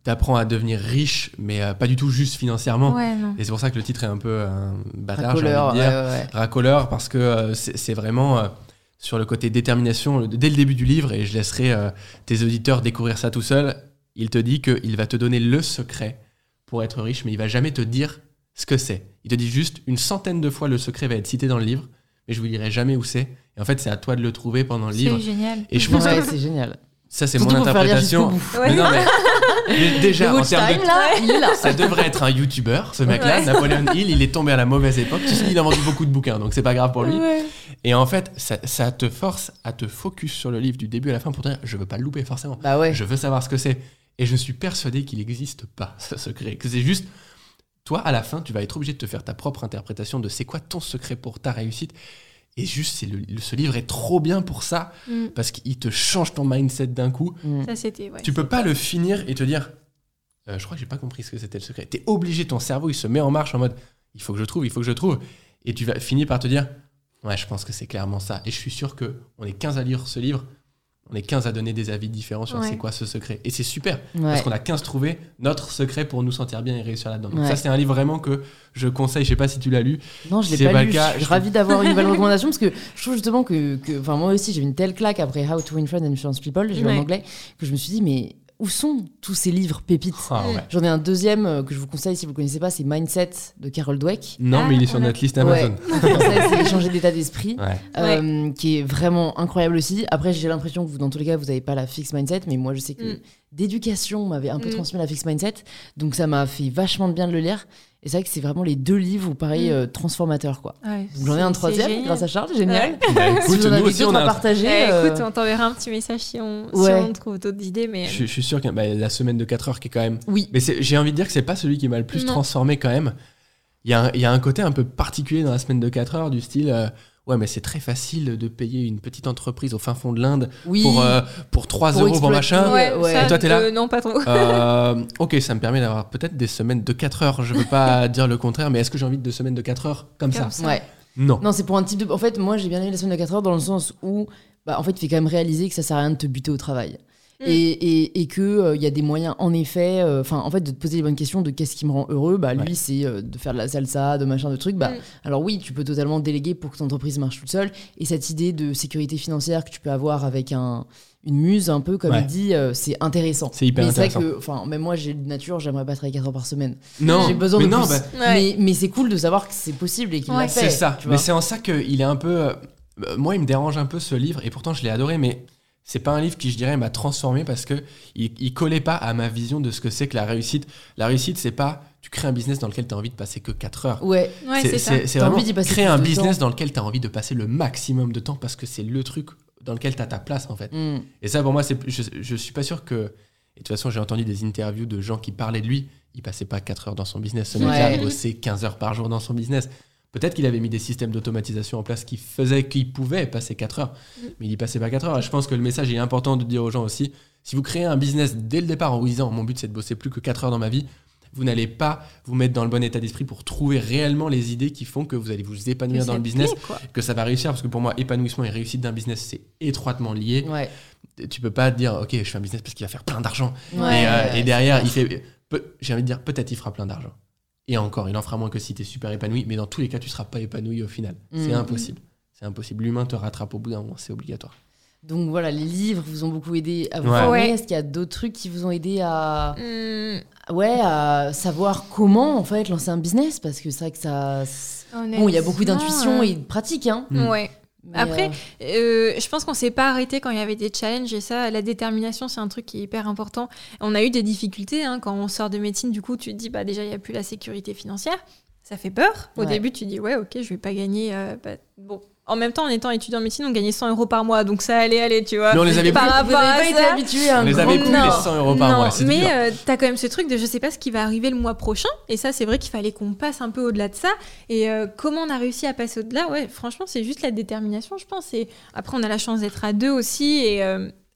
t'apprends à devenir riche, mais euh, pas du tout juste financièrement. Ouais, non. Et c'est pour ça que le titre est un peu un bâtard, Racoleur, j'ai envie de dire. ouais, ouais, ouais. Racoleur, parce que euh, c'est, c'est vraiment euh, sur le côté détermination, le- dès le début du livre, et je laisserai euh, tes auditeurs découvrir ça tout seul, il te dit qu'il va te donner le secret pour être riche, mais il va jamais te dire ce que c'est. Il te dit juste une centaine de fois le secret va être cité dans le livre, mais je vous dirai jamais où c'est. Et en fait, c'est à toi de le trouver pendant le livre. C'est génial. Et je pense Ouais, que c'est génial. ça, c'est Surtout mon pour faire lire interprétation. jusqu'au bout. Ouais. Mais non, mais, mais déjà, Le en watch termes time, de... là, il est là. Ça devrait être un YouTuber, ce mec-là, Ouais. Napoléon Hill, il est tombé à la mauvaise époque. Tu sais, il a vendu beaucoup de bouquins, donc c'est pas grave pour lui. Ouais. Et en fait, ça, ça te force à te focus sur le livre du début à la fin pour te dire, je veux pas le louper forcément. Bah ouais. Je veux savoir ce que c'est. Et je suis persuadé qu'il n'existe pas, ce secret. Que c'est juste, toi, à la fin, tu vas être obligé de te faire ta propre interprétation de c'est quoi ton secret pour ta réussite. Et juste, c'est le, le- ce livre est trop bien pour ça, Mm. parce qu'il te change ton mindset d'un coup. Mm. Ça, c'était. Ouais, Tu peux pas le finir et te dire euh, je crois que j'ai pas compris ce que c'était le secret. T'es obligé, ton cerveau il se met en marche en mode il faut que je trouve, il faut que je trouve. Et tu vas finir par te dire ouais, je pense que c'est clairement ça. Et je suis sûr qu'on est quinze à lire ce livre, on est quinze à donner des avis différents sur Ouais. c'est quoi ce secret. Et c'est super Ouais. parce qu'on a quinze trouvé notre secret pour nous sentir bien et réussir là-dedans. Donc Ouais. ça, c'est un livre vraiment que je conseille. Je sais pas si tu l'as lu. Non, je l'ai C'est pas pas lu. le cas, Je suis je ravie d'avoir une nouvelle recommandation parce que je trouve justement que, que enfin moi aussi j'ai eu une telle claque après How to Win Friends and Influence People, j'ai lu en Ouais. anglais, que je me suis dit mais où sont tous ces livres pépites? Ah, ouais. J'en ai un deuxième euh, que je vous conseille si vous ne connaissez pas, c'est Mindset de Carol Dweck. Non, Ah, mais il est sur on a- notre liste Amazon. Ouais. En français, c'est Changer d'état d'esprit. Ouais. euh, qui est vraiment incroyable aussi. Après, j'ai l'impression que vous, dans tous les cas, vous n'avez pas la fixed mindset, mais moi, je sais que Mm. d'éducation m'avait un peu Mm. transmis la fixed mindset, donc ça m'a fait vachement de bien de le lire. Et c'est vrai que c'est vraiment les deux livres, pareil, Mm. euh, transformateurs, quoi. Ouais, Donc, j'en ai un c'est- troisième, c'est génial. grâce à Charles, génial. Ouais. Bah, Si écoute, vous en nous avez aussi, d'autres on à a un- partager. Eh, euh, Écoute, on t'enverra un petit message si on, si Ouais. on trouve d'autres idées. Mais... Je, je suis sûr que bah, la semaine de quatre heures qui est quand même. Oui. Mais c'est- j'ai envie de dire que c'est pas celui qui m'a le plus Non. transformé quand même. Il y, a un- il y a un côté un peu particulier dans la semaine de quatre heures du style euh, ouais, mais c'est très facile de payer une petite entreprise au fin fond de l'Inde Oui. pour, euh, pour trois Pour euros pour exploiter, machin. Ouais, ouais. ça, Et toi, t'es là euh, Non, pas trop. Euh, ok, ça me permet d'avoir peut-être des semaines de quatre heures. Je veux pas dire le contraire, mais est-ce que j'ai envie de semaines de quatre heures comme, Comme ça, ça. Ouais. Non. Non, c'est pour un type de. En fait, moi, j'ai bien aimé la semaine de quatre heures dans le sens où, bah, en fait, il fait quand même réaliser que ça sert à rien de te buter au travail. Mm. Et, et, et que il y a des moyens, en effet, enfin, en fait, de te poser les bonnes questions de qu'est-ce qui me rend heureux. Bah, lui, Ouais. c'est euh, de faire de la salsa, de machin, de trucs. Bah, Mm. alors oui, tu peux totalement déléguer pour que ton entreprise marche toute seule. Et cette idée de sécurité financière que tu peux avoir avec un, une muse, un peu comme Ouais. il dit, euh, c'est intéressant. C'est hyper mais c'est intéressant. vrai que, enfin, même moi, j'ai de nature, j'aimerais pas travailler quatre heures par semaine. Non, J'ai besoin mais de non, plus. bah, Ouais. Mais, mais c'est cool de savoir que c'est possible et qu'il Ouais. l'a fait. c'est ça. tu Mais vois. c'est en ça qu'il est un peu. euh, moi, il me dérange un peu ce livre, et pourtant je l'ai adoré, mais c'est pas un livre qui, je dirais, m'a transformé parce que il, il collait pas à ma vision de ce que c'est que la réussite. La réussite, c'est pas tu crées un business dans lequel tu as envie de passer que quatre heures. Ouais. Ouais, c'est ça. c'est T'as vraiment envie d'y passer créer plus un de business temps. dans lequel tu as envie de passer le maximum de temps parce que c'est le truc dans lequel tu as ta place en fait. Mm. Et ça, pour moi, c'est, je, je suis pas sûr que. Et de toute façon, j'ai entendu des interviews de gens qui parlaient de lui. Il passait pas quatre heures dans son business. Ce mec-là Ouais. bossait quinze heures par jour dans son business. Peut-être qu'il avait mis des systèmes d'automatisation en place qui faisaient qu'il pouvait passer quatre heures. Mais il y passait pas quatre heures. Et je pense que le message est important de dire aux gens aussi si vous créez un business dès le départ en vous disant mon but c'est de bosser plus que quatre heures dans ma vie, vous n'allez pas vous mettre dans le bon état d'esprit pour trouver réellement les idées qui font que vous allez vous épanouir Que dans ça le te business, plaît, quoi. que ça va réussir. Parce que pour moi, épanouissement et réussite d'un business, c'est étroitement lié. Ouais. Tu peux pas te dire ok je fais un business parce qu'il va faire plein d'argent Ouais. et, euh, et derrière il fait peu- j'ai envie de dire peut-être il fera plein d'argent et encore il en fera moins que si tu es super épanoui, mais dans tous les cas tu seras pas épanoui au final. C'est Mm. impossible, c'est impossible, l'humain te rattrape au bout d'un moment, c'est obligatoire. Donc voilà, les livres vous ont beaucoup aidé à vous Ouais. former. Ouais. Est-ce qu'il y a d'autres trucs qui vous ont aidé à, Hum, ouais, à savoir comment en fait lancer un business? Parce que c'est vrai que ça, bon, il y a beaucoup d'intuition honnêtement, et de pratique, hein. Mm. Ouais. Mais, Après, euh, Euh, je pense qu'on s'est pas arrêté quand il y avait des challenges et ça, la détermination, c'est un truc qui est hyper important. On a eu des difficultés hein, quand on sort de médecine. Du coup, tu te dis, bah déjà, il y a plus la sécurité financière. Ça fait peur. Au Ouais. début, tu dis, ouais, ok, je vais pas gagner. euh, bah, bon. En même temps, en étant étudiant en médecine, on gagnait cent euros par mois, donc ça allait aller, tu vois. Mais on les avait Par plus. vous rapport n'avez à pas été ça, habitué à un On les grand avait plus non. les cent euros par non, mois, c'est mais dur. euh, t'as quand même ce truc de je sais pas ce qui va arriver le mois prochain. Et ça, c'est vrai qu'il fallait qu'on passe un peu au-delà de ça. Et euh, comment on a réussi à passer au-delà? Ouais, franchement, c'est juste la détermination, je pense. Et après, on a la chance d'être à deux aussi. Et, euh,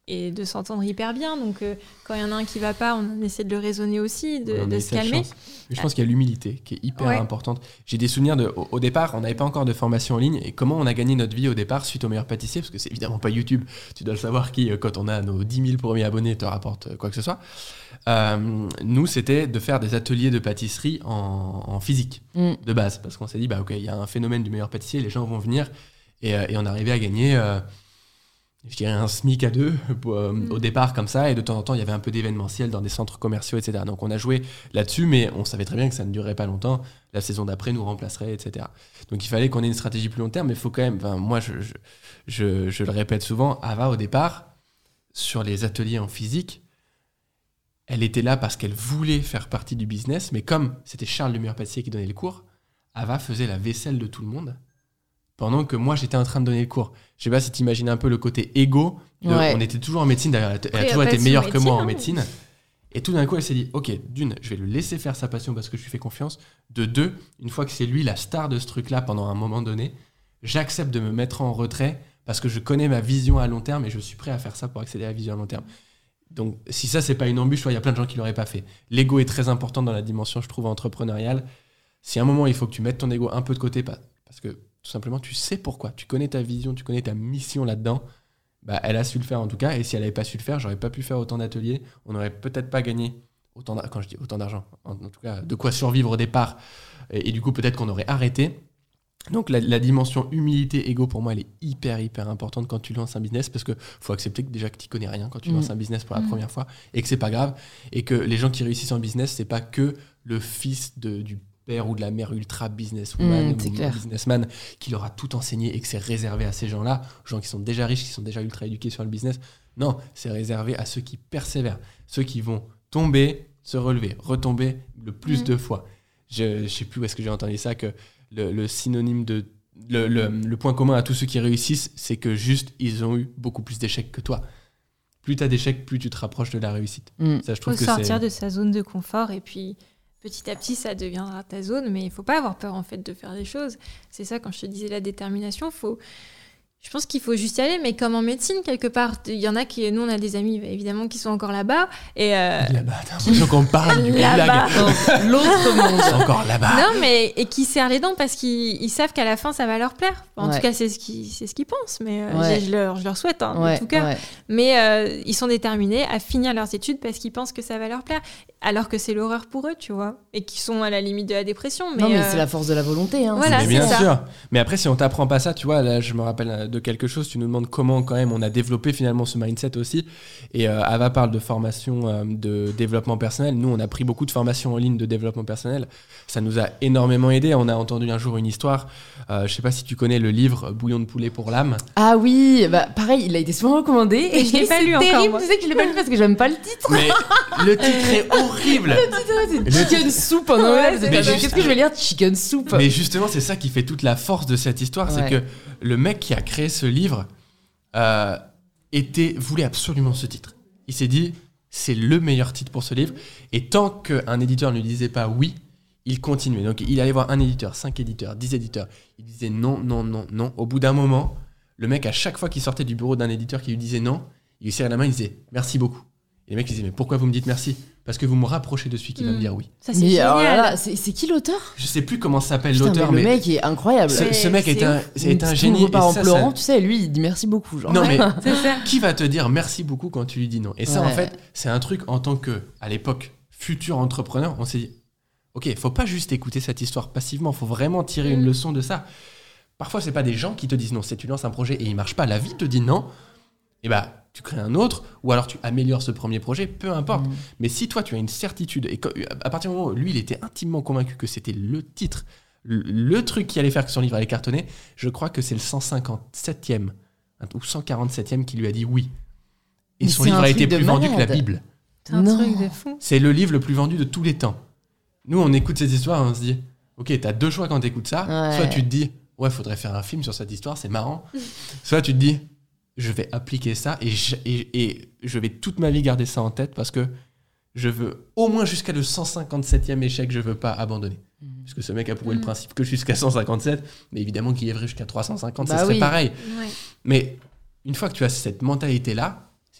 et de s'entendre hyper bien. Donc, euh, quand il y en a un qui va pas, on essaie de le raisonner aussi, de, on de se calmer. Mais je pense qu'il y a l'humilité qui est hyper ouais. importante. J'ai des souvenirs de, au, au départ, on n'avait pas encore de formation en ligne. Et comment on a gagné notre vie au départ suite au meilleur pâtissier, parce que c'est évidemment pas YouTube. Tu dois le savoir qui, quand on a nos dix mille premiers abonnés, te rapporte quoi que ce soit. Euh, nous, c'était de faire des ateliers de pâtisserie en, en physique, mm. de base. Parce qu'on s'est dit, bah, ok, il y a un phénomène du meilleur pâtissier, les gens vont venir. Et, euh, et on arrivait à gagner... Euh, je dirais un SMIC à deux pour, euh, mmh. au départ comme ça, et de temps en temps il y avait un peu d'événementiel dans des centres commerciaux, et cetera. Donc on a joué là-dessus, mais on savait très bien que ça ne durerait pas longtemps, la saison d'après nous remplacerait, et cetera. Donc il fallait qu'on ait une stratégie plus long terme, mais il faut quand même, moi je, je, je, je le répète souvent, Ava au départ, sur les ateliers en physique, elle était là parce qu'elle voulait faire partie du business, mais comme c'était Charles le meilleur pâtissier qui donnait le cours, Ava faisait la vaisselle de tout le monde, pendant que moi j'étais en train de donner le cours. Je sais pas si tu imagines un peu le côté égo. De, ouais. On était toujours en médecine, d'ailleurs, elle, elle a toujours été meilleure que moi en médecine. Et tout d'un coup, elle s'est dit, ok, d'une, je vais le laisser faire sa passion parce que je lui fais confiance. De deux, une fois que c'est lui la star de ce truc-là pendant un moment donné, j'accepte de me mettre en retrait parce que je connais ma vision à long terme et je suis prêt à faire ça pour accéder à la vision à long terme. Donc, si ça, c'est pas une embûche, il y a plein de gens qui l'auraient pas fait. L'ego est très important dans la dimension, je trouve, entrepreneuriale. Si à un moment, il faut que tu mettes ton ego un peu de côté, parce que tout simplement, tu sais pourquoi. Tu connais ta vision, tu connais ta mission là-dedans. Bah, elle a su le faire en tout cas. Et si elle n'avait pas su le faire, j'aurais pas pu faire autant d'ateliers. On n'aurait peut-être pas gagné autant d'argent. Quand je dis autant d'argent, en, en tout cas, de quoi survivre au départ. Et, et du coup, peut-être qu'on aurait arrêté. Donc, la, la dimension humilité, ego, pour moi, elle est hyper, hyper importante quand tu lances un business. Parce qu'il faut accepter que déjà que tu connais rien quand tu mmh. lances un business pour la mmh. première fois. Et que c'est pas grave. Et que les gens qui réussissent en business, c'est pas que le fils de, du père ou de la mère ultra businesswoman mmh, ou businessman qui leur a tout enseigné et que c'est réservé à ces gens-là, gens qui sont déjà riches, qui sont déjà ultra éduqués sur le business. Non, c'est réservé à ceux qui persévèrent, ceux qui vont tomber, se relever, retomber le plus mmh. de fois. Je ne sais plus où est-ce que j'ai entendu ça, que le, le synonyme de... Le, le, le point commun à tous ceux qui réussissent, c'est que juste, ils ont eu beaucoup plus d'échecs que toi. Plus tu as d'échecs, plus tu te rapproches de la réussite. Mmh. Ça, je trouve que sortir c'est... de sa zone de confort et puis... Petit à petit, ça deviendra ta zone, mais il ne faut pas avoir peur en fait de faire des choses. C'est ça, quand je te disais la détermination, faut... je pense qu'il faut juste y aller, mais comme en médecine, quelque part. Il y en a qui, nous, on a des amis évidemment qui sont encore là-bas. Et euh... Là-bas, t'as l'impression qu'on parle du là-bas. blague. L'autre monde. C'est encore là-bas. Non, mais et qui serrent les dents parce qu'ils ils savent qu'à la fin, ça va leur plaire. En ouais. tout cas, c'est ce qu'ils, c'est ce qu'ils pensent, mais euh, ouais. je, je, leur, je leur souhaite, hein, ouais. en tout cas. Ouais. Mais euh, ils sont déterminés à finir leurs études parce qu'ils pensent que ça va leur plaire. Alors que c'est l'horreur pour eux, tu vois, et qui sont à la limite de la dépression. Mais non, mais euh... c'est la force de la volonté. Hein. Voilà, mais c'est bien ça. sûr. Mais après, si on t'apprend pas ça, tu vois, là, je me rappelle de quelque chose. Tu nous demandes comment, quand même, on a développé finalement ce mindset aussi. Et euh, Ava parle de formation, euh, de développement personnel. Nous, on a pris beaucoup de formations en ligne de développement personnel. Ça nous a énormément aidé. On a entendu un jour une histoire. Euh, je sais pas si tu connais le livre Bouillon de poulet pour l'âme. Ah oui, bah pareil, il a été souvent recommandé. Et, et je l'ai pas lu encore. C'est terrible, tu sais que je l'ai pas lu parce que j'aime pas le titre. Mais le titre est horrible. Le titre, c'est le Chicken titre... Soup en anglais. Ouais, Qu'est-ce juste... que je vais lire Chicken Soup. Mais justement, c'est ça qui fait toute la force de cette histoire. Ouais. C'est que le mec qui a créé ce livre euh, était, voulait absolument ce titre. Il s'est dit, c'est le meilleur titre pour ce livre. Et tant qu'un éditeur ne lui disait pas oui, il continuait. Donc il allait voir un éditeur, cinq éditeurs, dix éditeurs. Il disait non, non, non, non. Au bout d'un moment, le mec, à chaque fois qu'il sortait du bureau d'un éditeur qui lui disait non, il lui serrait la main, il disait merci beaucoup. Et le mec, il disait mais pourquoi vous me dites merci ? Parce que vous me rapprochez de celui qui mmh. va me dire oui. Ça, c'est mais génial. Alors là, là, c'est, c'est qui l'auteur ? Je sais plus comment s'appelle Putain, l'auteur, mais mais le mec est incroyable. Ce, ce mec est, est un, est un génie. Il repart en ça, pleurant, ça... tu sais, lui, il dit merci beaucoup. Genre. Non mais c'est ça. Qui va te dire merci beaucoup quand tu lui dis non ? Et ça, ouais. en fait, c'est un truc en tant que, à l'époque, futur entrepreneur, on s'est dit, ok, faut pas juste écouter cette histoire passivement, faut vraiment tirer mmh. une leçon de ça. Parfois, c'est pas des gens qui te disent non, c'est tu lances un projet et il marche pas, la vie te dit non. Et bah tu crées un autre, ou alors tu améliores ce premier projet, peu importe. Mmh. Mais si toi, tu as une certitude, et à partir du moment où lui, il était intimement convaincu que c'était le titre, le, le truc qui allait faire que son livre allait cartonner, je crois que c'est le cent cinquante-septième ou cent quarante-septième qui lui a dit oui. Et mais son livre a été plus malade. vendu que la Bible. C'est un non. truc de fou. C'est le livre le plus vendu de tous les temps. Nous, on écoute ces histoires et on se dit, ok, t'as deux choix quand t'écoutes ça. Ouais. Soit tu te dis, ouais, faudrait faire un film sur cette histoire, c'est marrant. Soit tu te dis, je vais appliquer ça et je, et, et je vais toute ma vie garder ça en tête parce que je veux au moins jusqu'à le cent cinquante-septième échec, je veux pas abandonner. Mmh. Parce que ce mec a prouvé mmh. le principe que jusqu'à cent cinquante-sept, mais évidemment qu'il y avait jusqu'à trois cent cinquante, bah ça serait oui. pareil. Ouais. Mais une fois que tu as cette mentalité-là,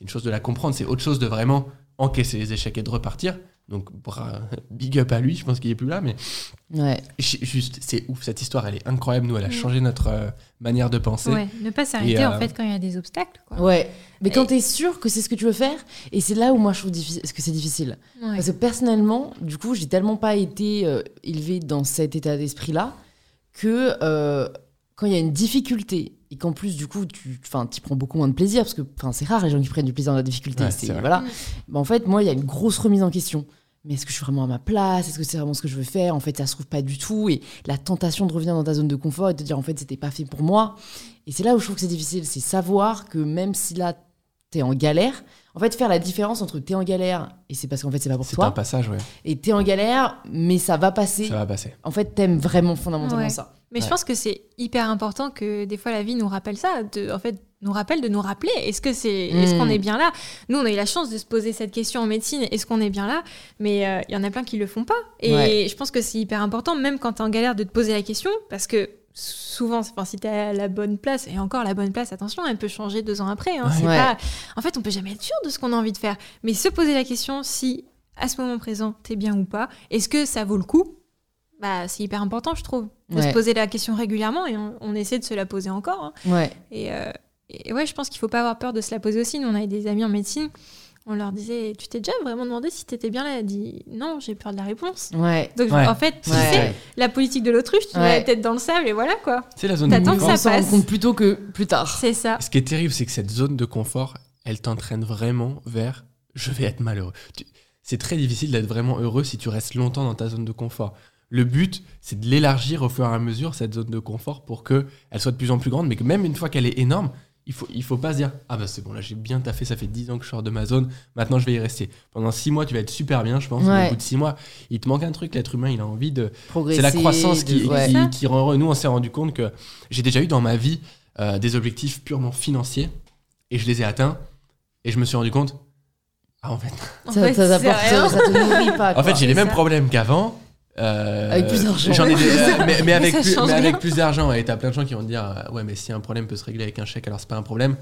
c'est une chose de la comprendre, c'est autre chose de vraiment encaisser les échecs et de repartir. Donc, bra- big up à lui, je pense qu'il est plus là, mais Ouais. juste, c'est ouf, cette histoire, elle est incroyable. Nous, elle a changé notre euh, manière de penser. Ouais, ne pas s'arrêter Et, en euh, fait quand il y a des obstacles. Quoi. Ouais. Mais quand Et- t'es sûr que c'est ce que tu veux faire, et c'est là où moi je trouve difficile, que c'est difficile. Ouais. Parce que personnellement, du coup, j'ai tellement pas été euh, élevée dans cet état d'esprit-là que euh, quand il y a une difficulté et qu'en plus, du coup, tu y prends beaucoup moins de plaisir, parce que c'est rare les gens qui prennent du plaisir dans la difficulté. Ouais, c'est, c'est vrai. voilà. Mm. Bah, en fait, moi, il y a une grosse remise en question. Mais est-ce que je suis vraiment à ma place? Est-ce que c'est vraiment ce que je veux faire? En fait, ça se trouve pas du tout. Et la tentation de revenir dans ta zone de confort et de te dire, en fait, c'était pas fait pour moi. Et c'est là où je trouve que c'est difficile. C'est savoir que même si là, t'es en galère, en fait, faire la différence entre t'es en galère et c'est parce qu'en fait, c'est pas pour C'est toi. un passage, ouais. Et t'es en galère, mais ça va passer. Ça va passer. En fait, t'aimes vraiment fondamentalement Ouais. ça. Mais je Ouais. pense que c'est hyper important que des fois la vie nous rappelle ça, de, en fait, nous rappelle de nous rappeler. Est-ce que c'est, est-ce Mm. qu'on est bien là? Nous, on a eu la chance de se poser cette question en médecine. Est-ce qu'on est bien là? Mais il y en a plein qui le font pas. Et Ouais. je pense que c'est hyper important, même quand t'es en galère, de te poser la question, parce que souvent, enfin, si t'es à la bonne place, et encore la bonne place, attention, elle peut changer deux ans après. Hein, Ouais. c'est Ouais. pas... En fait, on peut jamais être sûr de ce qu'on a envie de faire. Mais se poser la question si à ce moment présent, t'es bien ou pas, est-ce que ça vaut le coup? Bah, c'est hyper important, je trouve, de Ouais. se poser la question régulièrement, et on, on essaie de se la poser encore. Hein. Ouais. Et, euh, et ouais, je pense qu'il faut pas avoir peur de se la poser aussi. Nous, on avait des amis en médecine, on leur disait, tu t'es déjà vraiment demandé si t'étais bien là? Elle dit, non, j'ai peur de la réponse. Ouais. Donc Ouais. en fait, tu Ouais. sais, la politique de l'autruche, tu Ouais. mets la tête dans le sable et voilà quoi. C'est la zone de T'attends que confort. ça On s'en rend passe. compte plus tôt que plus tard. C'est ça. Ce qui est terrible, c'est que cette zone de confort, elle t'entraîne vraiment vers je vais être malheureux. Tu- C'est très difficile d'être vraiment heureux si tu restes longtemps dans ta zone de confort. Le but, c'est de l'élargir au fur et à mesure, cette zone de confort, pour qu'elle soit de plus en plus grande, mais que même une fois qu'elle est énorme, il faut, il faut pas se dire « Ah bah c'est bon, là j'ai bien taffé, ça fait dix ans que je sors de ma zone, maintenant je vais y rester. » Pendant six mois, tu vas être super bien, je pense. Ouais. Au bout de six mois, il te manque un truc, l'être humain, il a envie de... Progresser. C'est la croissance qui, de- ouais. qui, Ça. qui rend heureux. Nous, on s'est rendu compte que j'ai déjà eu dans ma vie euh, des objectifs purement financiers et je les ai atteints et je me suis rendu compte, ah, en fait, En Ça, fait, ça, c'est t'apporte- rien. ça te nourrit pas. en quoi. fait j'ai les c'est mêmes ça. problèmes qu'avant. euh, Avec plus d'argent. J'en ai des- euh, mais, mais avec, Ça plus, change mais avec rien. plus d'argent. Et t'as plein de gens qui vont te dire euh, ouais, mais si un problème peut se régler avec un chèque, alors c'est pas un problème.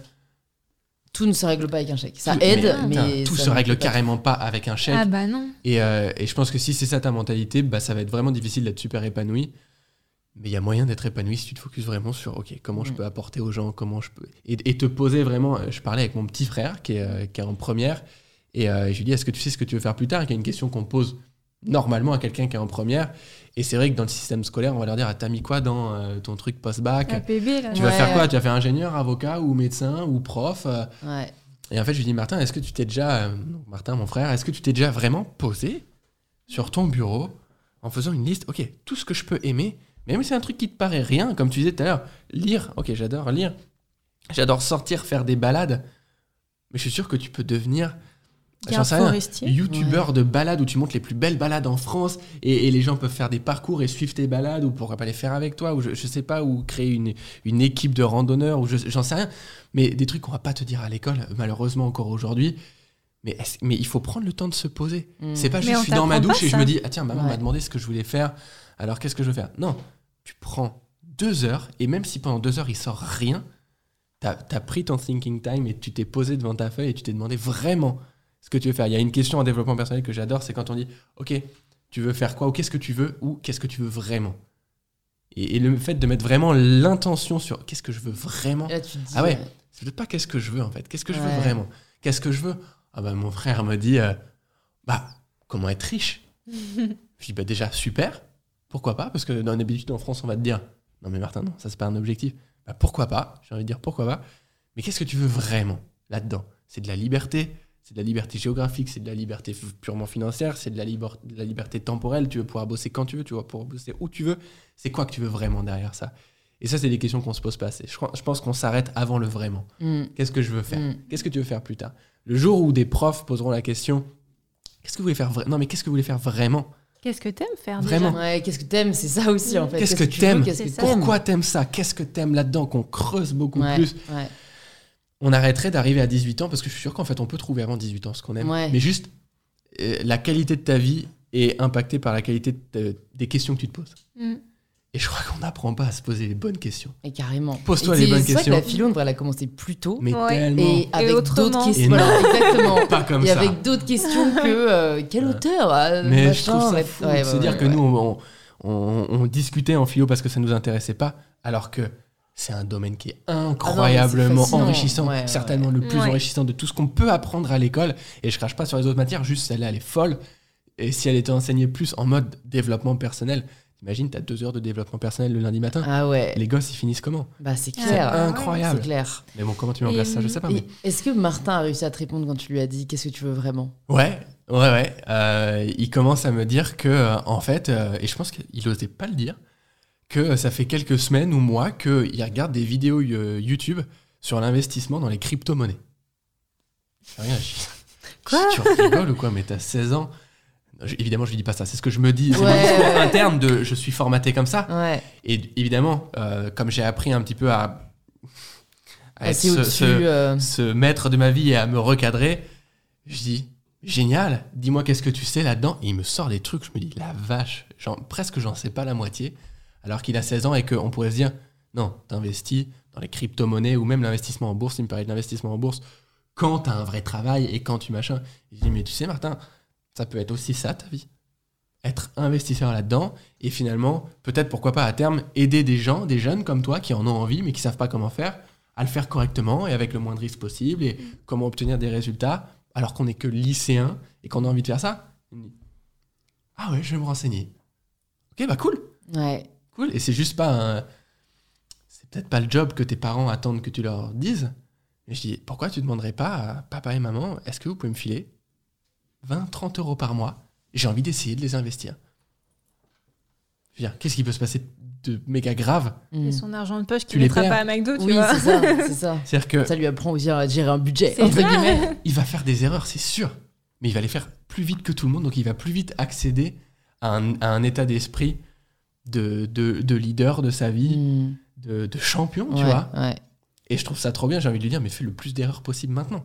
Tout ne se règle pas avec un chèque. Ça Tout- aide, mais, putain, tout ça se ne règle peut pas- carrément pas avec un chèque. Ah bah non. Et, euh, et je pense que si c'est ça ta mentalité, bah, ça va être vraiment difficile d'être super épanoui. Mais il y a moyen d'être épanoui si tu te focuses vraiment sur ok, comment je Mm. peux apporter aux gens, comment je peux. Et, et te poser vraiment. euh, Je parlais avec mon petit frère qui est, euh, qui est en première. Et euh, je lui dis est-ce que tu sais ce que tu veux faire plus tard? Il y a une question qu'on pose normalement à quelqu'un qui est en première. Et c'est vrai que dans le système scolaire, on va leur dire ah, t'as mis quoi dans euh, ton truc post-bac? A P B là. Tu vas Ouais. faire quoi? Tu vas faire ingénieur, avocat ou médecin ou prof? euh, Ouais. Et en fait, je lui dis, Martin, est-ce que tu t'es déjà, euh, donc Martin, mon frère, est-ce que tu t'es déjà vraiment posé sur ton bureau en faisant une liste, ok, tout ce que je peux aimer, même si c'est un truc qui te paraît rien, comme tu disais tout à l'heure, lire, ok, j'adore lire, j'adore sortir, faire des balades, mais je suis sûr que tu peux devenir, j'en sais rien, Forestier. youtubeur de balades où tu montes les plus belles balades en France et, et les gens peuvent faire des parcours et suivre tes balades ou pourquoi pas les faire avec toi ou je, je sais pas, ou créer une, une équipe de randonneurs ou je- j'en sais rien, mais des trucs qu'on va pas te dire à l'école malheureusement encore aujourd'hui, mais, est-ce- mais il faut prendre le temps de se poser. Mm. C'est pas Mais juste on je suis dans ma t'apprend douche pas et je ça. me dis ah tiens maman Ouais. m'a demandé ce que je voulais faire, alors qu'est-ce que je veux faire? Non, tu prends deux heures et même si pendant deux heures il sort rien, t'as as pris ton thinking time et tu t'es posé devant ta feuille et tu t'es demandé vraiment ce que tu veux faire. Il y a une question en développement personnel que j'adore, c'est quand on dit ok, tu veux faire quoi ou qu'est-ce que tu veux ou qu'est-ce que tu veux vraiment. Et, et le fait de mettre vraiment l'intention sur qu'est-ce que je veux vraiment. Et là, tu te dis, Ah ouais. euh, C'est peut-être pas qu'est-ce que je veux en fait. Qu'est-ce que je veux Ouais. vraiment? Qu'est-ce que je veux? Ah bah mon frère me dit euh, bah comment être riche? Je dis bah déjà super. Pourquoi pas? Parce que dans l'habitude en France on va te dire non mais Martin non ça c'est pas un objectif. Bah pourquoi pas? J'ai envie de dire pourquoi pas. Mais qu'est-ce que tu veux vraiment là-dedans? C'est de la liberté. C'est de la liberté géographique, c'est de la liberté f- purement financière, c'est de la, liber- de la liberté temporelle. Tu veux pouvoir bosser quand tu veux, tu vas pouvoir bosser où tu veux. C'est quoi que tu veux vraiment derrière ça? Et ça, c'est des questions qu'on se pose pas assez. Je, crois- je pense qu'on s'arrête avant le vraiment. mm, Qu'est-ce que je veux faire? mm. Qu'est-ce que tu veux faire plus tard? Le jour où des profs poseront la question qu'est-ce que vous voulez faire vra- Non, mais qu'est-ce que vous voulez faire vraiment? Qu'est-ce que t'aimes faire Vraiment. déjà? Ouais, qu'est-ce que t'aimes? C'est ça aussi, en fait. Qu'est-ce que tu veux, t'aimes? Qu'est-ce que C'est ça. t'aimes? Pourquoi t'aimes ça? Qu'est-ce que t'aimes là-dedans? Qu'on creuse beaucoup Ouais, plus. ouais. On arrêterait d'arriver à dix-huit ans parce que je suis sûr qu'en fait, on peut trouver avant dix-huit ans ce qu'on aime. Ouais. Mais juste, euh, la qualité de ta vie est impactée par la qualité de ta- des questions que tu te poses. Mm. Et je crois qu'on n'apprend pas à se poser les bonnes questions. Et carrément. Pose-toi et les bonnes c'est questions. C'est vrai que la philo, on devrait la commencer plus tôt. Mais ouais. tellement. Et avec et d'autres questions. Et Voilà, exactement. Pas comme et ça. avec d'autres questions que euh, quel auteur euh, Mais machin, je trouve ça ouais, fou ouais, de se ouais, dire ouais, que ouais. nous, on, on, on discutait en philo parce que ça nous intéressait pas, alors que c'est un domaine qui est incroyablement fascinant. enrichissant, Ouais, certainement ouais. le plus Ouais. enrichissant de tout ce qu'on peut apprendre à l'école. Et je crache pas sur les autres matières, juste celle-là, elle est folle. Et si elle était enseignée plus en mode développement personnel, imagine, t'as deux heures de développement personnel le lundi matin. Ah ouais. Les gosses, ils finissent comment? Bah c'est Ah, clair. bah, ouais, Incroyable. C'est clair. Mais bon, comment tu mets en place Et, ça, je sais pas. Et Mais... est-ce que Martin a réussi à te répondre quand tu lui as dit qu'est-ce que tu veux vraiment? Ouais, ouais, ouais. Euh, il commence à me dire que, euh, en fait, euh, et je pense qu'il osait pas le dire, que ça fait quelques semaines ou mois qu'il regarde des vidéos euh, YouTube sur l'investissement dans les crypto-monnaies. Je rien, je... Quoi Tu rigoles ou quoi? Mais t'as seize ans. Je- évidemment, je lui dis pas ça. C'est ce que je me dis. C'est Ouais. mon discours interne de je suis formaté comme ça. Ouais. Et évidemment, euh, comme j'ai appris un petit peu à, à être Passer ce, au-dessus. ce- euh, ce maître de ma vie et à me recadrer, je dis génial, dis-moi qu'est-ce que tu sais là-dedans. Et il me sort des trucs, je me dis la vache, j'en- presque j'en sais pas la moitié, alors qu'il a seize ans et qu'on pourrait se dire non, t'investis dans les crypto-monnaies ou même l'investissement en bourse. Il me parlait de l'investissement en bourse quand t'as un vrai travail et quand tu machin. Je dis mais tu sais Martin, ça peut être aussi ça ta vie. Être investisseur là-dedans et finalement, peut-être pourquoi pas à terme, aider des gens, des jeunes comme toi qui en ont envie mais qui savent pas comment faire, à le faire correctement et avec le moins de risques possible et comment obtenir des résultats alors qu'on n'est que lycéen et qu'on a envie de faire ça. Il me dit, ah ouais, je vais me renseigner. Ok, bah cool, Ouais. cool. Et c'est juste pas un... C'est peut-être pas le job que tes parents attendent que tu leur dises. Mais je dis, pourquoi tu demanderais pas à papa et maman, est-ce que vous pouvez me filer vingt, trente euros par mois? J'ai envie d'essayer de les investir. Je veux dire, qu'est-ce qui peut se passer de méga grave? Mm. Et son argent de poche Tu qu'il les mettra perds. pas à McDo, tu Oui, vois. c'est ça, c'est ça. C'est-à-dire que Ça lui apprend aussi à gérer un budget, C'est entre ça. guillemets. il va faire des erreurs, c'est sûr. Mais il va les faire plus vite que tout le monde, donc il va plus vite accéder à un, à un état d'esprit de, de, de leader de sa vie, Mm. de, de champion, tu Ouais, vois. ouais. Et je trouve ça trop bien, j'ai envie de lui dire, mais fais le plus d'erreurs possible maintenant.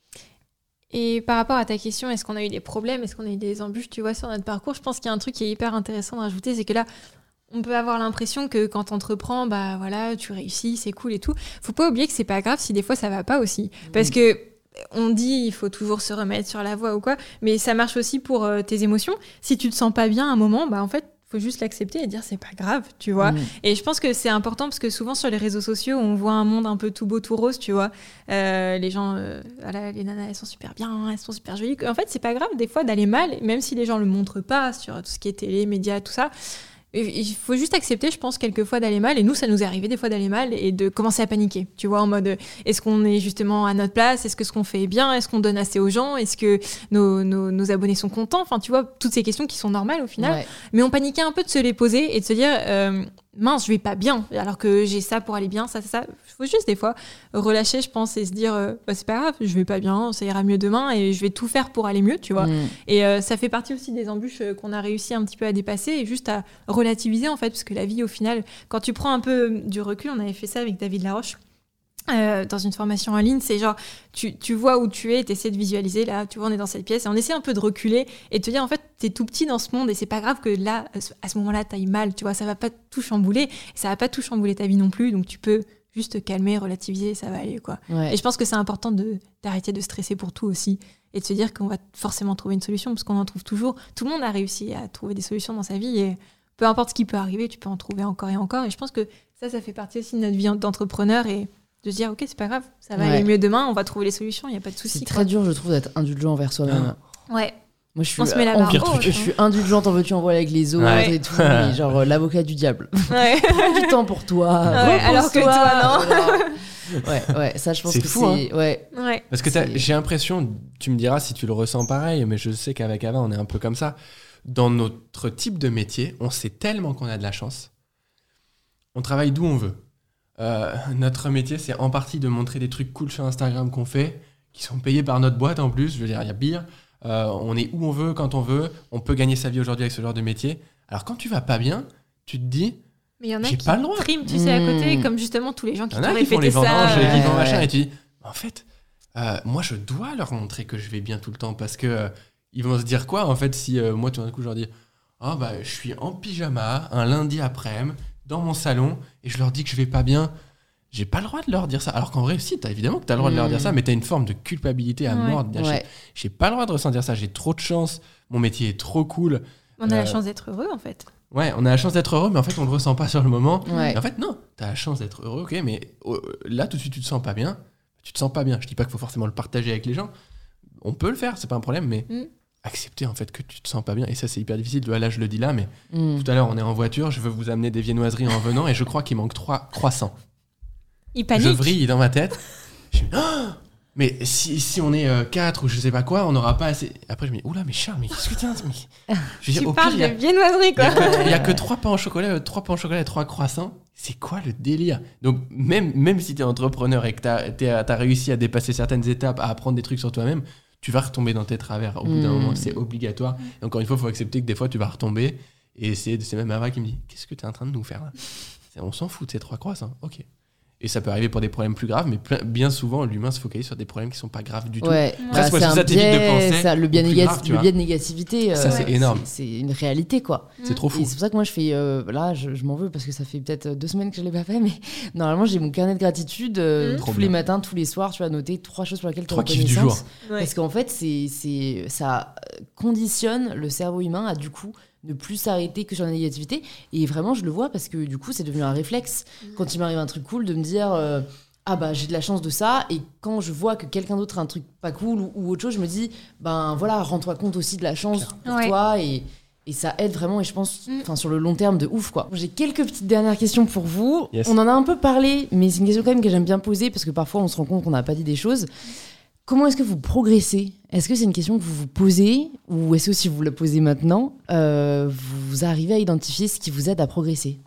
Et par rapport à ta question, est-ce qu'on a eu des problèmes, est-ce qu'on a eu des embûches, tu vois, sur notre parcours, je pense qu'il y a un truc qui est hyper intéressant de rajouter, c'est que là, on peut avoir l'impression que quand t'entreprends, bah voilà, tu réussis, c'est cool et tout. Faut pas oublier que c'est pas grave si des fois ça va pas aussi. Parce que on dit il faut toujours se remettre sur la voie ou quoi, mais ça marche aussi pour euh, tes émotions. Si tu te sens pas bien à un moment, bah en fait, faut juste l'accepter et dire c'est pas grave, tu vois. Mm. Et je pense que c'est important parce que souvent sur les réseaux sociaux, on voit un monde un peu tout beau, tout rose, tu vois. Euh, les gens, euh, voilà, les nanas, elles sont super bien, elles sont super jolies. En fait, c'est pas grave des fois d'aller mal, même si les gens le montrent pas sur tout ce qui est télé, médias, tout ça. Et il faut juste accepter, je pense, quelquefois d'aller mal. Et nous, ça nous est arrivé des fois d'aller mal et de commencer à paniquer. Tu vois, en mode, euh, est-ce qu'on est justement à notre place? Est-ce que ce qu'on fait est bien? Est-ce qu'on donne assez aux gens? Est-ce que nos, nos, nos abonnés sont contents? Enfin, tu vois, toutes ces questions qui sont normales au final. Ouais. Mais on paniquait un peu de se les poser et de se dire euh, mince, je vais pas bien, alors que j'ai ça pour aller bien, ça, ça, ça. Il faut juste des fois relâcher, je pense, et se dire euh, bah, c'est pas grave, je vais pas bien, ça ira mieux demain et je vais tout faire pour aller mieux, tu vois. Mm. Et euh, ça fait partie aussi des embûches euh, qu'on a réussi un petit peu à dépasser et juste à relativiser en fait, parce que la vie, au final, quand tu prends un peu du recul, on avait fait ça avec David Laroche. Euh, dans une formation en ligne, c'est genre tu, tu vois où tu es, tu essaies de visualiser, là tu vois on est dans cette pièce et on essaie un peu de reculer et de te dire en fait t'es tout petit dans ce monde et c'est pas grave que là à ce moment-là t'ailles mal, tu vois, ça va pas tout chambouler, ça va pas tout chambouler ta vie non plus, donc tu peux juste te calmer, relativiser, ça va aller quoi. Ouais. Et je pense que c'est important de d'arrêter de stresser pour tout aussi et de se dire qu'on va forcément trouver une solution parce qu'on en trouve toujours, tout le monde a réussi à trouver des solutions dans sa vie et peu importe ce qui peut arriver, tu peux en trouver encore et encore et je pense que ça, ça fait partie aussi de notre vie d'entrepreneur et de se dire ok c'est pas grave, ça va Ouais. aller mieux demain, on va trouver les solutions, il y a pas de souci. C'est quoi. très dur, je trouve, d'être indulgent envers soi-même. Ouais. Moi, je suis, On se met la en- barre Pire haute, truc. je suis indulgente, en veux-tu, en voilà avec les autres Ouais. et tout. mais genre euh, l'avocat du diable. Ouais. Prends du temps pour toi. Ouais, alors que toi, non. Ouais, ouais, ça, je pense C'est que fou, c'est. Ouais. Ouais. Parce que t'as- C'est- j'ai l'impression, tu me diras si tu le ressens pareil, mais je sais qu'avec Ava, on est un peu comme ça. Dans notre type de métier, on sait tellement qu'on a de la chance. On travaille d'où on veut. Euh, notre métier, c'est en partie de montrer des trucs cool sur Instagram qu'on fait, qui sont payés par notre boîte en plus. Je veux dire, il y a pire. Euh, on est où on veut, quand on veut. On peut gagner sa vie aujourd'hui avec ce genre de métier. Alors quand tu vas pas bien, tu te dis, Mais il y en a J'ai qui pas le droit. priment, tu sais, à côté, Mmh. comme justement tous les gens qui il y en t'ont a qui font les répété ça. vendanges et qui Ouais, font machin, ouais. et tu dis, en fait, euh, moi je dois leur montrer que je vais bien tout le temps parce que euh, ils vont se dire quoi en fait si euh, moi tout d'un coup je leur dis, oh bah je suis en pyjama un lundi après-midi, dans mon salon et je leur dis que je vais pas bien, j'ai pas le droit de leur dire ça. Alors qu'en vrai, si, t'as évidemment que t'as le droit mmh. de leur dire ça, mais t'as une forme de culpabilité à ouais. mort. De dire, ouais. j'ai, j'ai pas le droit de ressentir ça, j'ai trop de chance, mon métier est trop cool. On a euh, la chance d'être heureux, en fait. Ouais, on a la chance d'être heureux, mais en fait, on le ressent pas sur le moment. Ouais. Et en fait, non, t'as la chance d'être heureux, ok, mais euh, là, tout de suite, tu te sens pas bien. Tu te sens pas bien. Je dis pas qu'il faut forcément le partager avec les gens. On peut le faire, c'est pas un problème, mais mmh. accepter en fait que tu te sens pas bien. Et ça, c'est hyper difficile. Là, je le dis là, mais mmh. tout à l'heure, on est en voiture, je veux vous amener des viennoiseries en venant et je crois qu'il manque trois croissants. Il panique. Je vrille dans ma tête. Je me dis, oh mais si, si on est euh, quatre ou je sais pas quoi, on n'aura pas assez. Après, je me dis, oula, mais Charles, mais qu'est-ce que t'as mais... Je veux dire, tu parles pire, de viennoiseries, quoi. Il n'y a, a que trois pains au chocolat, euh, trois pains au chocolat et trois croissants. C'est quoi le délire? Donc, même, même si t'es entrepreneur et que t'as, t'as, t'as réussi à dépasser certaines étapes, à apprendre des trucs sur toi-même, tu vas retomber dans tes travers. Au bout mmh. d'un moment, c'est obligatoire. Et encore une fois, il faut accepter que des fois, tu vas retomber. Et c'est, c'est même Ava qui me dit, qu'est-ce que t'es en train de nous faire là? On s'en fout de ces trois croissants. Ok. Et ça peut arriver pour des problèmes plus graves, mais plein, bien souvent, l'humain se focalise sur des problèmes qui ne sont pas graves du tout. Ouais. Presque ouais, moi, ça t'évite de penser. Ça, le biais, négat- grave, le biais de négativité, ça, euh, c'est énorme. C'est, c'est une réalité, quoi. C'est trop fou. Et c'est pour ça que moi, je fais. Euh, là, je, je m'en veux parce que ça fait peut-être deux semaines que je ne l'ai pas fait, mais normalement, j'ai mon carnet de gratitude euh, mmh. tous bien. les matins, tous les soirs. Tu vas noter trois choses pour lesquelles tu as reconnaissance. Trois kiffs du jour. Ouais. Parce qu'en fait, c'est, c'est, ça conditionne le cerveau humain à du coup ne plus s'arrêter que sur la négativité. Et vraiment, je le vois parce que du coup, c'est devenu un réflexe. Mmh. Quand il m'arrive un truc cool, de me dire. Euh, ah bah j'ai de la chance de ça, et quand je vois que quelqu'un d'autre a un truc pas cool ou, ou autre chose, je me dis ben voilà, rends-toi compte aussi de la chance Claire. pour ouais. toi, et, et ça aide vraiment, et je pense enfin mm. sur le long terme de ouf quoi. J'ai quelques petites dernières questions pour vous. Yes. On en a un peu parlé, mais c'est une question quand même que j'aime bien poser parce que parfois on se rend compte qu'on n'a pas dit des choses. Comment est-ce que vous progressez? Est-ce que c'est une question que vous vous posez, ou est-ce que si vous la posez maintenant, euh, vous arrivez à identifier ce qui vous aide à progresser?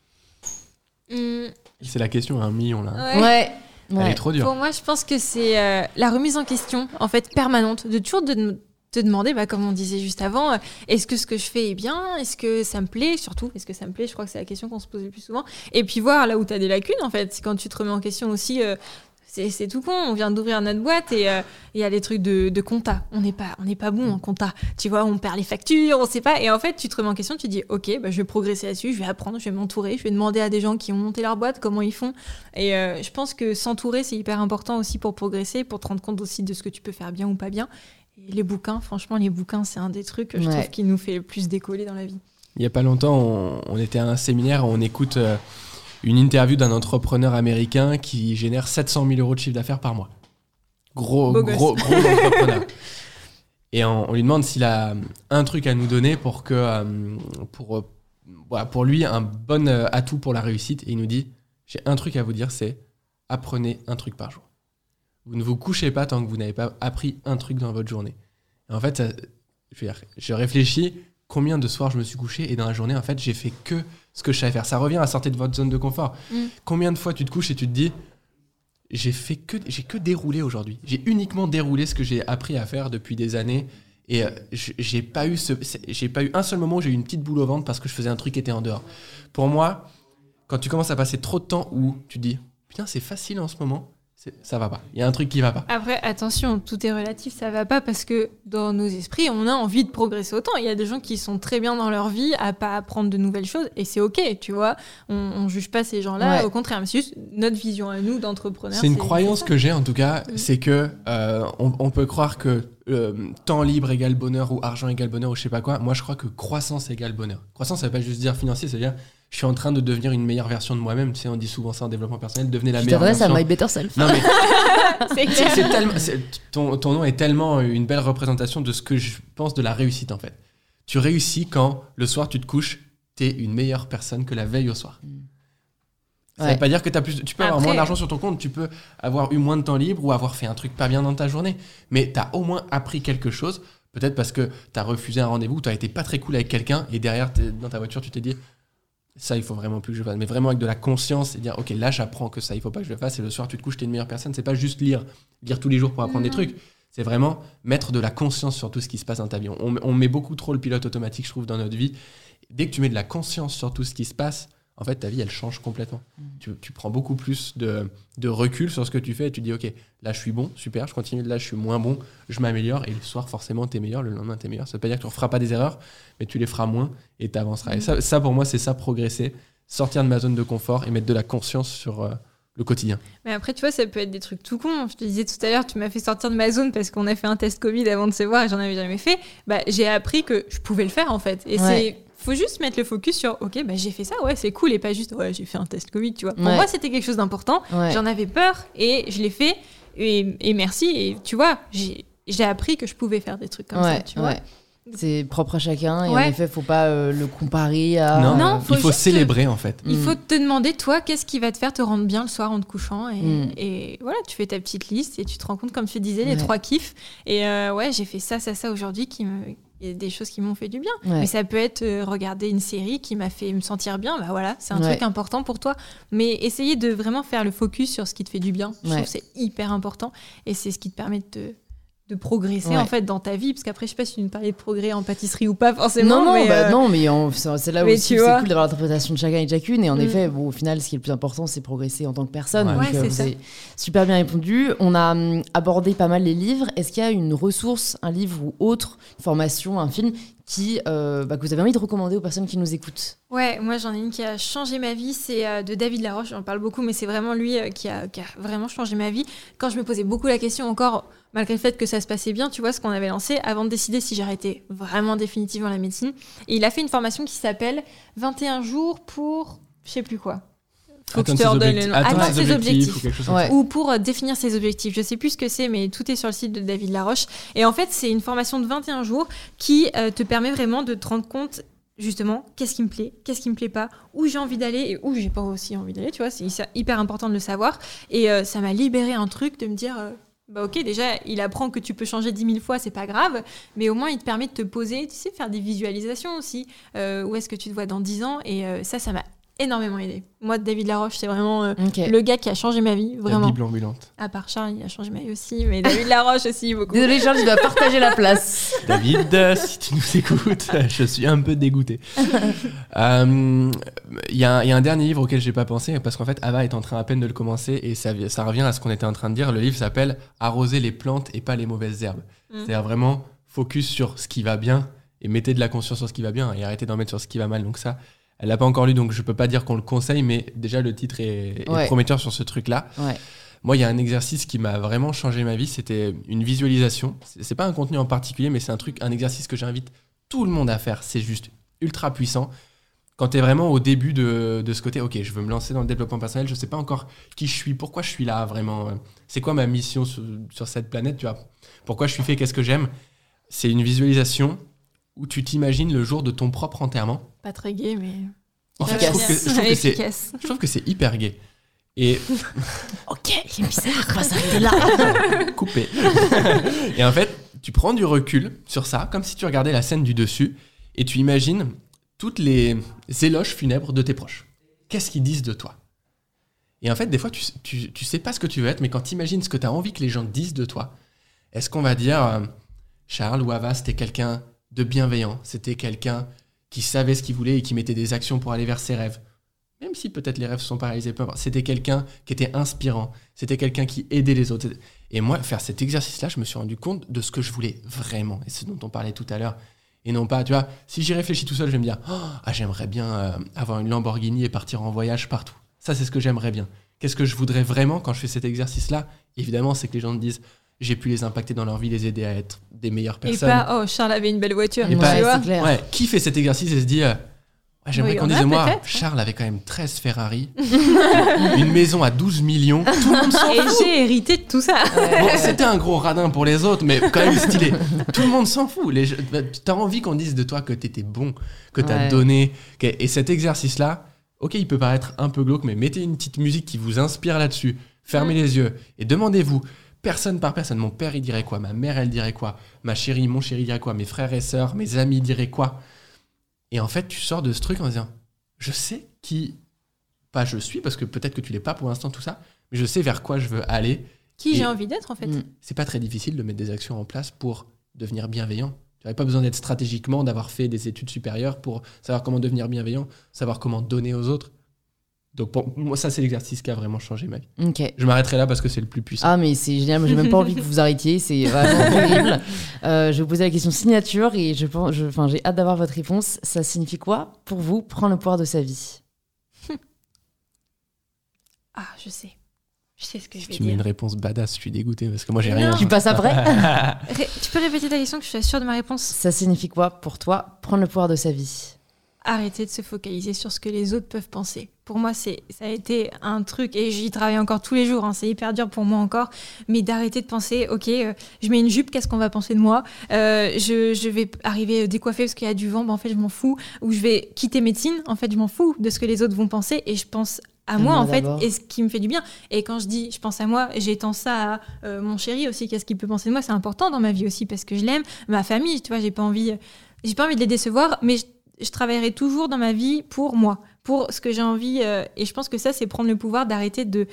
mm. C'est la question à un million là. Ouais. ouais. Elle ouais. est trop dure. Pour moi, je pense que c'est euh, la remise en question, en fait, permanente, de toujours de te demander, bah, comme on disait juste avant, euh, est-ce que ce que je fais est bien? Est-ce que ça me plaît? Surtout, est-ce que ça me plaît? Je crois que c'est la question qu'on se pose le plus souvent. Et puis voir là où tu as des lacunes, en fait. C'est quand tu te remets en question aussi. Euh, C'est, c'est tout con, on vient d'ouvrir notre boîte et il euh, y a des trucs de, de compta. On n'est pas, on n'est pas bon en compta. Tu vois, on perd les factures, on sait pas. Et en fait, tu te remets en question, tu te dis, ok, bah, je vais progresser là-dessus, je vais apprendre, je vais m'entourer, je vais demander à des gens qui ont monté leur boîte comment ils font. Et euh, je pense que s'entourer, c'est hyper important aussi pour progresser, pour te rendre compte aussi de ce que tu peux faire bien ou pas bien. Et les bouquins, franchement, les bouquins, c'est un des trucs que je ouais. trouve qui nous fait le plus décoller dans la vie. Il y a pas longtemps, on, on était à un séminaire, on écoute... Euh, une interview d'un entrepreneur américain qui génère sept cent mille euros de chiffre d'affaires par mois. Gros, Beau gros, gros entrepreneur. Et on, on lui demande s'il a un truc à nous donner pour, que, euh, pour, euh, voilà, pour lui, un bon euh, atout pour la réussite. Et il nous dit, j'ai un truc à vous dire, c'est apprenez un truc par jour. Vous ne vous couchez pas tant que vous n'avez pas appris un truc dans votre journée. Et en fait, ça, je, veux dire, je réfléchis combien de soirs je me suis couché et dans la journée, en fait, j'ai fait que ce que je savais faire. Ça revient à sortir de votre zone de confort. Mm. Combien de fois tu te couches et tu te dis, j'ai fait que, j'ai que déroulé aujourd'hui. J'ai uniquement déroulé ce que j'ai appris à faire depuis des années. Et euh, j'ai pas eu ce, j'ai pas eu un seul moment où j'ai eu une petite boule au ventre parce que je faisais un truc qui était en dehors. Pour moi, quand tu commences à passer trop de temps où tu te dis, putain, c'est facile en ce moment, c'est, ça va pas. Il y a un truc qui va pas. Après, attention, tout est relatif, ça va pas parce que dans nos esprits, on a envie de progresser autant. Il y a des gens qui sont très bien dans leur vie à pas apprendre de nouvelles choses et c'est ok, tu vois. On, on juge pas ces gens-là, ouais. Au contraire, mais c'est juste notre vision à nous d'entrepreneurs. C'est une c'est, croyance c'est que j'ai en tout cas, mmh. c'est que euh, on, on peut croire que euh, temps libre égale bonheur ou argent égale bonheur ou je sais pas quoi. Moi, je crois que croissance égale bonheur. Croissance, ça veut pas juste dire financier, ça veut dire je suis en train de devenir une meilleure version de moi-même. Tu sais, on dit souvent ça en développement personnel, devenez la je meilleure version. Je t'adresse à My Better Self. Non, mais c'est clair. C'est, c'est tellement, c'est, ton, ton nom est tellement une belle représentation de ce que je pense de la réussite, en fait. Tu réussis quand, le soir, tu te couches, t'es une meilleure personne que la veille au soir. Ça ouais. veut pas dire que t'as plus, tu peux Après, avoir moins d'argent sur ton compte, tu peux avoir eu moins de temps libre ou avoir fait un truc pas bien dans ta journée. Mais t'as au moins appris quelque chose, peut-être parce que t'as refusé un rendez-vous, t'as été pas très cool avec quelqu'un et derrière, dans ta voiture, tu t'es dit... Ça, il faut vraiment plus que je fasse. Mais vraiment avec de la conscience et dire, ok, là, j'apprends que ça, il faut pas que je le fasse. Et le soir, tu te couches, t'es une meilleure personne. C'est pas juste lire, lire tous les jours pour apprendre mmh. des trucs. C'est vraiment mettre de la conscience sur tout ce qui se passe dans ta vie. On, on met beaucoup trop le pilote automatique, je trouve, dans notre vie. Dès que tu mets de la conscience sur tout ce qui se passe, en fait, ta vie, elle change complètement. Mmh. Tu, tu prends beaucoup plus de, de recul sur ce que tu fais et tu dis, ok, là, je suis bon, super, je continue. Là, je suis moins bon, je m'améliore. Et le soir, forcément, t'es meilleur. Le lendemain, t'es meilleur. Ça veut pas dire que tu ne referas pas des erreurs, mais tu les feras moins et tu avanceras. Mmh. Et ça, ça, pour moi, c'est ça, progresser. sortir de ma zone de confort et mettre de la conscience sur euh, le quotidien. Mais après, tu vois, ça peut être des trucs tout cons. Je te disais tout à l'heure, tu m'as fait sortir de ma zone parce qu'on a fait un test Covid avant de se voir et j'en avais jamais fait. Bah, j'ai appris que je pouvais le faire, en fait. Et ouais. c'est... faut juste mettre le focus sur ok, bah, j'ai fait ça, ouais, c'est cool, et pas juste ouais, j'ai fait un test Covid, tu vois. Pour ouais. moi, c'était quelque chose d'important. Ouais. J'en avais peur et je l'ai fait. Et, et merci. Et tu vois, j'ai, j'ai appris que je pouvais faire des trucs comme ouais, ça, tu vois. Ouais. C'est propre à chacun et ouais. en effet, faut pas euh, le comparer à. Non, non faut il faut célébrer te... en fait. Il mm. faut te demander, toi, qu'est-ce qui va te faire te rendre bien le soir en te couchant et, mm. et voilà, tu fais ta petite liste et tu te rends compte, comme tu disais, les ouais. trois kiffs. Et euh, ouais, j'ai fait ça, ça, ça aujourd'hui qui me. Il y a des choses qui m'ont fait du bien. Ouais. Mais ça peut être euh, regarder une série qui m'a fait me sentir bien. Bah voilà, c'est un ouais. truc important pour toi. Mais essayer de vraiment faire le focus sur ce qui te fait du bien. Je ouais. trouve que c'est hyper important. Et c'est ce qui te permet de, te, de progresser ouais. en fait, dans ta vie. Parce qu'après, je sais pas si tu nous parlais de progrès en pâtisserie ou pas forcément. Non, non, mais, bah, euh... non, mais on, c'est là où c'est vois... cool d'avoir l'interprétation de chacun et de chacune. Et en mm. effet, bon, au final, ce qui est le plus important, c'est progresser en tant que personne. Ouais. Donc, ouais, euh, c'est vous ça. avez super bien répondu. On a hum, abordé pas mal les livres. Est-ce qu'il y a une ressource, un livre ou autre, une formation, un film qui, euh, bah, que vous avez envie de recommander aux personnes qui nous écoutent? Ouais, moi j'en ai une qui a changé ma vie, c'est euh, de David Laroche, j'en parle beaucoup, mais c'est vraiment lui euh, qui, a, qui a vraiment changé ma vie. Quand je me posais beaucoup la question encore, malgré le fait que ça se passait bien, tu vois, ce qu'on avait lancé, avant de décider si j'arrêtais vraiment définitivement la médecine. Et il a fait une formation qui s'appelle vingt et un jours pour, je sais plus quoi. Faut que je te redonne le nom. Atteindre ses objectifs, objectifs. Ou, quelque chose ouais. ou pour euh, définir ses objectifs. Je sais plus ce que c'est, mais tout est sur le site de David Laroche. Et en fait, c'est une formation de vingt et un jours qui euh, te permet vraiment de te rendre compte, justement, qu'est-ce qui me plaît, qu'est-ce qui me plaît pas, où j'ai envie d'aller et où j'ai pas aussi envie d'aller. Tu vois, c'est hyper important de le savoir. Et euh, ça m'a libéré un truc de me dire... Euh, bah ok, déjà, il apprend que tu peux changer dix mille fois, c'est pas grave, mais au moins, il te permet de te poser, tu sais, faire des visualisations aussi. Euh, où est-ce que tu te vois dans dix ans? Et euh, ça, ça m'a énormément aidé. Moi, David Laroche, c'est vraiment euh, okay. le gars qui a changé ma vie, vraiment. La Bible ambulante. À part Charles, il a changé ma vie aussi, mais David Laroche aussi, beaucoup. Désolé, Charles, tu dois partager la place. David, euh, si tu nous écoutes, je suis un peu dégoûté. Il euh, y, y a un dernier livre auquel j'ai pas pensé, parce qu'en fait, Ava est en train à peine de le commencer, et ça, ça revient à ce qu'on était en train de dire. Le livre s'appelle « Arroser les plantes et pas les mauvaises herbes mmh. ». C'est-à-dire vraiment focus sur ce qui va bien, et mettez de la conscience sur ce qui va bien, et arrêtez d'en mettre sur ce qui va mal. Donc ça... Elle l'a pas encore lu, donc je peux pas dire qu'on le conseille, mais déjà le titre est, ouais. est prometteur sur ce truc-là. Ouais. Moi, il y a un exercice qui m'a vraiment changé ma vie, c'était une visualisation. C'est, c'est pas un contenu en particulier, mais c'est un truc, un exercice que j'invite tout le monde à faire. C'est juste ultra puissant. Quand tu es vraiment au début de, de ce côté, ok, je veux me lancer dans le développement personnel, je sais pas encore qui je suis, pourquoi je suis là vraiment. C'est quoi ma mission sur, sur cette planète, tu vois? Pourquoi je suis fait, qu'est-ce que j'aime? C'est une visualisation où tu t'imagines le jour de ton propre enterrement. Pas très gai, mais... En fait, je trouve, que, je, trouve que c'est, je trouve que c'est hyper gai. Et... ok, il est bizarre, on va s'arrêter là. Coupé. Et en fait, tu prends du recul sur ça, comme si tu regardais la scène du dessus, et tu imagines toutes les éloges funèbres de tes proches. Qu'est-ce qu'ils disent de toi? Et en fait, des fois, tu, tu, tu sais pas ce que tu veux être, mais quand tu imagines ce que tu as envie que les gens disent de toi, est-ce qu'on va dire euh, Charles ou Ava, c'était quelqu'un de bienveillant, c'était quelqu'un qui savait ce qu'il voulait et qui mettait des actions pour aller vers ses rêves. Même si peut-être les rêves sont paralysés, peu importe. C'était quelqu'un qui était inspirant, c'était quelqu'un qui aidait les autres. Et moi, faire cet exercice-là, je me suis rendu compte de ce que je voulais vraiment, et ce dont on parlait tout à l'heure. Et non pas, tu vois, si j'y réfléchis tout seul, je vais me dire oh, ah, j'aimerais bien euh, avoir une Lamborghini et partir en voyage partout. Ça, c'est ce que j'aimerais bien. Qu'est-ce que je voudrais vraiment quand je fais cet exercice-là? Évidemment, c'est que les gens me disent j'ai pu les impacter dans leur vie, les aider à être des meilleures personnes. Et pas, oh, Charles avait une belle voiture. Et ouais, pas, tu vois. C'est clair. Ouais, qui fait cet exercice et se dit, euh, ouais, j'aimerais oui, qu'on dise de moi, peut-être. Charles avait quand même treize Ferrari, une maison à douze millions, tout le monde s'en et fout. Et j'ai hérité de tout ça. Bon, c'était un gros radin pour les autres, mais quand même stylé. Tout le monde s'en fout. Les, t'as envie qu'on dise de toi que t'étais bon, que t'as ouais. donné. Que, et cet exercice-là, ok, il peut paraître un peu glauque, mais mettez une petite musique qui vous inspire là-dessus. Fermez mmh. les yeux et demandez-vous, personne par personne, mon père il dirait quoi, ma mère elle dirait quoi, ma chérie, mon chéri dirait quoi, mes frères et sœurs, mes amis diraient quoi. Et en fait, tu sors de ce truc en disant, je sais qui, pas je suis, parce que peut-être que tu l'es pas pour l'instant tout ça, mais je sais vers quoi je veux aller. Qui j'ai envie d'être en fait. C'est pas très difficile de mettre des actions en place pour devenir bienveillant. Tu n'avais pas besoin d'être stratégiquement, d'avoir fait des études supérieures pour savoir comment devenir bienveillant, savoir comment donner aux autres. Donc pour moi, ça, c'est l'exercice qui a vraiment changé ma vie. Okay. Je m'arrêterai là parce que c'est le plus puissant. Ah, mais c'est génial. Moi, j'ai même pas envie que vous arrêtiez. C'est vraiment terrible. Euh, je vais vous poser la question signature et je pense, je, enfin, j'ai hâte d'avoir votre réponse. Ça signifie quoi pour vous, prendre le pouvoir de sa vie? Ah, je sais. Je sais ce que Si je vais tu dire. mets une réponse badass, je suis dégoûté parce que moi j'ai rien. Non. Tu passes après. Ré- tu peux répéter ta question que je suis sûre de ma réponse. Ça signifie quoi pour toi, prendre le pouvoir de sa vie? Arrêter de se focaliser sur ce que les autres peuvent penser. Pour moi, c'est, ça a été un truc, et j'y travaille encore tous les jours, hein, c'est hyper dur pour moi encore, mais d'arrêter de penser, ok, euh, je mets une jupe, qu'est-ce qu'on va penser de moi euh, je, je vais arriver décoiffée parce qu'il y a du vent, ben en fait je m'en fous, ou je vais quitter médecine, en fait je m'en fous de ce que les autres vont penser, et je pense à moi, moi en fait, d'abord. et ce qui me fait du bien. Et quand je dis je pense à moi, j'étends ça à euh, mon chéri aussi, qu'est-ce qu'il peut penser de moi, c'est important dans ma vie aussi, parce que je l'aime, ma famille, tu vois, j'ai pas envie, j'ai pas envie de les décevoir, mais je, je travaillerai toujours dans ma vie pour moi, pour ce que j'ai envie, euh, et je pense que ça, c'est prendre le pouvoir d'arrêter de,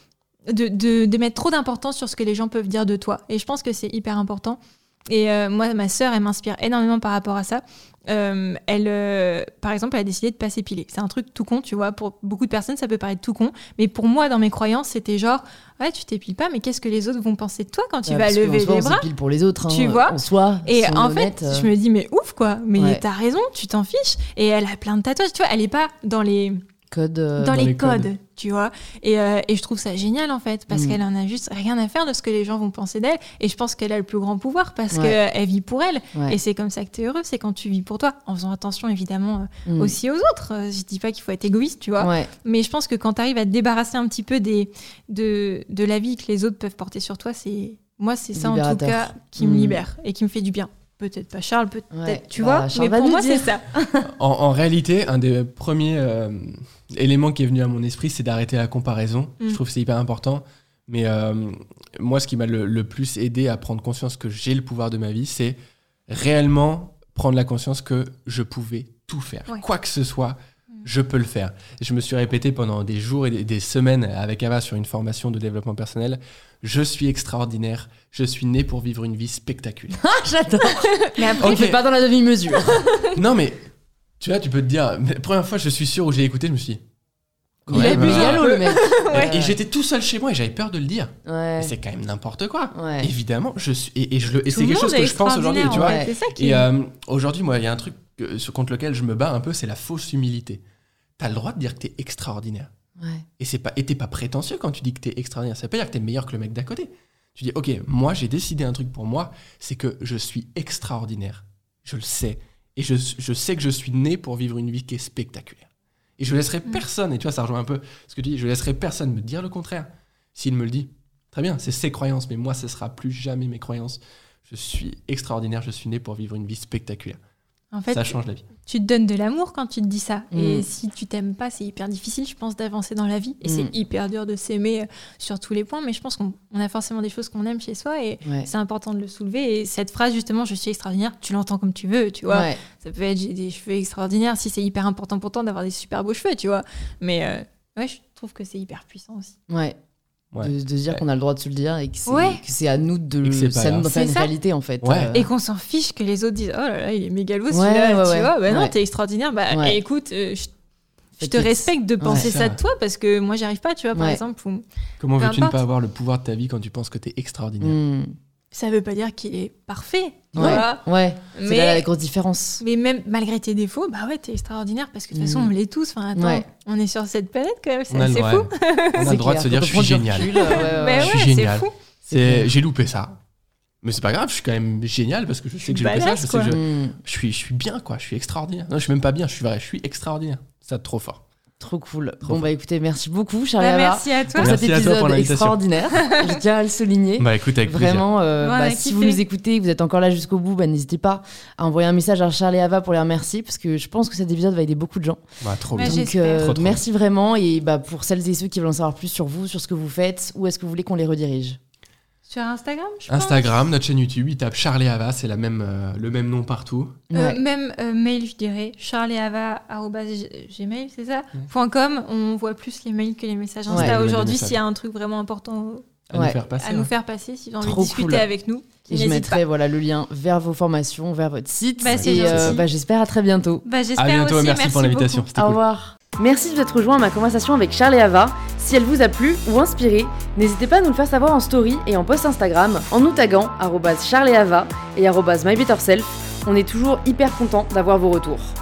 de, de, de mettre trop d'importance sur ce que les gens peuvent dire de toi. Et je pense que c'est hyper important. Et euh, moi, ma sœur, elle m'inspire énormément par rapport à ça. Euh, elle, euh, par exemple, elle a décidé de pas s'épiler. C'est un truc tout con, tu vois. Pour beaucoup de personnes, ça peut paraître tout con. Mais pour moi, dans mes croyances, c'était genre, ouais, tu t'épiles pas, mais qu'est-ce que les autres vont penser de toi quand tu Ouais, vas parce lever qu'en soi, les on bras? s'épile pour les autres, hein, Tu vois. en soi. Et si on est en honnête, fait, euh, je me dis, mais ouf, quoi. Mais Ouais. t'as raison, tu t'en fiches. Et elle a plein de tatouages, tu vois. Elle est pas dans les... code. euh, dans, dans les, les codes, codes. tu vois. Et, euh, et je trouve ça génial, en fait, parce Mm. qu'elle en a juste rien à faire de ce que les gens vont penser d'elle. Et je pense qu'elle a le plus grand pouvoir parce Ouais. qu'elle vit pour elle. ouais. Et c'est comme ça que tu es heureux, c'est quand tu vis pour toi, en faisant attention, évidemment, euh, Mm. aussi aux autres. Euh, Je dis pas qu'il faut être égoïste, tu vois. Ouais. Mais je pense que quand tu arrives à te débarrasser un petit peu des, de, de la vie que les autres peuvent porter sur toi, c'est moi, c'est ça, en tout Libérateur. cas, qui me Mm. libère et qui me fait du bien. Peut-être pas Charles, peut-être, Ouais. tu Bah, vois. Charles Mais va pour nous moi, dire. c'est ça. En, en réalité, un des premiers euh, éléments qui est venu à mon esprit, c'est d'arrêter la comparaison. Mm. Je trouve que c'est hyper important. Mais euh, moi, ce qui m'a le, le plus aidé à prendre conscience que j'ai le pouvoir de ma vie, c'est réellement prendre la conscience que je pouvais tout faire. Ouais. Quoi que ce soit, je peux le faire. Je me suis répété pendant des jours et des, des semaines avec Ava sur une formation de développement personnel. Je suis extraordinaire. Je suis né pour vivre une vie spectaculaire. Ah, j'adore. Mais après, On fait pas dans la demi-mesure. Non, mais tu vois, tu peux te dire, mais la première fois, je suis sûr où j'ai écouté, je me suis dit, quand Il a même, bu euh, galop, le mec. Ouais. Et j'étais tout seul chez moi et j'avais peur de le dire. Ouais. Mais c'est quand même n'importe quoi. Ouais. Évidemment, je suis et, et je le et tout c'est le quelque chose monde que est je pense aujourd'hui, tu vois. extraordinaire, en fait, c'est ça qui Et est- euh, aujourd'hui, moi, il y a un truc que- sur- contre lequel je me bats un peu, c'est la fausse humilité. T'as le droit de dire que t'es extraordinaire. Ouais. Et c'est pas et t'es pas prétentieux quand tu dis que t'es extraordinaire. Ça veut pas dire que t'es meilleur que le mec d'à côté. Tu dis, ok, moi j'ai décidé un truc pour moi, c'est que je suis extraordinaire. Je le sais. Et je, je sais que je suis né pour vivre une vie qui est spectaculaire. Et je laisserai personne, et tu vois, ça rejoint un peu ce que tu dis, je laisserai personne me dire le contraire. S'il me le dit, très bien, c'est ses croyances, mais moi, ce sera plus jamais mes croyances. Je suis extraordinaire, je suis né pour vivre une vie spectaculaire. En fait, Ça change la vie. tu te donnes de l'amour quand tu te dis ça. Mm. Et si tu t'aimes pas, c'est hyper difficile, je pense, d'avancer dans la vie. Et Mm. c'est hyper dur de s'aimer euh, sur tous les points. Mais je pense qu'on on a forcément des choses qu'on aime chez soi. Et Ouais. c'est important de le soulever. Et cette phrase, justement, je suis extraordinaire, tu l'entends comme tu veux, tu vois. Ouais. Ça peut être j'ai des cheveux extraordinaires si c'est hyper important pour toi d'avoir des super beaux cheveux, tu vois. Mais euh, ouais, je trouve que c'est hyper puissant aussi. Ouais. Ouais. De, de se dire Ouais. qu'on a le droit de se le dire et que c'est, Ouais. que c'est à nous de Et que c'est le, pas c'est à nous grave. d'en faire C'est une ça. réalité en fait. Ouais. Euh, Et qu'on s'en fiche que les autres disent oh là là, il est mégalo Ouais, celui-là, ouais, tu ouais. vois. Bah non, Ouais. t'es extraordinaire. Bah Ouais. écoute, euh, je, je Fake te it. respecte de penser Ouais. ça de toi parce que moi, j'y arrive pas, tu vois, par Ouais. exemple. Ou- Comment Peu veux-tu ne importe. pas avoir le pouvoir de ta vie quand tu penses que t'es extraordinaire? mm. Ça veut pas dire qu'il est parfait, tu Ouais. vois. Ouais. C'est Mais- là la grosse différence. Mais même malgré tes défauts, bah ouais, t'es extraordinaire parce que de toute façon, Mm. on l'est tous. Enfin, attends, Ouais. on est sur cette planète quand même, c'est On a le assez droit, fou. on a C'est le droit de clair. se dire Quand je on prend suis du génial. recul, euh, ouais, ouais, Mais ouais. Je suis ouais, génial. c'est fou. C'est, j'ai loupé ça. Mais c'est pas grave, je suis quand même génial parce que je sais que j'ai loupé ça. badass, Je, sais quoi. que je, Mm. je suis, je suis bien, quoi. Je suis extraordinaire. Non, je suis même pas bien, je suis vrai, je suis extraordinaire. Ça, trop fort. Trop cool. Trop bon fort. bah écoutez, merci beaucoup Charlie Bah, Ava merci à toi. pour Merci cet à toi épisode pour l'invitation. extraordinaire. Je tiens à le souligner. Bah écoute, avec plaisir. Vraiment, euh, Ouais, on bah, a si kiffé. vous nous écoutez, vous êtes encore là jusqu'au bout, bah, n'hésitez pas à envoyer un message à Charles et Ava pour les remercier parce que je pense que cet épisode va aider beaucoup de gens. Bah, trop Bah, bien. j'ai- Donc j'espère. Trop, trop. merci vraiment et bah, pour celles et ceux qui veulent en savoir plus sur vous, sur ce que vous faites, où est-ce que vous voulez qu'on les redirige? Sur Instagram, je pense. Instagram, notre chaîne YouTube, il tape Charles et Ava, c'est la même, euh, le même nom partout. Euh, Ouais. Même euh, mail, je dirais, charleava arobase gmail, c'est ça Point .com, on voit plus les mails que les messages Ouais. Insta Les aujourd'hui messages. s'il y a un truc vraiment important À Ouais. nous faire passer. à ouais. nous faire passer, si vous avez envie Trop de discuter cool. avec nous. Et je n'hésite mettrai voilà, le lien vers vos formations, vers votre site. Bah, c'est et gentil. bah, j'espère à très bientôt. Bah, j'espère À bientôt, aussi, merci, pour l'invitation. beaucoup. C'était Au cool. revoir. Merci de vous être rejoint à ma conversation avec Charles et Ava. Si elle vous a plu ou inspiré, n'hésitez pas à nous le faire savoir en story et en post Instagram en nous taguant arobase charles et ava et arobase mybetterself. On est toujours hyper content d'avoir vos retours.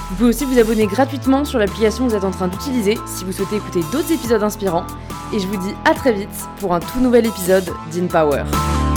Vous pouvez aussi vous abonner gratuitement sur l'application que vous êtes en train d'utiliser si vous souhaitez écouter d'autres épisodes inspirants. Et je vous dis à très vite pour un tout nouvel épisode d'InPower.